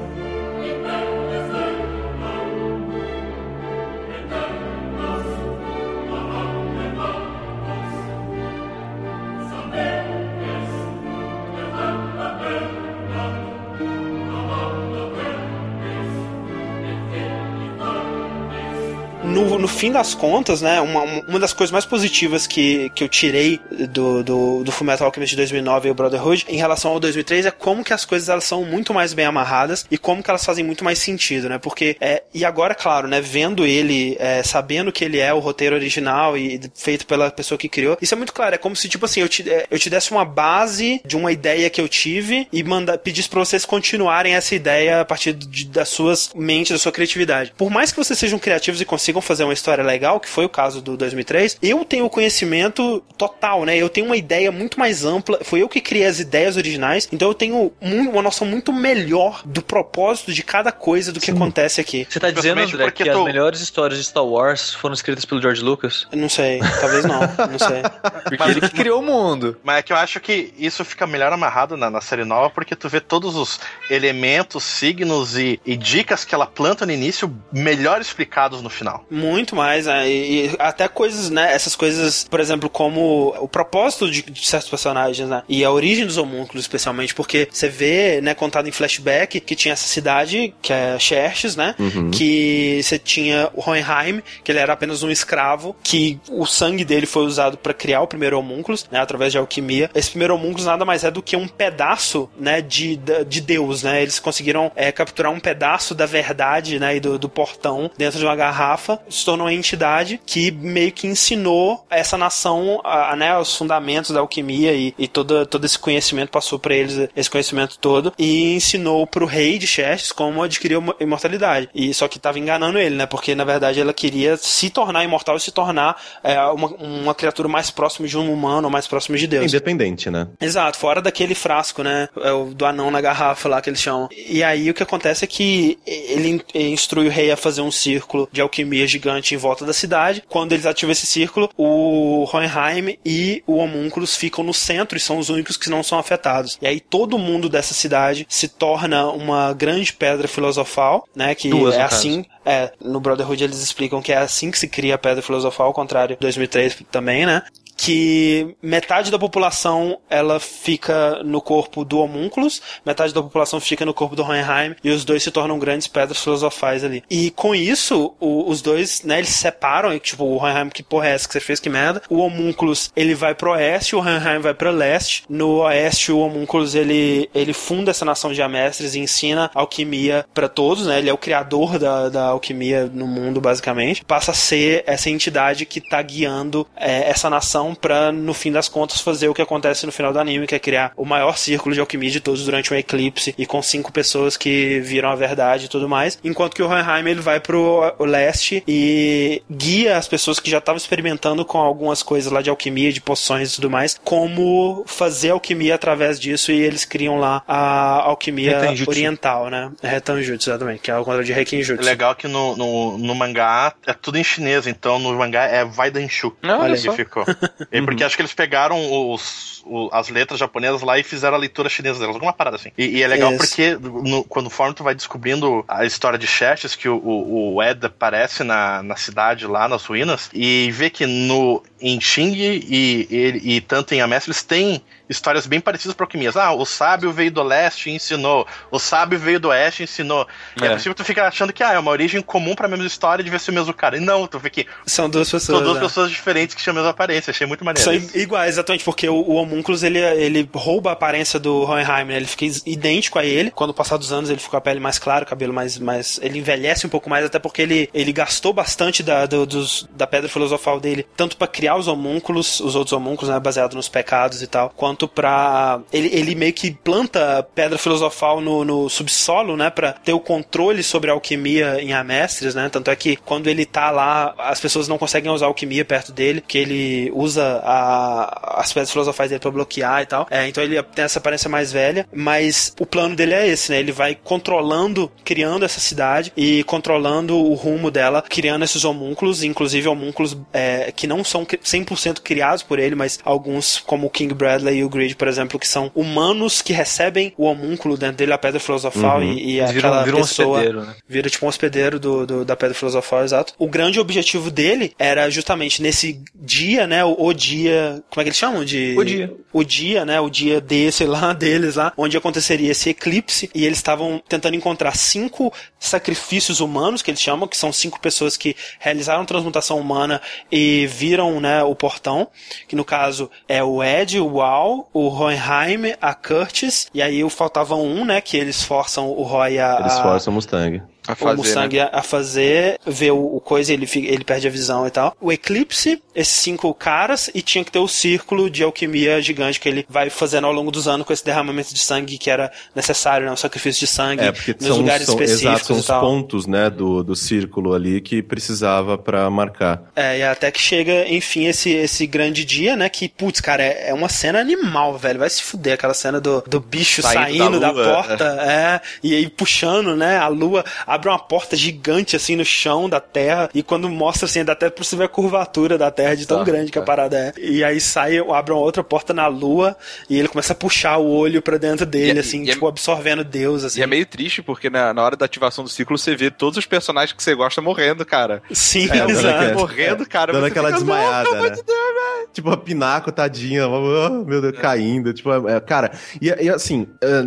No, no fim das contas, né, uma, uma das coisas mais positivas que, que eu tirei do, do, do Fullmetal Alchemist de dois mil e nove e o Brotherhood em relação ao dois mil e três é como que as coisas elas são muito mais bem amarradas e como que elas fazem muito mais sentido, né, porque, é, e agora, claro, né, vendo ele, é, sabendo que ele é o roteiro original e feito pela pessoa que criou, isso é muito claro, é como se, tipo assim, eu te, eu te desse uma base de uma ideia que eu tive e manda, pedisse pra vocês continuarem essa ideia a partir de, das suas mentes, da sua criatividade. Por mais que vocês sejam criativos e consigam fazer uma história legal, que foi o caso do dois mil e três, eu tenho o conhecimento total, né? Eu tenho uma ideia muito mais ampla, foi eu que criei as ideias originais, então eu tenho muito, uma noção muito melhor do propósito de cada coisa do que Sim. acontece aqui. Você tá dizendo, André, que tu... as melhores histórias de Star Wars foram escritas pelo George Lucas? Não sei, talvez não, não sei. Porque ele que criou o mundo. Mas é que eu acho que isso fica melhor amarrado na, na série nova, porque tu vê todos os elementos, signos e, e dicas que ela planta no início melhor explicados no final. Muito mais, né? E, e até coisas, né? Essas coisas, por exemplo, como o propósito de, de certos personagens, né? E a origem dos homúnculos, especialmente, porque você vê, né, contado em flashback, que tinha essa cidade, que é Xerxes, né? Uhum. Que você tinha o Hohenheim, que ele era apenas um escravo, que o sangue dele foi usado para criar o primeiro homúnculos, né? Através de alquimia. Esse primeiro homúnculos nada mais é do que um pedaço, né? De, de, de Deus, né? Eles conseguiram é, capturar um pedaço da verdade, né? E do, do portão dentro de uma garrafa, se tornou uma entidade que meio que ensinou essa nação a, a, né, os fundamentos da alquimia e, e todo, todo esse conhecimento passou para eles, esse conhecimento todo, e ensinou pro rei de Xerxes como adquirir a imortalidade. E só que tava enganando ele, né? Porque na verdade ela queria se tornar imortal e se tornar é, uma, uma criatura mais próxima de um humano, mais próxima de Deus. Independente, né? Exato, fora daquele frasco, né? Do anão na garrafa lá que eles chamam. E aí o que acontece é que ele instrui o rei a fazer um círculo de alquimia gigante em volta da cidade. Quando eles ativam esse círculo, o Hohenheim e o Homúnculos ficam no centro e são os únicos que não são afetados. E aí todo mundo dessa cidade se torna uma grande pedra filosofal, né? Que Duas, é no assim... É, no Brotherhood eles explicam que é assim que se cria a pedra filosofal, ao contrário de dois mil e três também, né? Que metade da população ela fica no corpo do Homúnculos, metade da população fica no corpo do Hohenheim, e os dois se tornam grandes pedras filosofais ali. E com isso, o, os dois, né, eles se separam, e tipo, o Hohenheim, que porra é essa que você fez, que merda? O Homúnculos, ele vai pro oeste, o Hohenheim vai pro leste. No oeste, o Homúnculos, ele, ele funda essa nação de Amestres e ensina alquimia pra todos, né? Ele é o criador da, da alquimia no mundo, basicamente. Passa a ser essa entidade que tá guiando é, essa nação pra, no fim das contas, fazer o que acontece no final do anime, que é criar o maior círculo de alquimia de todos durante um eclipse, e com cinco pessoas que viram a verdade e tudo mais, enquanto que o Hohenheim, ele vai pro leste e guia as pessoas que já estavam experimentando com algumas coisas lá de alquimia, de poções e tudo mais, como fazer alquimia através disso, e eles criam lá a alquimia Retenjutsu. Oriental, né? Retenjutsu, exatamente, que é o contrário de Reikinjutsu. É legal que no, no, no mangá é tudo em chinês, então no mangá é Vaidanshu. Não, Olha só. que ficou. É porque acho que eles pegaram os, os, as letras japonesas lá e fizeram a leitura chinesa delas, alguma parada assim. E, e é legal Isso. porque no, quando forma tu vai descobrindo a história de Xerxes, que o, o, o Ed aparece na, na cidade lá, nas ruínas, e vê que no em Xing e, e, e tanto em América, eles têm histórias bem parecidas para alquimias. Ah, o sábio veio do leste e ensinou. O sábio veio do oeste e ensinou. E é. a princípio tu fica achando que ah, é uma origem comum pra mesma história, devia ser o mesmo cara. E não, tu vê que são duas pessoas. São duas é. pessoas diferentes que tinham a mesma aparência. Achei muito maneiro. São isso. iguais, exatamente, porque o, o Homúnculos, ele, ele rouba a aparência do Hohenheim, né? Ele fica idêntico a ele. Quando passar dos anos, ele fica com a pele mais clara, o cabelo mais, mais... Ele envelhece um pouco mais, até porque ele, ele gastou bastante da, do, dos, da pedra filosofal dele, tanto pra criar os homúnculos, os outros homúnculos, né? Baseado nos pecados e tal, quanto pra... Ele, ele meio que planta pedra filosofal no, no subsolo, né? Pra ter o controle sobre a alquimia em Amestris, né? Tanto é que quando ele tá lá, as pessoas não conseguem usar alquimia perto dele, que ele usa a, as pedras filosofais dele pra bloquear e tal. É, então ele tem essa aparência mais velha, mas o plano dele é esse, né? Ele vai controlando, criando essa cidade e controlando o rumo dela, criando esses homúnculos, inclusive homúnculos é, que não são cem por cento criados por ele, mas alguns, como o King Bradley e o Greed, por exemplo, que são humanos que recebem o homúnculo dentro dele, a pedra filosofal, uhum. e, e aquela viram, viram pessoa... Um hospedeiro, né? Vira tipo um hospedeiro do, do, da pedra filosofal, exato. O grande objetivo dele era justamente nesse dia, né, o, o dia... Como é que eles chamam? De... O dia. O dia, né, o dia de, sei lá, deles lá, onde aconteceria esse eclipse, e eles estavam tentando encontrar cinco sacrifícios humanos, que eles chamam, que são cinco pessoas que realizaram transmutação humana e viram, né, o portão, que no caso é o Ed, o Wal, o Hohenheim, a Curtis, e aí faltava um, né, que eles forçam o Roy a... Eles forçam o Mustang. A fazer, o Mustang né? a fazer, ver o, o coisa, ele, ele perde a visão e tal. O Eclipse, esses cinco caras, e tinha que ter o círculo de alquimia gigante que ele vai fazendo ao longo dos anos com esse derramamento de sangue que era necessário, né? O sacrifício de sangue é, porque nos são, lugares são, específicos exato, são e os tal. pontos, né, do, do círculo ali que precisava pra marcar. É, e até que chega, enfim, esse, esse grande dia, né, que, putz, cara, é, é uma cena animal, velho, vai se fuder, aquela cena do, do bicho saindo, saindo da, da porta, é, e aí puxando, né, a lua abre uma porta gigante gigante assim no chão da terra, e quando mostra assim, dá até pra você ver a curvatura da terra de tão tá, grande que é. a parada é. E aí sai, abre uma outra porta na lua e ele começa a puxar o olho pra dentro dele, e, assim, e tipo, é, absorvendo Deus, assim. E é meio triste, porque na, na hora da ativação do ciclo você vê todos os personagens que você gosta morrendo, cara. Sim, é, exato. Morrendo, cara. Dando aquela fica, desmaiada, né? De Deus, tipo, a Pinaco, tadinha, oh, meu Deus, é. caindo. Tipo, é, cara, e, e assim,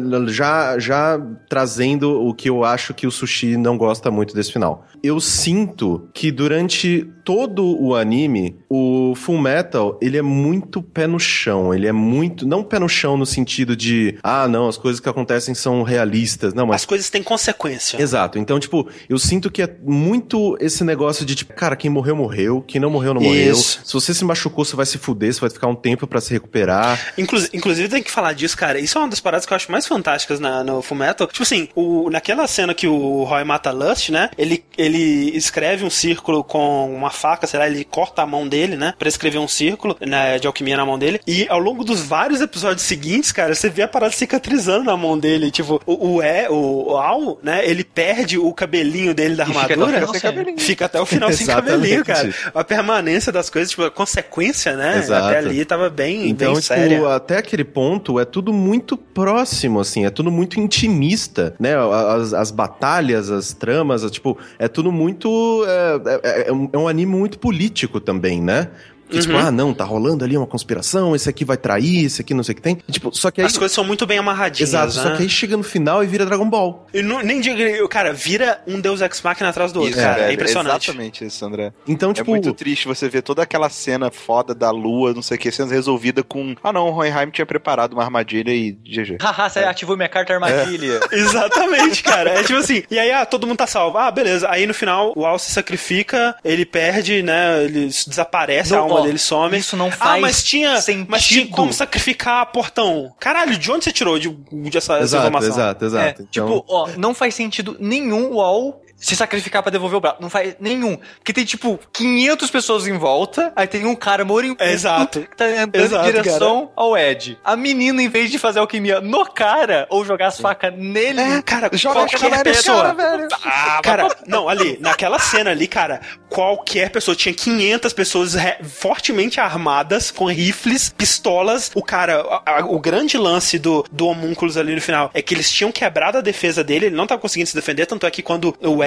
já, já trazendo o que eu acho que o Sushi não gosta muito desse final. Eu sinto que durante todo o anime, o Fullmetal, ele é muito pé no chão, ele é muito, não pé no chão no sentido de, ah, não, as coisas que acontecem são realistas, não, mas... As coisas têm consequência. Exato, então, tipo, eu sinto que é muito esse negócio de, tipo, cara, quem morreu, morreu, quem não morreu, não morreu. Isso. Se você se machucou, você vai se fuder, você vai ficar um tempo pra se recuperar. Inclu- inclusive, tem que falar disso, cara, isso é uma das paradas que eu acho mais fantásticas na, no Fullmetal. Tipo assim, o, naquela cena que o Roy mata Lust, né, ele, ele escreve um círculo com uma faca, sei lá, ele corta a mão dele, né, pra escrever um círculo, né, de alquimia na mão dele, e ao longo dos vários episódios seguintes, cara, você vê a parada cicatrizando na mão dele, tipo, o, o, é, o, o Al, né, ele perde o cabelinho dele da armadura, fica até o final sem cabelinho, fica até o final sem cabelinho, cara. A permanência das coisas, tipo, a consequência, né, Exato. Até ali tava bem, então, bem tipo, séria. até aquele ponto é tudo muito próximo, assim, é tudo muito intimista, né, as, as batalhas, as tramas, tipo, é tudo muito, é, é, é, um, é um anime muito político também, né? Que, tipo, uhum. ah, não, tá rolando ali uma conspiração, esse aqui vai trair, esse aqui não sei o que tem. E, tipo, só que aí... As coisas são muito bem amarradinhas, Exato, né? Só que aí chega no final e vira Dragon Ball. E não, nem digo, cara, vira um Deus Ex Machina atrás do outro, isso, cara, velho, é impressionante. Exatamente isso, André. Então, é tipo... muito triste você ver toda aquela cena foda da lua, não sei o que, sendo resolvida com, ah não, o Hohenheim tinha preparado uma armadilha e G G. Haha, você é. ativou minha carta armadilha. É. Exatamente, cara. É tipo assim, e aí, ah, todo mundo tá salvo. Ah, beleza. Aí no final, o Al se sacrifica, ele perde, né, ele desaparece, não, a alma ó, dele some. Isso não faz Ah, mas tinha, sentido. mas tinha como sacrificar portão. Caralho, de onde você tirou de, de essa, essa exato, informação? Exato, exato, é, então... Tipo, ó, não faz sentido nenhum o Al se sacrificar pra devolver o braço. Não faz nenhum. Porque tem, tipo, quinhentas pessoas em volta, aí tem um cara morto é, exato. que tá andando exato, em direção cara. ao Ed. A menina, em vez de fazer alquimia no cara, ou jogar as facas nele... É, cara, joga qualquer pessoa. Cara, velho. Ah, cara, não, ali, naquela cena ali, cara, qualquer pessoa, tinha quinhentas pessoas re- fortemente armadas, com rifles, pistolas. O cara, a, a, o grande lance do, do Homúnculos ali no final é que eles tinham quebrado a defesa dele, ele não tava conseguindo se defender, tanto é que quando o Ed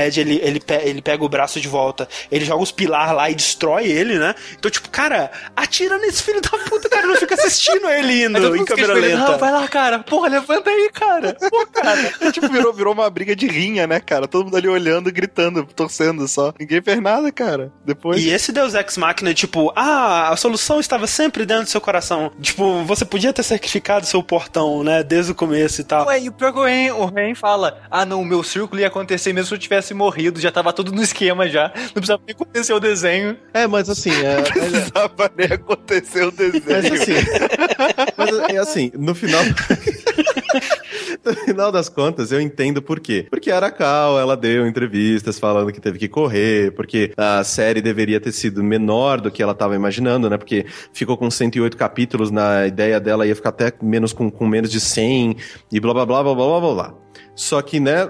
Ed, ele, ele, pe- ele pega o braço de volta, ele joga os pilares lá e destrói ele, né? Então, tipo, cara, atira nesse filho da puta, cara, não fica assistindo ele indo em câmera lenta. Não, vai lá, cara. Porra, levanta aí, cara. Porra, cara. É, tipo, virou, virou uma briga de rinha, né, cara? Todo mundo ali olhando, gritando, torcendo só. Ninguém fez nada, cara. Depois... E esse Deus Ex Machina, tipo, ah, a solução estava sempre dentro do seu coração. Tipo, você podia ter sacrificado seu portão, né, desde o começo e tal. Ué, e o pior que o Ren, o Ren fala, ah, não, o meu círculo ia acontecer mesmo se eu tivesse morrido, já tava tudo no esquema já, não precisava nem acontecer o desenho. É, mas assim... É, Não precisava nem acontecer o desenho. mas assim... mas é assim, no final... No final das contas, eu entendo por quê. Porque a Arakawa, ela deu entrevistas falando que teve que correr, porque a série deveria ter sido menor do que ela estava imaginando, né? Porque ficou com cento e oito capítulos, na ideia dela ia ficar até menos com, com menos de cem, e blá blá blá blá blá blá blá. Só que, né,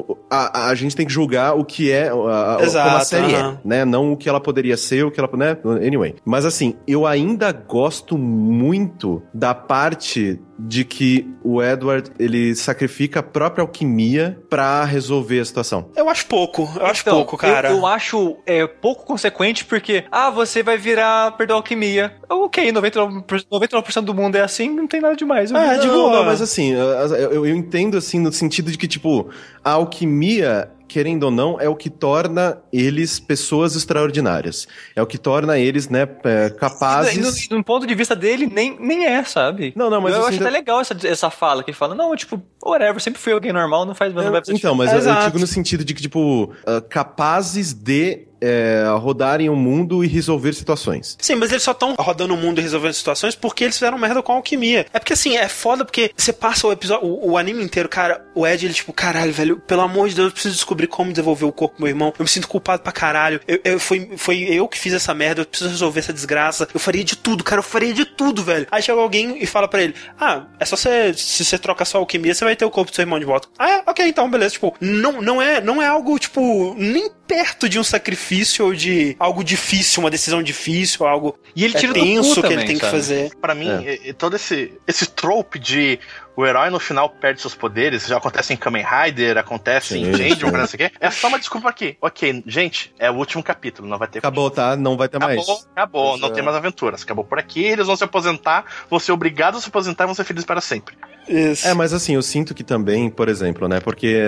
a, a gente tem que julgar o que é, a, a, Exato, como a série uh-huh. é, né? Não o que ela poderia ser, o que ela... né? Anyway. Mas assim, eu ainda gosto muito da parte de que o Edward, ele sacrifica a própria alquimia pra resolver a situação. Eu acho pouco, eu acho Então, pouco, cara. Eu, eu acho é, pouco consequente porque, ah, você vai virar, perder a alquimia. Ok, noventa e nove por cento do mundo é assim, não tem nada demais. Eu É, de não, boa. não, mas assim, eu, eu, eu entendo assim no sentido de que, tipo, a alquimia, querendo ou não, é o que torna eles pessoas extraordinárias. É o que torna eles, né, é, capazes... E no, no ponto de vista dele, nem, nem é, sabe? Não, não, mas eu assim, acho até ainda... legal essa, essa fala que fala, não, tipo, whatever, sempre fui alguém normal, não faz... Não vai precisar Então, mas É, eu, eu exato. digo no sentido de que, tipo, uh, capazes de é, rodarem o mundo e resolver situações. Sim, mas eles só estão rodando o mundo e resolvendo situações porque eles fizeram merda com a alquimia. É porque, assim, é foda porque você passa o episódio, o, o anime inteiro, cara, o Ed, ele tipo, caralho, velho, pelo amor de Deus, eu preciso descobrir como desenvolver o corpo do meu irmão, eu me sinto culpado pra caralho, eu, eu, foi, foi eu que fiz essa merda, eu preciso resolver essa desgraça, eu faria de tudo, cara, eu faria de tudo, velho. Aí chega alguém e fala pra ele, ah, é só você, se você trocar sua alquimia, você vai ter o corpo do seu irmão de volta. Ah, é? Ok, então, beleza, tipo, não, não, é, não é algo, tipo, nem perto de um sacrifício ou de algo difícil, uma decisão difícil, algo E ele tira é do tenso cu que também, ele tem sabe? que fazer. Pra mim, É. e- e todo esse, esse trope de o herói no final perde seus poderes, já acontece em Kamen Rider, acontece em Sim, Change, sim. uma coisa assim, é só uma desculpa aqui. Ok, gente, é o último capítulo, não vai ter Acabou, tá? Não vai ter Acabou, mais. acabou, Essa- não tem mais aventuras. Acabou por aqui, eles vão se aposentar, vão ser obrigados a se aposentar e vão ser felizes para sempre. Isso. É, mas assim, eu sinto que também, por exemplo, né, porque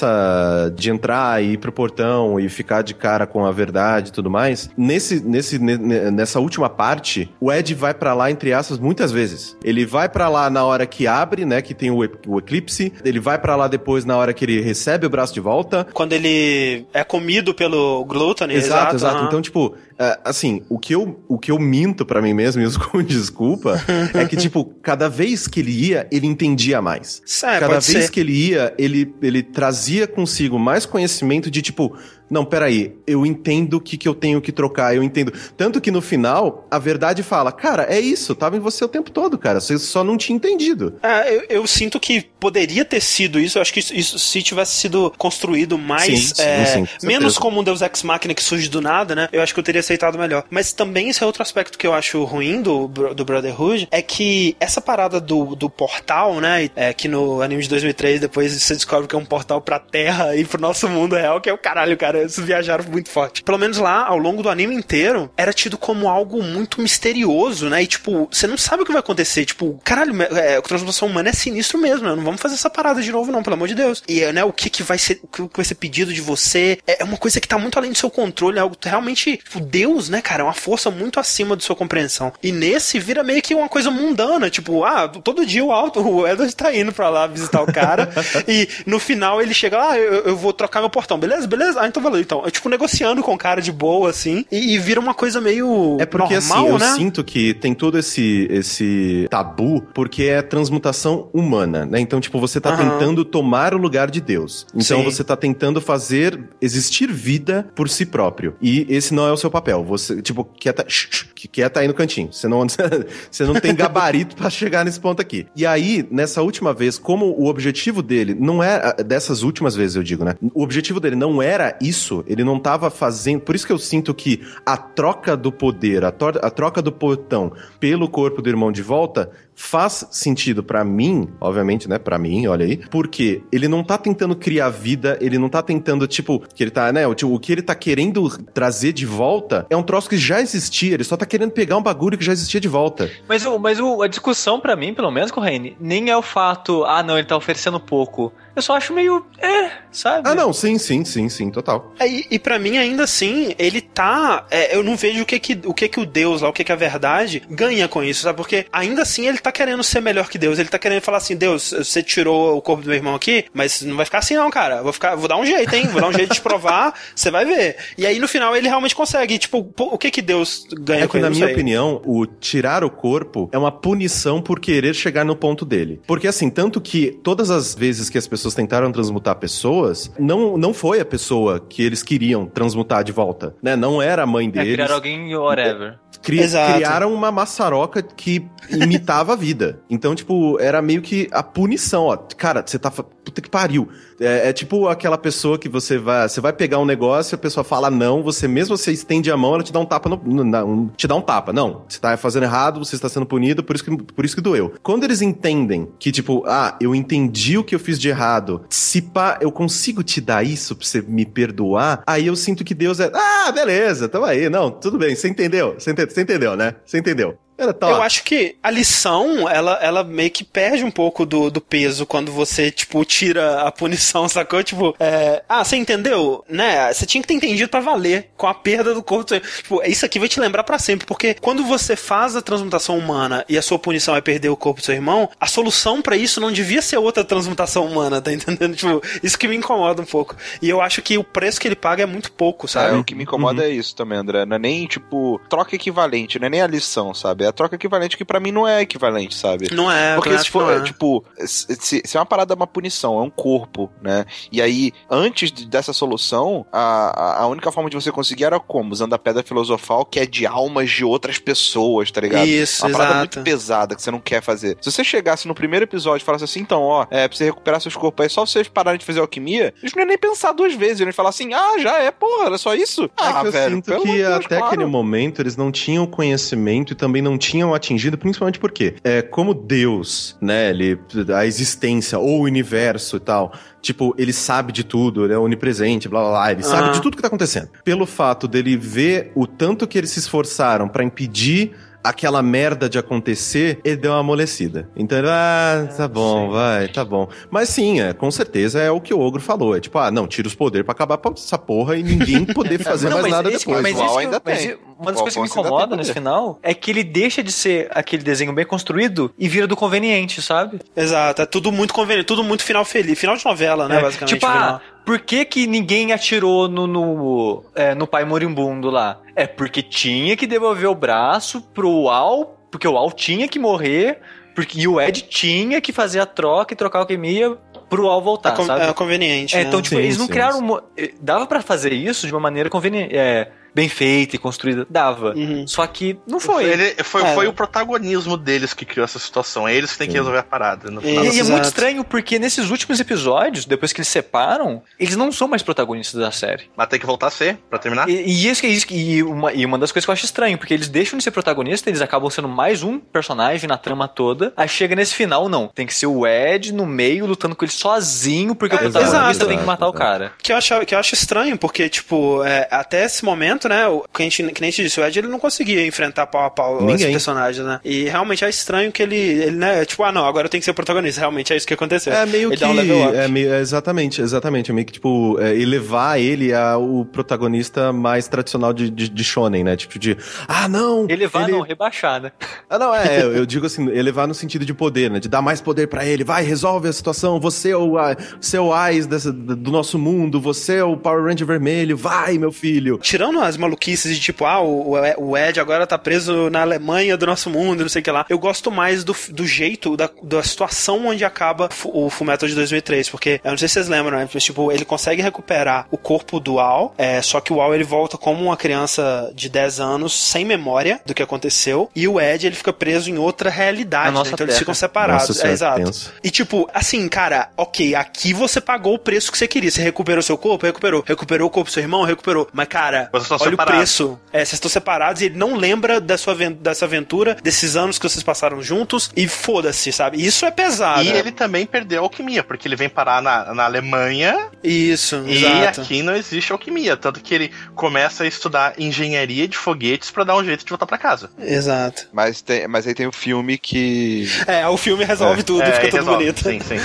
nessa de entrar e ir pro portão e ficar de cara com a verdade e tudo mais, nesse, nesse, ne- nessa última parte, o Ed vai pra lá, entre aspas, muitas vezes. Ele vai pra lá na hora que abre, né, que tem o, e- o eclipse, ele vai pra lá depois na hora que ele recebe o braço de volta. Quando ele é comido pelo Gluttony. Exato, exato. aham. Então, tipo, é, assim, o que, eu, o que eu minto pra mim mesmo, e uso como desculpa, é que, tipo, cada vez que ele ia, ele entendia mais. É, Cada pode vez ser. que ele ia, ele, ele trazia consigo mais conhecimento de, tipo, não, peraí, eu entendo o que, que eu tenho que trocar, eu entendo. Tanto que no final, a verdade fala, cara, é isso, tava em você o tempo todo, cara, você só não tinha entendido. É, eu, eu sinto que poderia ter sido isso. Eu acho que isso, isso se tivesse sido construído mais. Sim, sim, é, sim, com certeza. menos como um Deus Ex Machina que surge do nada, né? Eu acho que eu teria aceitado melhor. Mas também esse é outro aspecto que eu acho ruim do, do Brotherhood: é que essa parada do, do portal, né? É, que no anime de dois mil e três depois você descobre que é um portal pra Terra e pro nosso mundo real, que é o caralho, cara. Eles viajaram muito forte. Pelo menos lá, ao longo do anime inteiro, era tido como algo muito misterioso, né? E tipo, você não sabe o que vai acontecer. Tipo, caralho, é, a transformação humana é sinistro mesmo, né? Não vamos fazer essa parada de novo, não, pelo amor de Deus. E, né, o que que vai ser, o que vai ser pedido de você é uma coisa que tá muito além do seu controle, é algo realmente, tipo, Deus, né, cara? É uma força muito acima da sua compreensão. E nesse vira meio que uma coisa mundana, tipo, ah, todo dia o Alto, o Edward tá indo pra lá visitar o cara e no final ele chega lá, ah, eu, eu vou trocar meu portão, beleza? Beleza? Ah, então valeu, então. É tipo negociando com o cara de boa, assim, e, e vira uma coisa meio É porque, normal, assim, eu né? sinto que tem todo esse, esse tabu, porque é transmutação humana, né? Então, tipo, você tá Aham. tentando tomar o lugar de Deus. Então, Sim. você tá tentando fazer existir vida por si próprio. E esse não é o seu papel. Você, tipo, quieta, shh, shh, quieta aí no cantinho. Você não, você não tem gabarito pra chegar nesse ponto aqui. E aí, nessa última vez, como o objetivo dele não era, dessas últimas vezes eu digo, né? O objetivo dele não era isso, ele não tava fazendo... Por isso que eu sinto que a troca do poder, a, tor- a troca do portão pelo corpo do irmão de volta faz sentido pra mim, obviamente, né, pra mim, olha aí, porque ele não tá tentando criar vida, ele não tá tentando, tipo, que ele tá, né, o, o que ele tá querendo trazer de volta é um troço que já existia, ele só tá querendo pegar um bagulho que já existia de volta. Mas, o, mas o, a discussão pra mim, pelo menos, Corraine, nem é o fato, ah, não, ele tá oferecendo pouco. Eu só acho meio, é, sabe? Ah, não, sim, sim, sim, sim, total. É, e, e pra mim, ainda assim, ele tá... É, eu não vejo o que que o, que que o Deus lá, o que que a verdade ganha com isso, sabe? Porque ainda assim ele tá querendo ser melhor que Deus. Ele tá querendo falar assim, Deus, você tirou o corpo do meu irmão aqui, mas não vai ficar assim não, cara. Vou, ficar, vou dar um jeito, hein? Vou dar um jeito de te provar, você vai ver. E aí, no final, ele realmente consegue. Tipo, o que que Deus ganha é com que, isso? Na minha opinião, o tirar o corpo é uma punição por querer chegar no ponto dele. Porque, assim, tanto que todas as vezes que as pessoas tentaram transmutar pessoas, não, não foi a pessoa que eles queriam transmutar de volta, né? Não era a mãe deles. É, criar alguém whatever. Cri- criaram uma maçaroca que imitava a vida. Então, tipo, era meio que a punição, ó. Cara, você tá... Puta que pariu. É, é tipo aquela pessoa que você vai... Você vai pegar um negócio, a pessoa fala não, você mesmo você estende a mão, ela te dá um tapa no... no, no te dá um tapa. Não, você tá fazendo errado, você está sendo punido, por isso que, por isso que doeu. Quando eles entendem que, tipo, ah, eu entendi o que eu fiz de errado, se pá, eu consigo te dar isso pra você me perdoar, aí eu sinto que Deus é... Ah, beleza, tamo aí. Não, tudo bem, você entendeu? Você entendeu, você entendeu né? Você entendeu. Eu acho que a lição, ela, ela meio que perde um pouco do, do peso quando você, tipo, tira a punição, sacou? Tipo, é, ah, você entendeu? Né? Você tinha que ter entendido pra valer com a perda do corpo. Tipo, isso aqui vai te lembrar pra sempre, porque quando você faz a transmutação humana e a sua punição é perder o corpo do seu irmão, a solução pra isso não devia ser outra transmutação humana, tá entendendo? Tipo, isso que me incomoda um pouco. E eu acho que o preço que ele paga é muito pouco, sabe? É, o que me incomoda uhum. é isso também, André. Não é nem, tipo, troca equivalente, não é nem a lição, sabe? A troca equivalente que pra mim não é equivalente, sabe? Não é, porque se for, é. tipo, se, se é uma parada, uma punição, é um corpo, né? E aí, antes dessa solução, a, a única forma de você conseguir era como? Usando a pedra filosofal, que é de almas de outras pessoas, tá ligado? Isso, uma parada exato. muito pesada que você não quer fazer. Se você chegasse no primeiro episódio e falasse assim, então, ó, é, pra você recuperar seus corpos aí, só vocês pararem de fazer alquimia, eles não iam nem pensar duas vezes, eles iam falar assim, ah, já é, porra, era só isso? Ah, é que eu velho, sinto que Deus, até claro. aquele momento eles não tinham conhecimento e também não tinham atingido, principalmente porque é, como Deus, né, ele, a existência ou o universo e tal, tipo, ele sabe de tudo, ele é onipresente, blá blá blá, ele uhum. sabe de tudo que tá acontecendo. Pelo fato dele ver o tanto que eles se esforçaram pra impedir aquela merda de acontecer, ele deu uma amolecida. Então ele, ah, tá bom, sim. vai, tá bom. Mas sim, é, com certeza é o que o Ogro falou. É tipo, ah, não, tira os poderes pra acabar com essa porra e ninguém poder fazer não, mais nada esse, depois. Mas o isso ainda mas tem. Uma das coisas que me incomoda nesse final é que ele deixa de ser aquele desenho bem construído e vira do conveniente, sabe? Exato, é tudo muito conveniente, tudo muito final feliz. Final de novela, né, é, basicamente. Tipo, ah, por que que ninguém atirou no, no, é, no pai moribundo lá? É porque tinha que devolver o braço pro Al, porque o Al tinha que morrer, porque, e o Ed tinha que fazer a troca e trocar a alquimia pro Al voltar, é com, sabe? É conveniente, é, né? Então, tipo, sim, eles não sim, criaram... sim. Uma, dava pra fazer isso de uma maneira conveniente... É, bem feita e construída, dava. Uhum. Só que não foi. Ele, foi, é. foi o protagonismo deles que criou essa situação. É eles que têm que resolver a parada. No e, e é muito estranho porque nesses últimos episódios, depois que eles separam, eles não são mais protagonistas da série. Mas tem que voltar a ser, pra terminar. E, e isso, isso e, uma, e uma das coisas que eu acho estranho, porque eles deixam de ser protagonistas, eles acabam sendo mais um personagem na trama toda. Aí chega nesse final, não. Tem que ser o Ed no meio, lutando com ele sozinho, porque é, o protagonista exato, tem que matar exato. o cara. Que eu, acho, que eu acho estranho, porque, tipo, é, até esse momento, né, o que a gente que nem te disse, o Ed ele não conseguia enfrentar pau a pau Ninguém. esse personagem, né? E realmente é estranho que ele, ele, né, tipo, ah não, agora eu tenho que ser o protagonista. Realmente é isso que aconteceu. É meio ele que... dá um level up. É meio, é exatamente, exatamente. É meio que, tipo, é, elevar ele ao protagonista mais tradicional de, de, de shonen, né? Tipo, de, ah, não... Elevar ele... não, rebaixar, né? Ah, não, é, eu digo assim, elevar no sentido de poder, né? De dar mais poder pra ele. Vai, resolve a situação. Você é o, a, você é o Ais dessa, do nosso mundo. Você é o Power Ranger vermelho. Vai, meu filho. Tirando as maluquices de, tipo, ah, o, o Ed agora tá preso na Alemanha do nosso mundo, não sei o que lá. Eu gosto mais do, do jeito, da, da situação onde acaba o Fullmetal de dois mil e três, porque, eu não sei se vocês lembram, né? Mas, tipo, ele consegue recuperar o corpo do Al, é, só que o Al, ele volta como uma criança de dez anos, sem memória do que aconteceu, e o Ed, ele fica preso em outra realidade, né? Então terra. Eles ficam separados. Nossa, é, exato. Penso. E, tipo, assim, cara, ok, aqui você pagou o preço que você queria. Você recuperou seu corpo? Recuperou. Recuperou o corpo do seu irmão? Recuperou. Mas, cara... Você só olha separados. o preço. É, vocês estão separados e ele não lembra da sua, dessa aventura, desses anos que vocês passaram juntos, e foda-se, sabe? Isso é pesado. E né? ele também perdeu a alquimia, porque ele vem parar na, na Alemanha. Isso, e exato. aqui não existe alquimia. Tanto que ele começa a estudar engenharia de foguetes pra dar um jeito de voltar pra casa. Exato. Mas, tem, mas aí tem o filme que... É, o filme resolve É. tudo, É, fica tudo resolve. bonito. Sim, sim.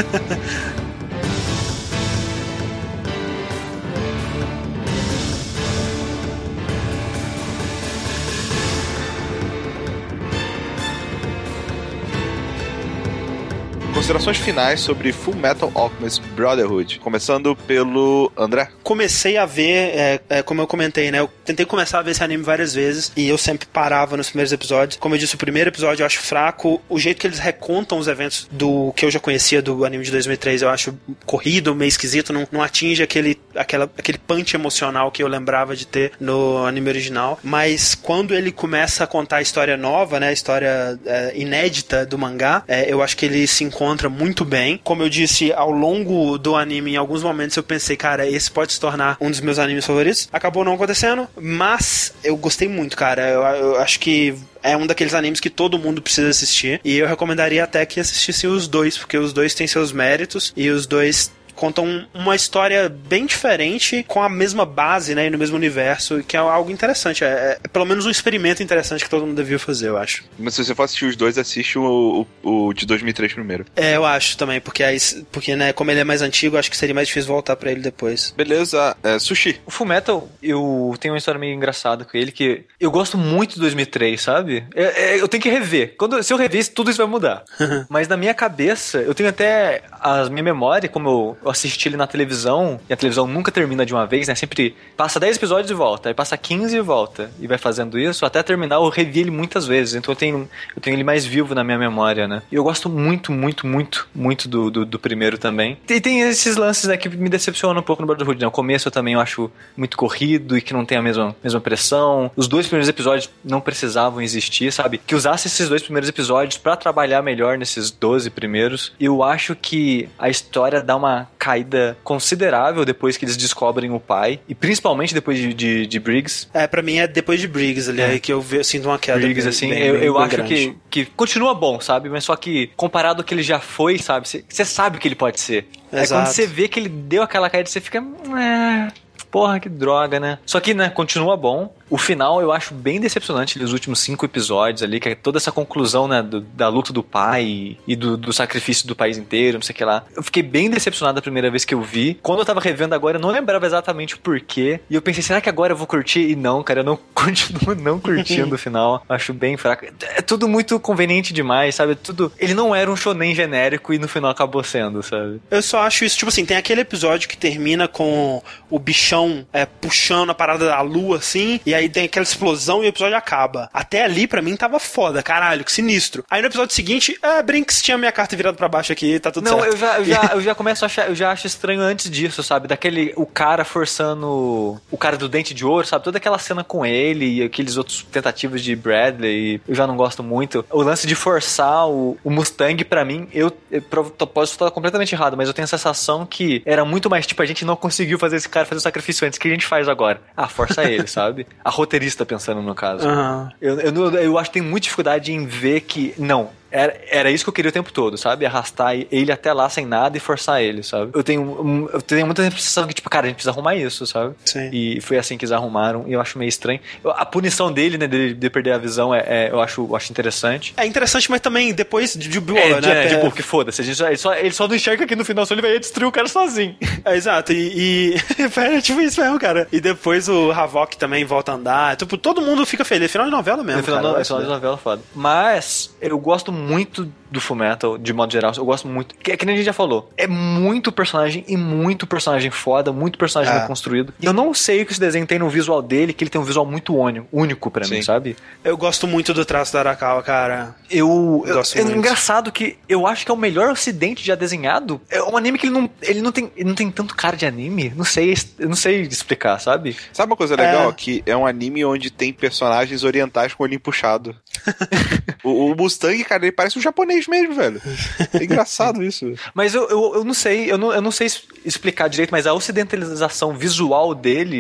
Considerações finais sobre Full Metal Alchemist Brotherhood. Começando pelo André. Comecei a ver, é, é, como eu comentei, né? Eu tentei começar a ver esse anime várias vezes e eu sempre parava nos primeiros episódios. Como eu disse, o primeiro episódio eu acho fraco. O jeito que eles recontam os eventos do que eu já conhecia do anime de dois mil e três eu acho corrido, meio esquisito. Não, não atinge aquele, aquela, aquele punch emocional que eu lembrava de ter no anime original. Mas quando ele começa a contar a história nova, né? A história é, inédita do mangá, é, eu acho que ele se encontra muito bem. Como eu disse, ao longo do anime, em alguns momentos eu pensei, cara, esse pode se tornar um dos meus animes favoritos. Acabou não acontecendo, mas eu gostei muito, cara. Eu, eu acho que é um daqueles animes que todo mundo precisa assistir. E eu recomendaria até que assistissem os dois, porque os dois têm seus méritos e os dois contam uma história bem diferente com a mesma base, né, e no mesmo universo, que é algo interessante, é, é pelo menos um experimento interessante que todo mundo devia fazer, eu acho. Mas se você for assistir os dois, assiste o, o, o de dois mil e três primeiro. É, eu acho também, porque, aí, porque né, como ele é mais antigo, acho que seria mais difícil voltar pra ele depois. Beleza, é, Sushi. O Fullmetal, eu tenho uma história meio engraçada com ele, que eu gosto muito do dois mil e três, sabe? Eu, eu tenho que rever. Quando, se eu rever, tudo isso vai mudar. Mas na minha cabeça, eu tenho até a minha memória, como eu eu assisti ele na televisão, e a televisão nunca termina de uma vez, né? Sempre passa dez episódios e volta, aí passa quinze e volta, e vai fazendo isso, até terminar eu revi ele muitas vezes, então eu tenho, eu tenho ele mais vivo na minha memória, né? E eu gosto muito, muito, muito, muito do, do, do primeiro também. E tem esses lances, né, que me decepcionam um pouco no Brotherhood, né? O começo eu também eu acho muito corrido e que não tem a mesma, mesma pressão. Os dois primeiros episódios não precisavam existir, sabe? Que usasse esses dois primeiros episódios pra trabalhar melhor nesses doze primeiros. Eu acho que a história dá uma caída considerável depois que eles descobrem o pai, e principalmente depois de, de, de Briggs. É, pra mim é depois de Briggs ali, é. aí que eu, ve, eu sinto uma queda. Briggs, bem, assim, bem, eu, bem, eu bem acho que, que continua bom, sabe? Mas só que comparado ao que ele já foi, sabe? Você sabe o que ele pode ser. Exato. É quando você vê que ele deu aquela caída, você fica... É, porra, que droga, né? Só que, né, continua bom. O final eu acho bem decepcionante, os últimos cinco episódios ali, que é toda essa conclusão, né, do, da luta do pai e do, do sacrifício do país inteiro, não sei o que lá. Eu fiquei bem decepcionado a primeira vez que eu vi. Quando eu tava revendo agora, eu não lembrava exatamente o porquê. E eu pensei, será que agora eu vou curtir? E não, cara, eu não continuo não curtindo o final. Acho bem fraco. É tudo muito conveniente demais, sabe? Tudo... Ele não era um shonen genérico e no final acabou sendo, sabe? Eu só acho isso, tipo assim, tem aquele episódio que termina com o bichão é, puxando a parada da lua, assim, e aí tem aquela explosão e o episódio acaba. Até ali, pra mim, tava foda. Caralho, que sinistro. Aí no episódio seguinte, ah, Brinks tinha minha carta virada pra baixo aqui, tá tudo não, certo. Não, eu já, eu, já, eu já começo a achar, eu já acho estranho antes disso, sabe? Daquele, o cara forçando o cara do dente de ouro, sabe? Toda aquela cena com ele e aqueles outros tentativas de Bradley, eu já não gosto muito. O lance de forçar o, o Mustang, pra mim, eu, eu posso estar completamente errado, mas eu tenho a sensação que era muito mais, tipo, a gente não conseguiu fazer esse cara fazer o sacrifício antes, o que a gente faz agora? Ah, força ele, sabe? A roteirista pensando no caso. Uhum. Eu, eu, eu acho que tem muita dificuldade em ver que, não, era, era isso que eu queria o tempo todo, sabe? Arrastar ele até lá sem nada e forçar ele, sabe? Eu tenho, eu tenho muita sensação que, tipo, cara, a gente precisa arrumar isso, sabe? Sim. E foi assim que eles arrumaram, e eu acho meio estranho. Eu, a punição dele, né, de, de perder a visão, é, é, eu, acho, eu acho interessante. É interessante, mas também depois de, de boa, é, né? É, tipo, que foda-se, ele só, ele só não enxerga que no final só ele vai destruir o cara sozinho. É, exato, e... e é tipo isso mesmo, cara. E depois o Havok também volta a andar, tipo, todo mundo fica feliz. Final de novela mesmo, no final, cara. No, final de novela foda. Mas eu gosto muito do Fullmetal, de modo geral, eu gosto muito. Que, que nem a gente já falou, é muito personagem e muito personagem foda, muito personagem é. bem construído. E eu não sei o que esse desenho tem no visual dele, que ele tem um visual muito único, único pra Sim. mim, sabe? Eu gosto muito do traço da Arakawa, cara. Eu... eu gosto é muito. engraçado que eu acho que é o melhor ocidente já desenhado. É um anime que ele não, ele não, tem, ele não tem tanto cara de anime. Não sei, eu não sei explicar, sabe? Sabe uma coisa legal? É. Que é um anime onde tem personagens orientais com o olhinho puxado. o, o Mustang, cara, ele parece um japonês mesmo, velho. É engraçado isso. Mas eu, eu, eu não sei, eu não, eu não sei explicar direito, mas a ocidentalização visual dele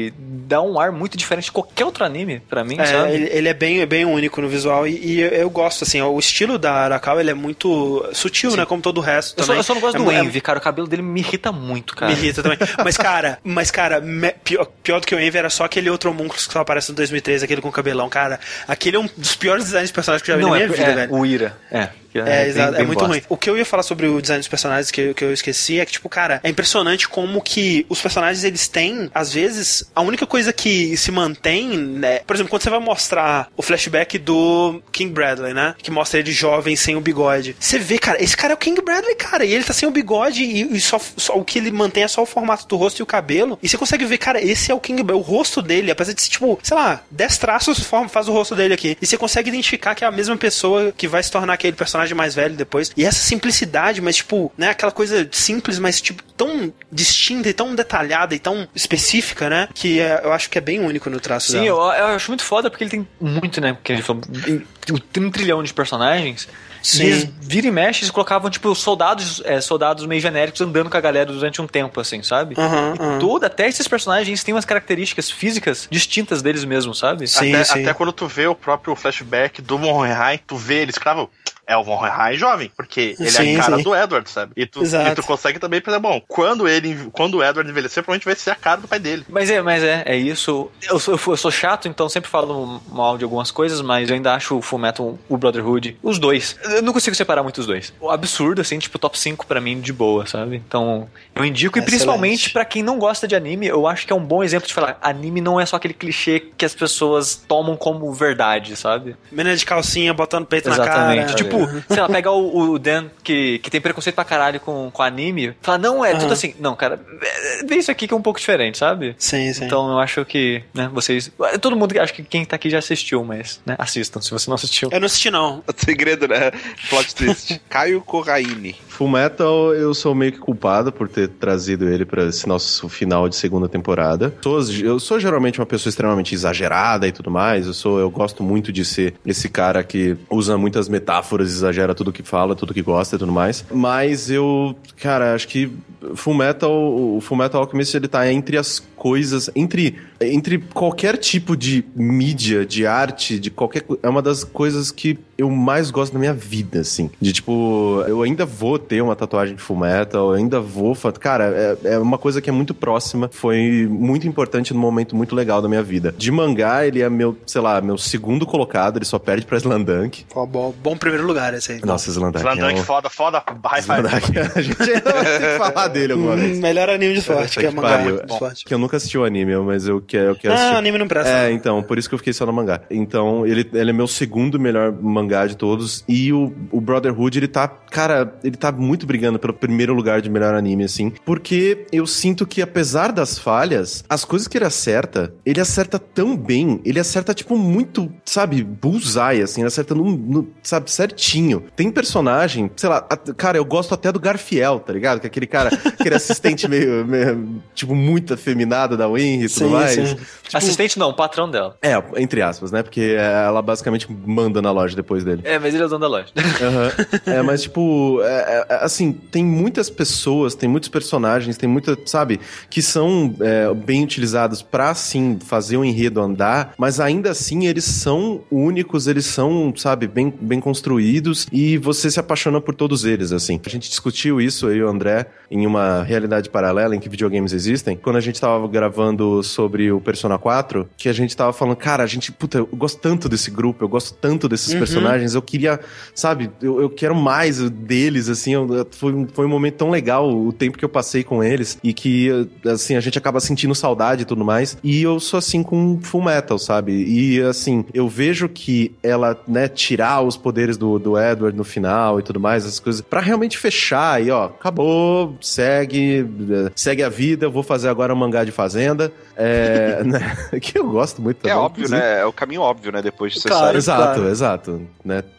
dá um ar muito diferente de qualquer outro anime, pra mim, é, sabe? Ele, ele é bem, bem único no visual e, e eu, eu gosto, assim, o estilo da Arakawa, ele é muito sutil, Sim. né, como todo o resto eu também. Só, eu só não gosto é, do é, Envy, cara, o cabelo dele me irrita muito, cara. Me irrita também. Mas, cara, mas, cara me, pior, pior do que o Envy era só aquele outro homúnculo que só aparece no dois mil e treze, aquele com cabelão, cara. Aquele é um dos piores designs de personagens que eu já vi não, na minha é, vida, é, velho. O Ira, é. É, é, exato, bem, bem é muito bosta. ruim. O que eu ia falar sobre o design dos personagens que eu, que eu esqueci é que, tipo, cara, é impressionante como que os personagens, eles têm, às vezes, a única coisa que se mantém, né? Por exemplo, quando você vai mostrar o flashback do King Bradley, né? Que mostra ele jovem, sem o bigode. Você vê, cara, esse cara é o King Bradley, cara, e ele tá sem o bigode e, e só, só o que ele mantém é só o formato do rosto e o cabelo. E você consegue ver, cara, esse é o King Bradley, o rosto dele, apesar de ser, tipo, sei lá, dez traços forma, faz o rosto dele aqui. E você consegue identificar que é a mesma pessoa que vai se tornar aquele personagem mais velho depois. E essa simplicidade, mas tipo, né, aquela coisa simples, mas tipo, tão distinta e tão detalhada e tão específica, né, que é, eu acho que é bem único no traço Sim, dela. eu, eu acho muito foda porque ele tem muito, né, porque a gente falou, tem um trilhão de personagens. Sim. E eles vira e mexe, eles colocavam, tipo, soldados, é, soldados meio genéricos andando com a galera durante um tempo, assim, sabe? Uhum, e uhum. Todo, até esses personagens têm umas características físicas distintas deles mesmos, sabe? Sim, até, sim. até quando tu vê o próprio flashback do Von Hohenheim, tu vê ele escravo. É o Von Hohenheim jovem, porque ele sim, é a cara sim. do Edward, sabe? E tu, e tu consegue também pensar, bom, quando ele, quando o Edward envelhecer, provavelmente vai ser a cara do pai dele. Mas é, mas é, é isso. Eu sou, eu sou chato, então sempre falo mal de algumas coisas, mas eu ainda acho o Fullmetal, o Brotherhood, os dois. Eu não consigo separar muito os dois. O absurdo, assim, tipo, top cinco pra mim de boa, sabe? Então, eu indico, Excelente. E principalmente pra quem não gosta de anime, eu acho que é um bom exemplo de falar, anime não é só aquele clichê que as pessoas tomam como verdade, sabe? Menina de calcinha, botando peito Exatamente. na cara. Tipo, sei lá, pega o, o Dan que, que tem preconceito pra caralho com, com anime, fala, não, é Uhum. tudo assim. Não, cara, vê isso aqui que é um pouco diferente, sabe? Sim, sim. Então eu acho que, né, vocês... Todo mundo, acho que quem tá aqui já assistiu, mas, né, assistam, se você não assistiu. Eu não assisti, não. O segredo, né? Plot twist. Caio Corraine. Fullmetal, eu sou meio que culpado por ter trazido ele pra esse nosso final de segunda temporada. Sou, eu sou geralmente uma pessoa extremamente exagerada e tudo mais. Eu sou, eu gosto muito de ser esse cara que usa muitas metáforas, exagera tudo que fala, tudo que gosta e tudo mais. Mas eu, cara, acho que Fullmetal, o Fullmetal Alchemist, ele tá entre as coisas, entre, entre qualquer tipo de mídia, de arte, de qualquer... É uma das coisas que eu mais gosto na minha vida, assim. De, tipo, eu ainda vou ter uma tatuagem de Fullmetal, eu ainda vou... Cara, é, é uma coisa que é muito próxima, foi muito importante num momento muito legal da minha vida. De mangá, ele é meu, sei lá, meu segundo colocado, ele só perde pra Slandunk. Pô, bom, bom primeiro lugar esse aí. Nossa, Slandunk. Slandunk, é um... foda, foda, high five. Slandunk, a gente ainda vai ter que falar dele alguma vez. Hum, melhor anime de forte, que é que mangá pariu. muito forte. Que eu nunca assisti o anime, mas eu quero, eu quero Ah, assistir. o anime não presta. É, então, por isso que eu fiquei só no mangá. Então, ele, ele é meu segundo melhor mangá de todos. E o, o Brotherhood, ele tá, cara, ele tá muito brigando pelo primeiro lugar de melhor anime, assim. Porque eu sinto que, apesar das falhas, as coisas que ele acerta, ele acerta tão bem. Ele acerta, tipo, muito, sabe, bullseye, assim. Ele acerta, no, no, sabe, certinho. Tem personagem, sei lá, a, cara, eu gosto até do Garfiel, tá ligado? Que é aquele cara, aquele assistente meio, meio, tipo, muito afeminado da Winry e tudo Sim, mais. sim. Tipo, Assistente não, o patrão dela. é, entre aspas, né? Porque ela basicamente manda na loja depois dele. É, mas ele é o dono da loja. Uhum. É, mas tipo, é, é, assim, tem muitas pessoas, tem muitos personagens, tem muita, sabe, que são é, bem utilizados pra, sim, fazer o enredo andar, mas ainda assim eles são únicos, eles são, sabe, bem, bem construídos e você se apaixona por todos eles, assim. A gente discutiu isso, eu e o André, em uma realidade paralela em que videogames existem, quando a gente tava gravando sobre o Persona quatro, que a gente tava falando, cara, a gente, puta, eu gosto tanto desse grupo, eu gosto tanto desses Uhum. personagens, eu queria, sabe, eu, eu quero mais deles, assim, eu, foi, foi um momento tão legal o tempo que eu passei com eles, e que, assim, a gente acaba sentindo saudade e tudo mais, e eu sou assim com Fullmetal, sabe, e assim, eu vejo que ela, né, tirar os poderes do, do Edward no final e tudo mais, essas coisas, pra realmente fechar, e ó, acabou, segue, segue a vida, eu vou fazer agora um mangá de fazenda, é, né, que eu gosto muito também. É óbvio, inclusive. né? É o caminho óbvio, né? Depois de você Claro. sair. Exato, Claro. exato, né?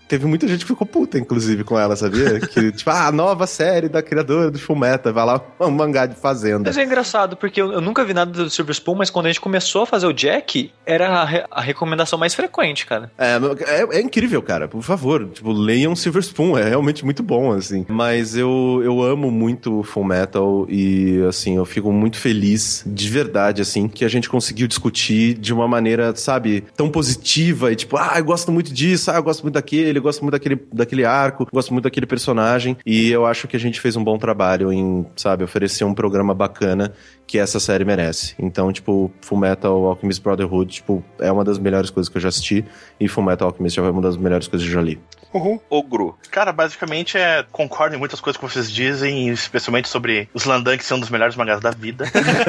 teve muita gente que ficou puta, inclusive, com ela, sabia? Que, tipo, ah, a nova série da criadora do Fullmetal, vai lá, um mangá de fazenda. Mas é engraçado, porque eu, eu nunca vi nada do Silver Spoon, mas quando a gente começou a fazer o Jack, era a, re, a recomendação mais frequente, cara. É, é, é incrível, cara, por favor, tipo, leiam Silver Spoon, é realmente muito bom, assim. Mas eu, eu amo muito Fullmetal e, assim, eu fico muito feliz, de verdade, assim, que a gente conseguiu discutir de uma maneira, sabe, tão positiva e tipo, ah, eu gosto muito disso, ah, eu gosto muito daquele, eu gosto muito daquele, daquele arco, eu gosto muito daquele personagem, e eu acho que a gente fez um bom trabalho em, sabe, oferecer um programa bacana que essa série merece. Então, tipo, Fullmetal Alchemist Brotherhood, tipo, é uma das melhores coisas que eu já assisti, e Fullmetal Alchemist é uma das melhores coisas que eu já li. Uhum. Ogro. Cara, basicamente, é, concordo em muitas coisas que vocês dizem, especialmente sobre os Slam Dunk ser um dos melhores mangás da vida.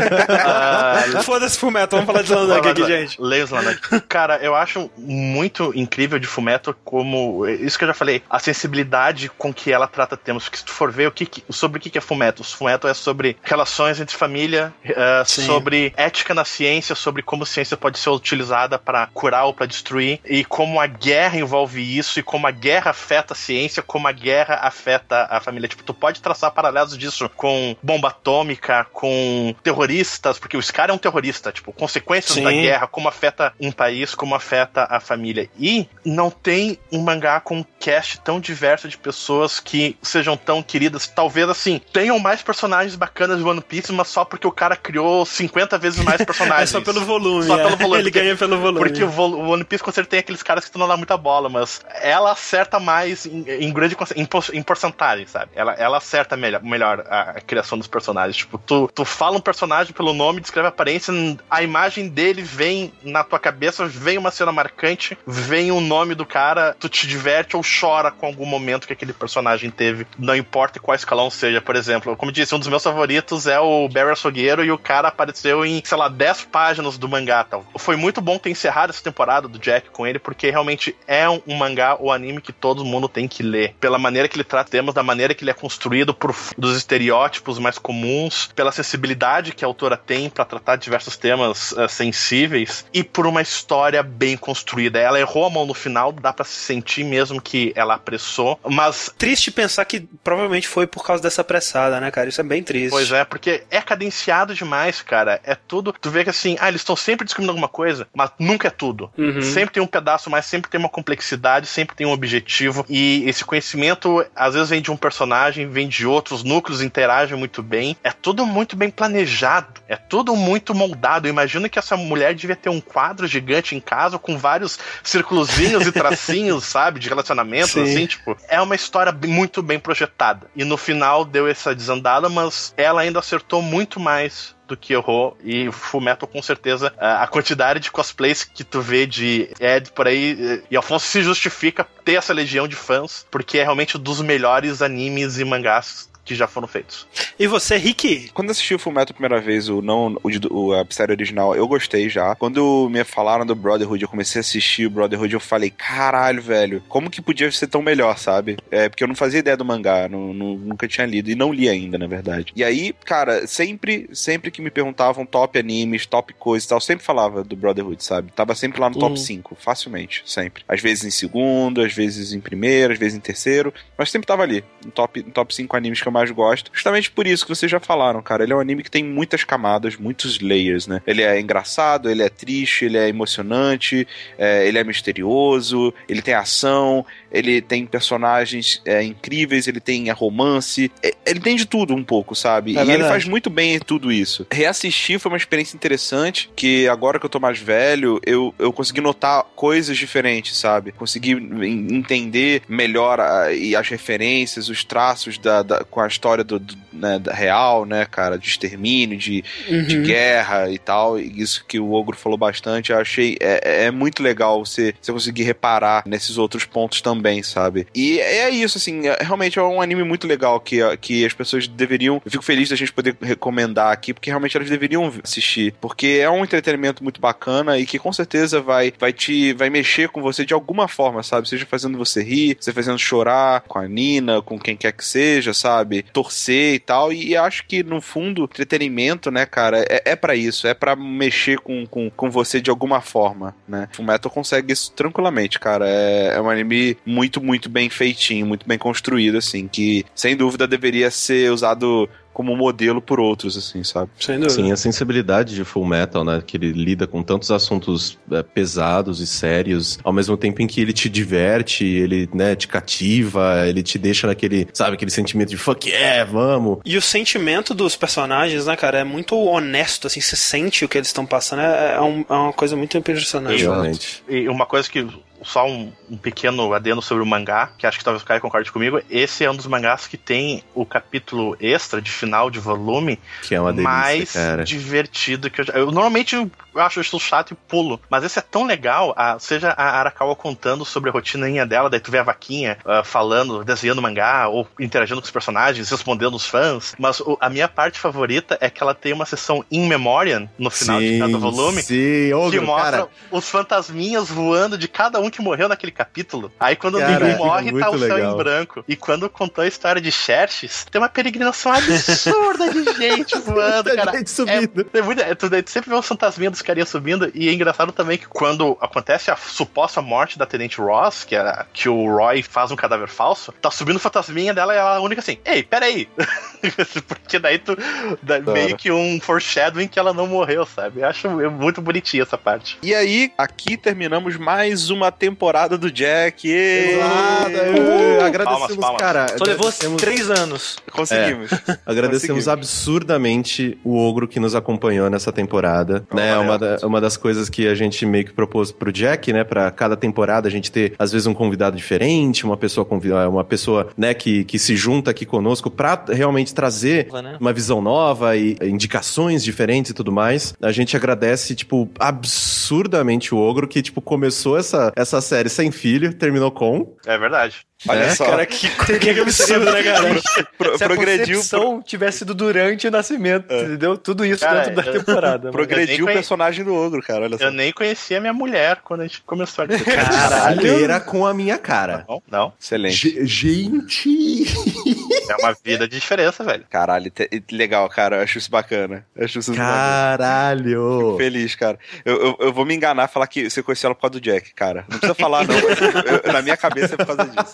uh, Foda-se Fullmetal, vamos falar de Slam Dunk aqui, gente. Leia o Slam Dunk. Cara, eu acho muito incrível de Fullmetal como, isso que eu já falei, a sensibilidade com que ela trata temas, porque se tu for ver o que, sobre o que é Fullmetal, Fullmetal é sobre relações entre família, uh, sobre ética na ciência, sobre como a ciência pode ser utilizada para curar ou para destruir, e como a guerra envolve isso, e como a guerra afeta a ciência, como a guerra afeta a família. Tipo, tu pode traçar paralelos disso com bomba atômica, com terroristas, porque o Scar é um terrorista, tipo, consequências Sim. da guerra, como afeta um país, como afeta a família. E não tem um mangá com um cast tão diverso de pessoas que sejam tão queridas. Talvez, assim, tenham mais personagens bacanas de One Piece, mas só porque o cara criou cinquenta vezes mais personagens. É só pelo volume. Só é. pelo volume. Ele porque, ganha pelo volume. Porque o, vo- o One Piece, com certeza, tem aqueles caras que tu não dá muita bola, mas ela acerta mais em, em grande em, em porcentagem, sabe? Ela, ela acerta melhor, melhor a, a criação dos personagens. Tipo, tu, tu fala um personagem pelo nome, descreve a aparência, a imagem dele vem na tua cabeça, vem uma cena marcante, vem o nome do cara, tu te diverte ou chora com algum momento que aquele personagem teve, não importa qual escalão seja. Por exemplo, como eu disse, um dos meus favoritos é o Barry Açougueiro, e o cara apareceu em, sei lá, dez páginas do mangá, tal. Foi muito bom ter encerrado essa temporada do Jack com ele, porque realmente é um, um mangá ou anime que todo mundo tem que ler. Pela maneira que ele trata temas, da maneira que ele é construído, por, dos estereótipos mais comuns, pela sensibilidade que a autora tem pra tratar diversos temas uh, sensíveis, e por uma história bem construída. Ela errou a mão no final, dá pra se sentir mesmo que ela apressou, mas... Triste pensar que provavelmente foi por causa dessa apressada, né, cara? Isso é bem triste. Pois é, porque é cadenciado demais, cara. É tudo... Tu vê que assim, ah, eles estão sempre descobrindo alguma coisa, mas nunca é tudo. Uhum. Sempre tem um pedaço mais, sempre tem uma complexidade, sempre tem um objetivo, e esse conhecimento às vezes vem de um personagem, vem de outros, núcleos interagem muito bem. É tudo muito bem planejado, é tudo muito moldado. Eu imagino que essa mulher devia ter um quadro gigante em casa com vários círculozinhos e tracinhos, sabe, de relacionamentos, Sim. assim, tipo, é uma história muito bem projetada. E no final deu essa desandada, mas ela ainda acertou muito mais do que errou, e Fullmetal com certeza, a quantidade de cosplays que tu vê de Ed por aí, e Alfonso se justifica ter essa legião de fãs, porque é realmente um dos melhores animes e mangás que já foram feitos. E você, Rick? Quando assisti o Fullmetal a primeira vez, o não o, o, a série original, eu gostei já. Quando me falaram do Brotherhood, eu comecei a assistir o Brotherhood, eu falei, caralho, velho, como que podia ser tão melhor, sabe? É, porque eu não fazia ideia do mangá, não, não, nunca tinha lido, e não li ainda, na verdade. E aí, cara, sempre, sempre que me perguntavam top animes, top coisas e tal, sempre falava do Brotherhood, sabe? Tava sempre lá no top cinco, facilmente, sempre. Às vezes em segundo, às vezes em primeiro, às vezes em terceiro, mas sempre tava ali, no top, no top cinco animes que eu mais gosto, justamente por isso que vocês já falaram, cara. Ele é um anime que tem muitas camadas, muitos layers, né? Ele é engraçado, ele é triste, ele é emocionante, é, ele é misterioso, ele tem ação, ele tem personagens é, incríveis, ele tem romance, é, ele tem de tudo um pouco, sabe? É e verdade. Ele faz muito bem tudo isso. Reassistir foi uma experiência interessante, que agora que eu tô mais velho, eu, eu consegui notar coisas diferentes, sabe? Consegui entender melhor a, e as referências, os traços da, da, com a história do, do, né, da real, né, cara? De extermínio, de, uhum. de guerra e tal. E isso que o Ogro falou bastante, eu achei é, é muito legal você, você conseguir reparar nesses outros pontos também, sabe? E é isso, assim, é, realmente é um anime muito legal que, que as pessoas deveriam... Eu fico feliz da gente poder recomendar aqui, porque realmente elas deveriam assistir, porque é um entretenimento muito bacana e que com certeza vai, vai te... vai mexer com você de alguma forma, sabe? Seja fazendo você rir, seja fazendo chorar com a Nina, com quem quer que seja, sabe? sabe? Torcer e tal. E acho que, no fundo, entretenimento, né, cara, é, é pra isso. É pra mexer com, com, com você de alguma forma, né? Fullmetal consegue isso tranquilamente, cara. É, é um anime muito, muito bem feitinho, muito bem construído, assim, que, sem dúvida, deveria ser usado como modelo por outros, assim, sabe? Sem dúvida. Sim, a sensibilidade de Fullmetal, né, que ele lida com tantos assuntos é, pesados e sérios, ao mesmo tempo em que ele te diverte, ele, né, te cativa, ele te deixa naquele, sabe, aquele sentimento de fuck yeah, vamos. E o sentimento dos personagens, né, cara, é muito honesto, assim, você sente o que eles estão passando, é, é, um, é uma coisa muito impressionante. Realmente. E uma coisa que... Só um, um pequeno adendo sobre o mangá, que acho que talvez o Caio concorde comigo. Esse é um dos mangás que tem o capítulo extra de final de volume que é uma delícia, mais cara. divertido que eu já... Eu normalmente eu acho isso chato e pulo, mas esse é tão legal, a, seja a Arakawa contando sobre a rotininha dela, daí tu vê a vaquinha uh, falando, desenhando mangá, ou interagindo com os personagens, respondendo os fãs, mas o, a minha parte favorita é que ela tem uma sessão in memoriam no final sim, de cada volume, sim, ogro, que mostra cara. os fantasminhas voando de cada um que morreu naquele capítulo. Aí quando Cara, nenhum morre, tá o céu legal. em branco. E quando contou a história de Xerxes, tem uma peregrinação absurda de gente voando, cara. gente subindo. É, é muito, é, tu, tu sempre vê os fantasminhas dos carinhas subindo, e é engraçado também que quando acontece a suposta morte da Tenente Ross, que, era, que o Roy faz um cadáver falso, tá subindo o fantasminha dela e ela é a única assim, ei, peraí. Porque daí tu da, meio que um foreshadowing que ela não morreu, sabe? Eu acho muito bonitinha essa parte. E aí, aqui terminamos mais uma temporada do Jack. Exato. Uh, agradecemos, palmas, palmas. cara. Só levou agradecemos... três anos. Conseguimos. É, agradecemos Conseguimos. absurdamente o ogro que nos acompanhou nessa temporada. Oh, né, valeu. uma, da, uma das coisas que a gente meio que propôs pro Jack, né? Pra cada temporada a gente ter, às vezes, um convidado diferente, uma pessoa, convida, uma pessoa né, que, que se junta aqui conosco pra realmente trazer Nova, né? uma visão nova e indicações diferentes e tudo mais. A gente agradece, tipo, absurdamente o ogro que, tipo, começou essa, essa série sem filho, terminou com... É verdade. Olha É, só. Cara, que, que absurdo, né, cara? Pro- Se a progrediu, concepção tivesse sido durante o nascimento, entendeu? Tudo isso Cara, dentro da eu- temporada. mano. progrediu nem o conhe- personagem do ogro, cara. Olha só. Eu nem conhecia minha mulher quando a gente começou a Caralheira com a minha cara. Não, não. Excelente. Ge- gente... É uma vida de diferença, velho. Caralho, te- legal, cara. Eu acho isso bacana. Eu acho isso muito bacana. Caralho! Fico feliz, cara. Eu, eu, eu vou me enganar e falar que você conheceu ela por causa do Jack, cara. Não precisa falar, não. Mas eu- eu- na minha cabeça é por causa disso.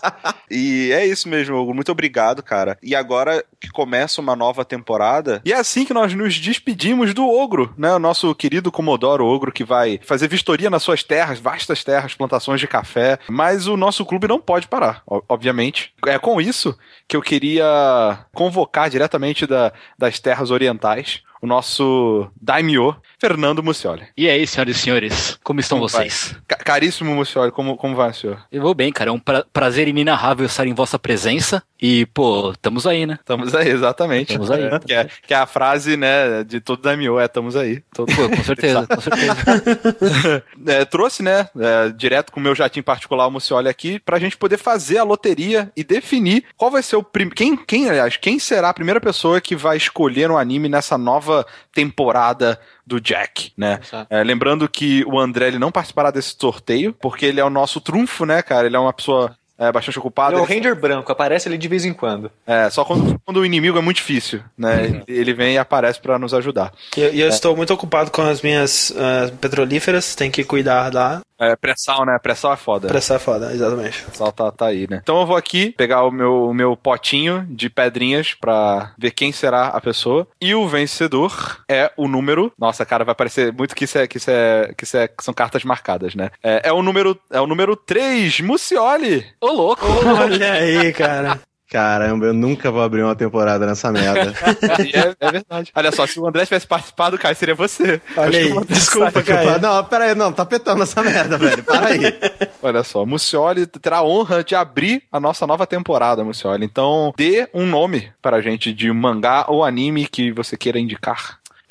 E é isso mesmo, Hugo. Muito obrigado, cara. E agora que começa uma nova temporada, e é assim que nós nos despedimos do Ogro, né? O nosso querido Comodoro Ogro, que vai fazer vistoria nas suas terras, vastas terras, plantações de café. Mas o nosso clube não pode parar, o- obviamente. É com isso que eu queria convocar diretamente da, das terras orientais o nosso daimyo, Fernando Muccioli. E aí, senhoras e senhores, como estão Como vocês? Ca- Caríssimo Muccioli, como, como vai, senhor? Eu vou bem, cara. É um pra- prazer inenarrável estar em vossa presença. E, pô, estamos aí, né? Estamos aí, exatamente. Estamos aí. É, que, é, que é a frase, né, de todo daimyo, é, estamos aí. Todo... Pô, com certeza, com certeza. É, trouxe, né, é, direto com o meu jatinho particular, o Muccioli aqui, pra gente poder fazer a loteria e definir qual vai ser o primeiro... Quem, quem, aliás, quem será a primeira pessoa que vai escolher um anime nessa nova temporada do Jack, né? É, lembrando que o André, ele não participará desse sorteio, porque ele é o nosso trunfo, né, cara? Ele é uma pessoa... É bastante ocupado. Ele é o Ele- Ranger branco, aparece ali de vez em quando. É, só quando, quando o inimigo é muito difícil, né? Uhum. Ele, ele vem e aparece pra nos ajudar. E eu, e eu estou muito ocupado com as minhas ah, petrolíferas, tem que cuidar lá. É, pré-sal, né? Pré-sal é foda. Pressar é foda, exatamente. Pré-sal tá, tá aí, né? Então eu vou aqui pegar o meu, o meu potinho de pedrinhas pra ver quem será a pessoa. E o vencedor é o número... Nossa, cara, vai parecer muito que isso é... Que isso é, que isso é que são cartas marcadas, né? É, é o número é o número três, Muccioli. Ô, louco! Olha aí, cara. Caramba, eu nunca vou abrir uma temporada nessa merda. E é, é verdade. Olha só, se o André tivesse participado, cara, seria você. Olha aí, desculpa, cara. Não, pera aí, não, tá petando essa merda, velho. Para aí. Olha só, Muccioli terá a honra de abrir a nossa nova temporada, Muccioli. Então, dê um nome para a gente de mangá ou anime que você queira indicar.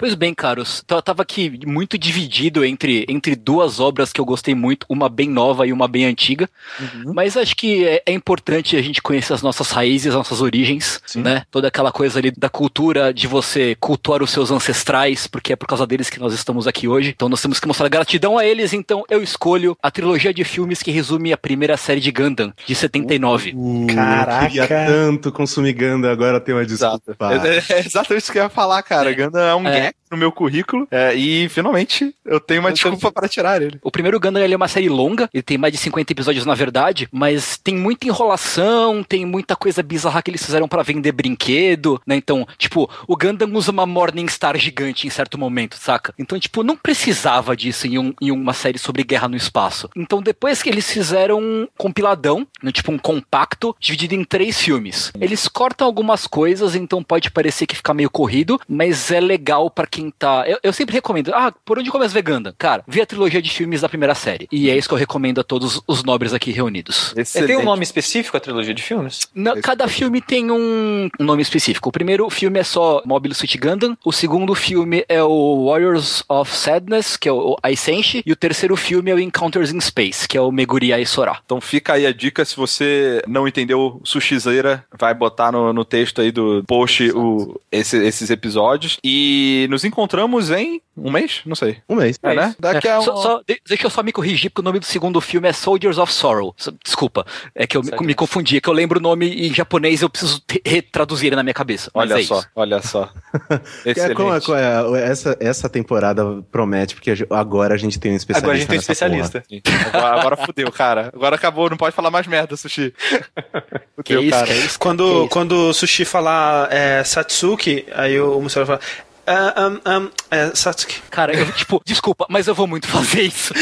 Pois bem, caros, eu tava aqui muito dividido entre, entre duas obras que eu gostei muito, uma bem nova e uma bem antiga, uhum. mas acho que é, é importante a gente conhecer as nossas raízes, as nossas origens, Sim. né? Toda aquela coisa ali da cultura de você cultuar os seus ancestrais, porque é por causa deles que nós estamos aqui hoje, então nós temos que mostrar gratidão a eles, então eu escolho a trilogia de filmes que resume a primeira série de Gundam, de setenta e nove. Uh, Caraca! Eu queria tanto consumir Gundam, agora tem uma desculpa. É, é exatamente isso que eu ia falar, cara. É. Gundam é um é. gap no meu currículo é, e finalmente eu tenho uma eu desculpa tô... para tirar ele. O primeiro Gundam ele é uma série longa, ele tem mais de cinquenta episódios na verdade, mas tem muita enrolação, tem muita coisa bizarra que eles fizeram pra vender brinquedo, né? Então, tipo, o Gundam usa uma Morningstar gigante em certo momento, saca? Então, tipo, não precisava disso em, um, em uma série sobre guerra no espaço. Então, depois que eles fizeram um compiladão, né, tipo um compacto, dividido em três filmes. Eles cortam algumas coisas, então pode parecer que fica meio corrido, mas é legal pra quem tá... Eu, eu sempre recomendo, ah, por onde começa ver Gundam? Cara, vi a trilogia de filmes da primeira série. E é isso que eu recomendo a todos os nobres aqui reunidos. Excelente. Tem um nome específico a trilogia de filmes? Não, cada filme tem um nome específico. O primeiro filme é só Mobile Suit Gundam, o segundo filme é o Warriors of Sadness, que é o Aisenshi, e o terceiro filme é o Encounters in Space, que é o Meguri Aisora. Então fica aí a dica, se você não entendeu Sushizeira, vai botar no, no texto aí do post o, esse, esses episódios. E nos encontramos em um mês? Não sei. Um mês. É, né? Daqui é. a um... só, só, deixa eu só me corrigir, porque o nome do segundo filme é Soldiers of Sorrow. Desculpa, é que eu me, me confundi, é que eu lembro o nome em japonês e eu preciso retraduzir ele na minha cabeça. Olha é só, isso. olha só. Excelente. Qual, qual é, essa, essa temporada promete, porque agora a gente tem um especialista. Agora a gente tem um especialista. Agora, agora fudeu, cara. Agora acabou, não pode falar mais merda, Sushi. Fudeu, que isso, cara. Que isso, quando, que isso? Quando o Sushi falar é, Satsuki, aí o Musou vai falar... Uh, um, um, é, Satsuki. Cara, eu, tipo, desculpa, mas eu vou muito fazer isso.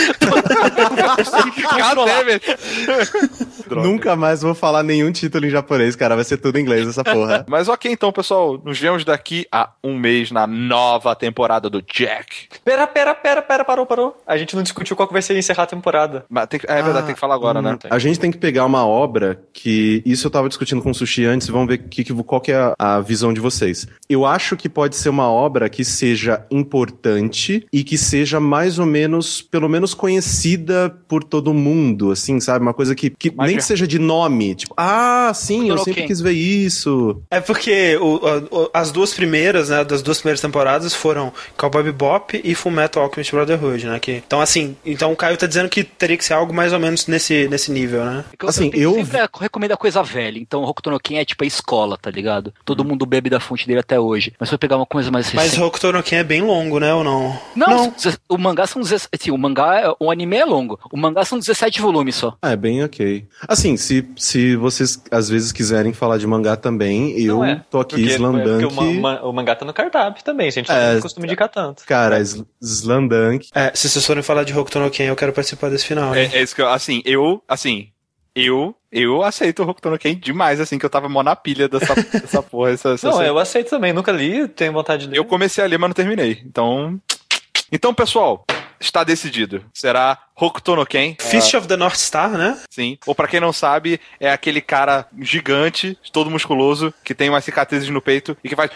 Nunca mais vou falar nenhum título em japonês, cara. Vai ser tudo em inglês essa porra. Mas ok, então, pessoal. Nos vemos daqui a um mês na nova temporada do Jack. Pera, pera, pera, pera, parou, parou. A gente não discutiu qual que vai ser encerrar a temporada. Mas tem, é verdade, ah, tem que falar agora, hum, né? A gente tem que pegar uma obra que... Isso eu tava discutindo com o Sushi antes. Vamos ver que, que, qual que é a, a visão de vocês. Eu acho que pode ser uma obra que seja importante e que seja mais ou menos, pelo menos conhecida por todo mundo, assim, sabe? Uma coisa que, que nem que seja de nome. Tipo, ah, sim, eu sempre quis ver isso. É porque o, o, as duas primeiras, né, das duas primeiras temporadas foram Cowboy Bebop e Fullmetal Alchemist Brotherhood, né? Que, então, assim, então o Caio tá dizendo que teria que ser algo mais ou menos nesse, nesse nível, né? Eu, assim, eu, eu... sempre recomendo a coisa velha, então Hokuto no Ken é tipo a escola, tá ligado? Todo hum. mundo bebe da fonte dele até hoje. Mas se eu pegar uma coisa mais recente... Mas Hokuto no Ken é bem longo, né, ou não? Não, não. O mangá são dezessete, o mangá, o anime é longo. O mangá são dezessete volumes só. Ah, é bem ok. Assim, se, se vocês às vezes quiserem falar de mangá também, eu é, tô aqui Slamdunk. Porque o, ma, o mangá tá no cardápio também, se a gente é, não costuma indicar tanto. Cara, é. Slamdunk. É, se vocês forem falar de Hokuto no Ken, eu quero participar desse final. É, é isso que eu, assim, eu, assim, eu... Eu aceito o Hokuto no Ken demais, assim, que eu tava mó na pilha dessa, dessa porra. Essa, essa, não, essa... eu aceito também, nunca li, tenho vontade de ler. Eu comecei a ler, mas não terminei. Então, então pessoal, está decidido. Será Hokuto no Ken. Fist uh, of the North Star, né? Sim. Ou pra quem não sabe, é aquele cara gigante, todo musculoso, que tem umas cicatrizes no peito e que faz...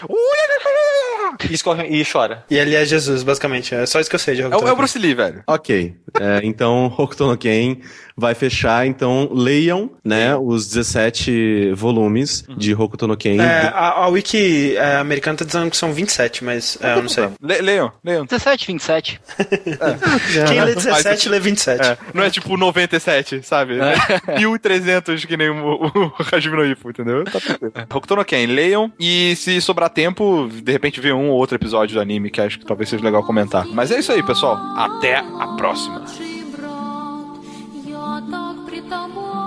E, escorre, e chora. E ele é Jesus, basicamente. É só isso que eu sei de Hokuto no Ken. É o Bruce Lee, velho. Ok. É, então, Hokuto no Ken vai fechar. Então, leiam, né, Sim. os dezessete volumes uhum. de Hokuto no Ken. É, a, a Wiki é, americana tá dizendo que são vinte e sete, mas é, eu não sei. Le, leiam, leiam. dezessete, vinte e sete. É. Quem lê dezessete, lê vinte e sete. É. Não é tipo noventa e sete, sabe? É. mil e trezentos que nem o, o Hajime no Ippo, entendeu? Tá perfeito. Hokuto no Ken, leiam. E se sobrar tempo, de repente vê um ou outro episódio do anime que acho que talvez seja legal comentar. Mas é isso aí, pessoal. Até a próxima.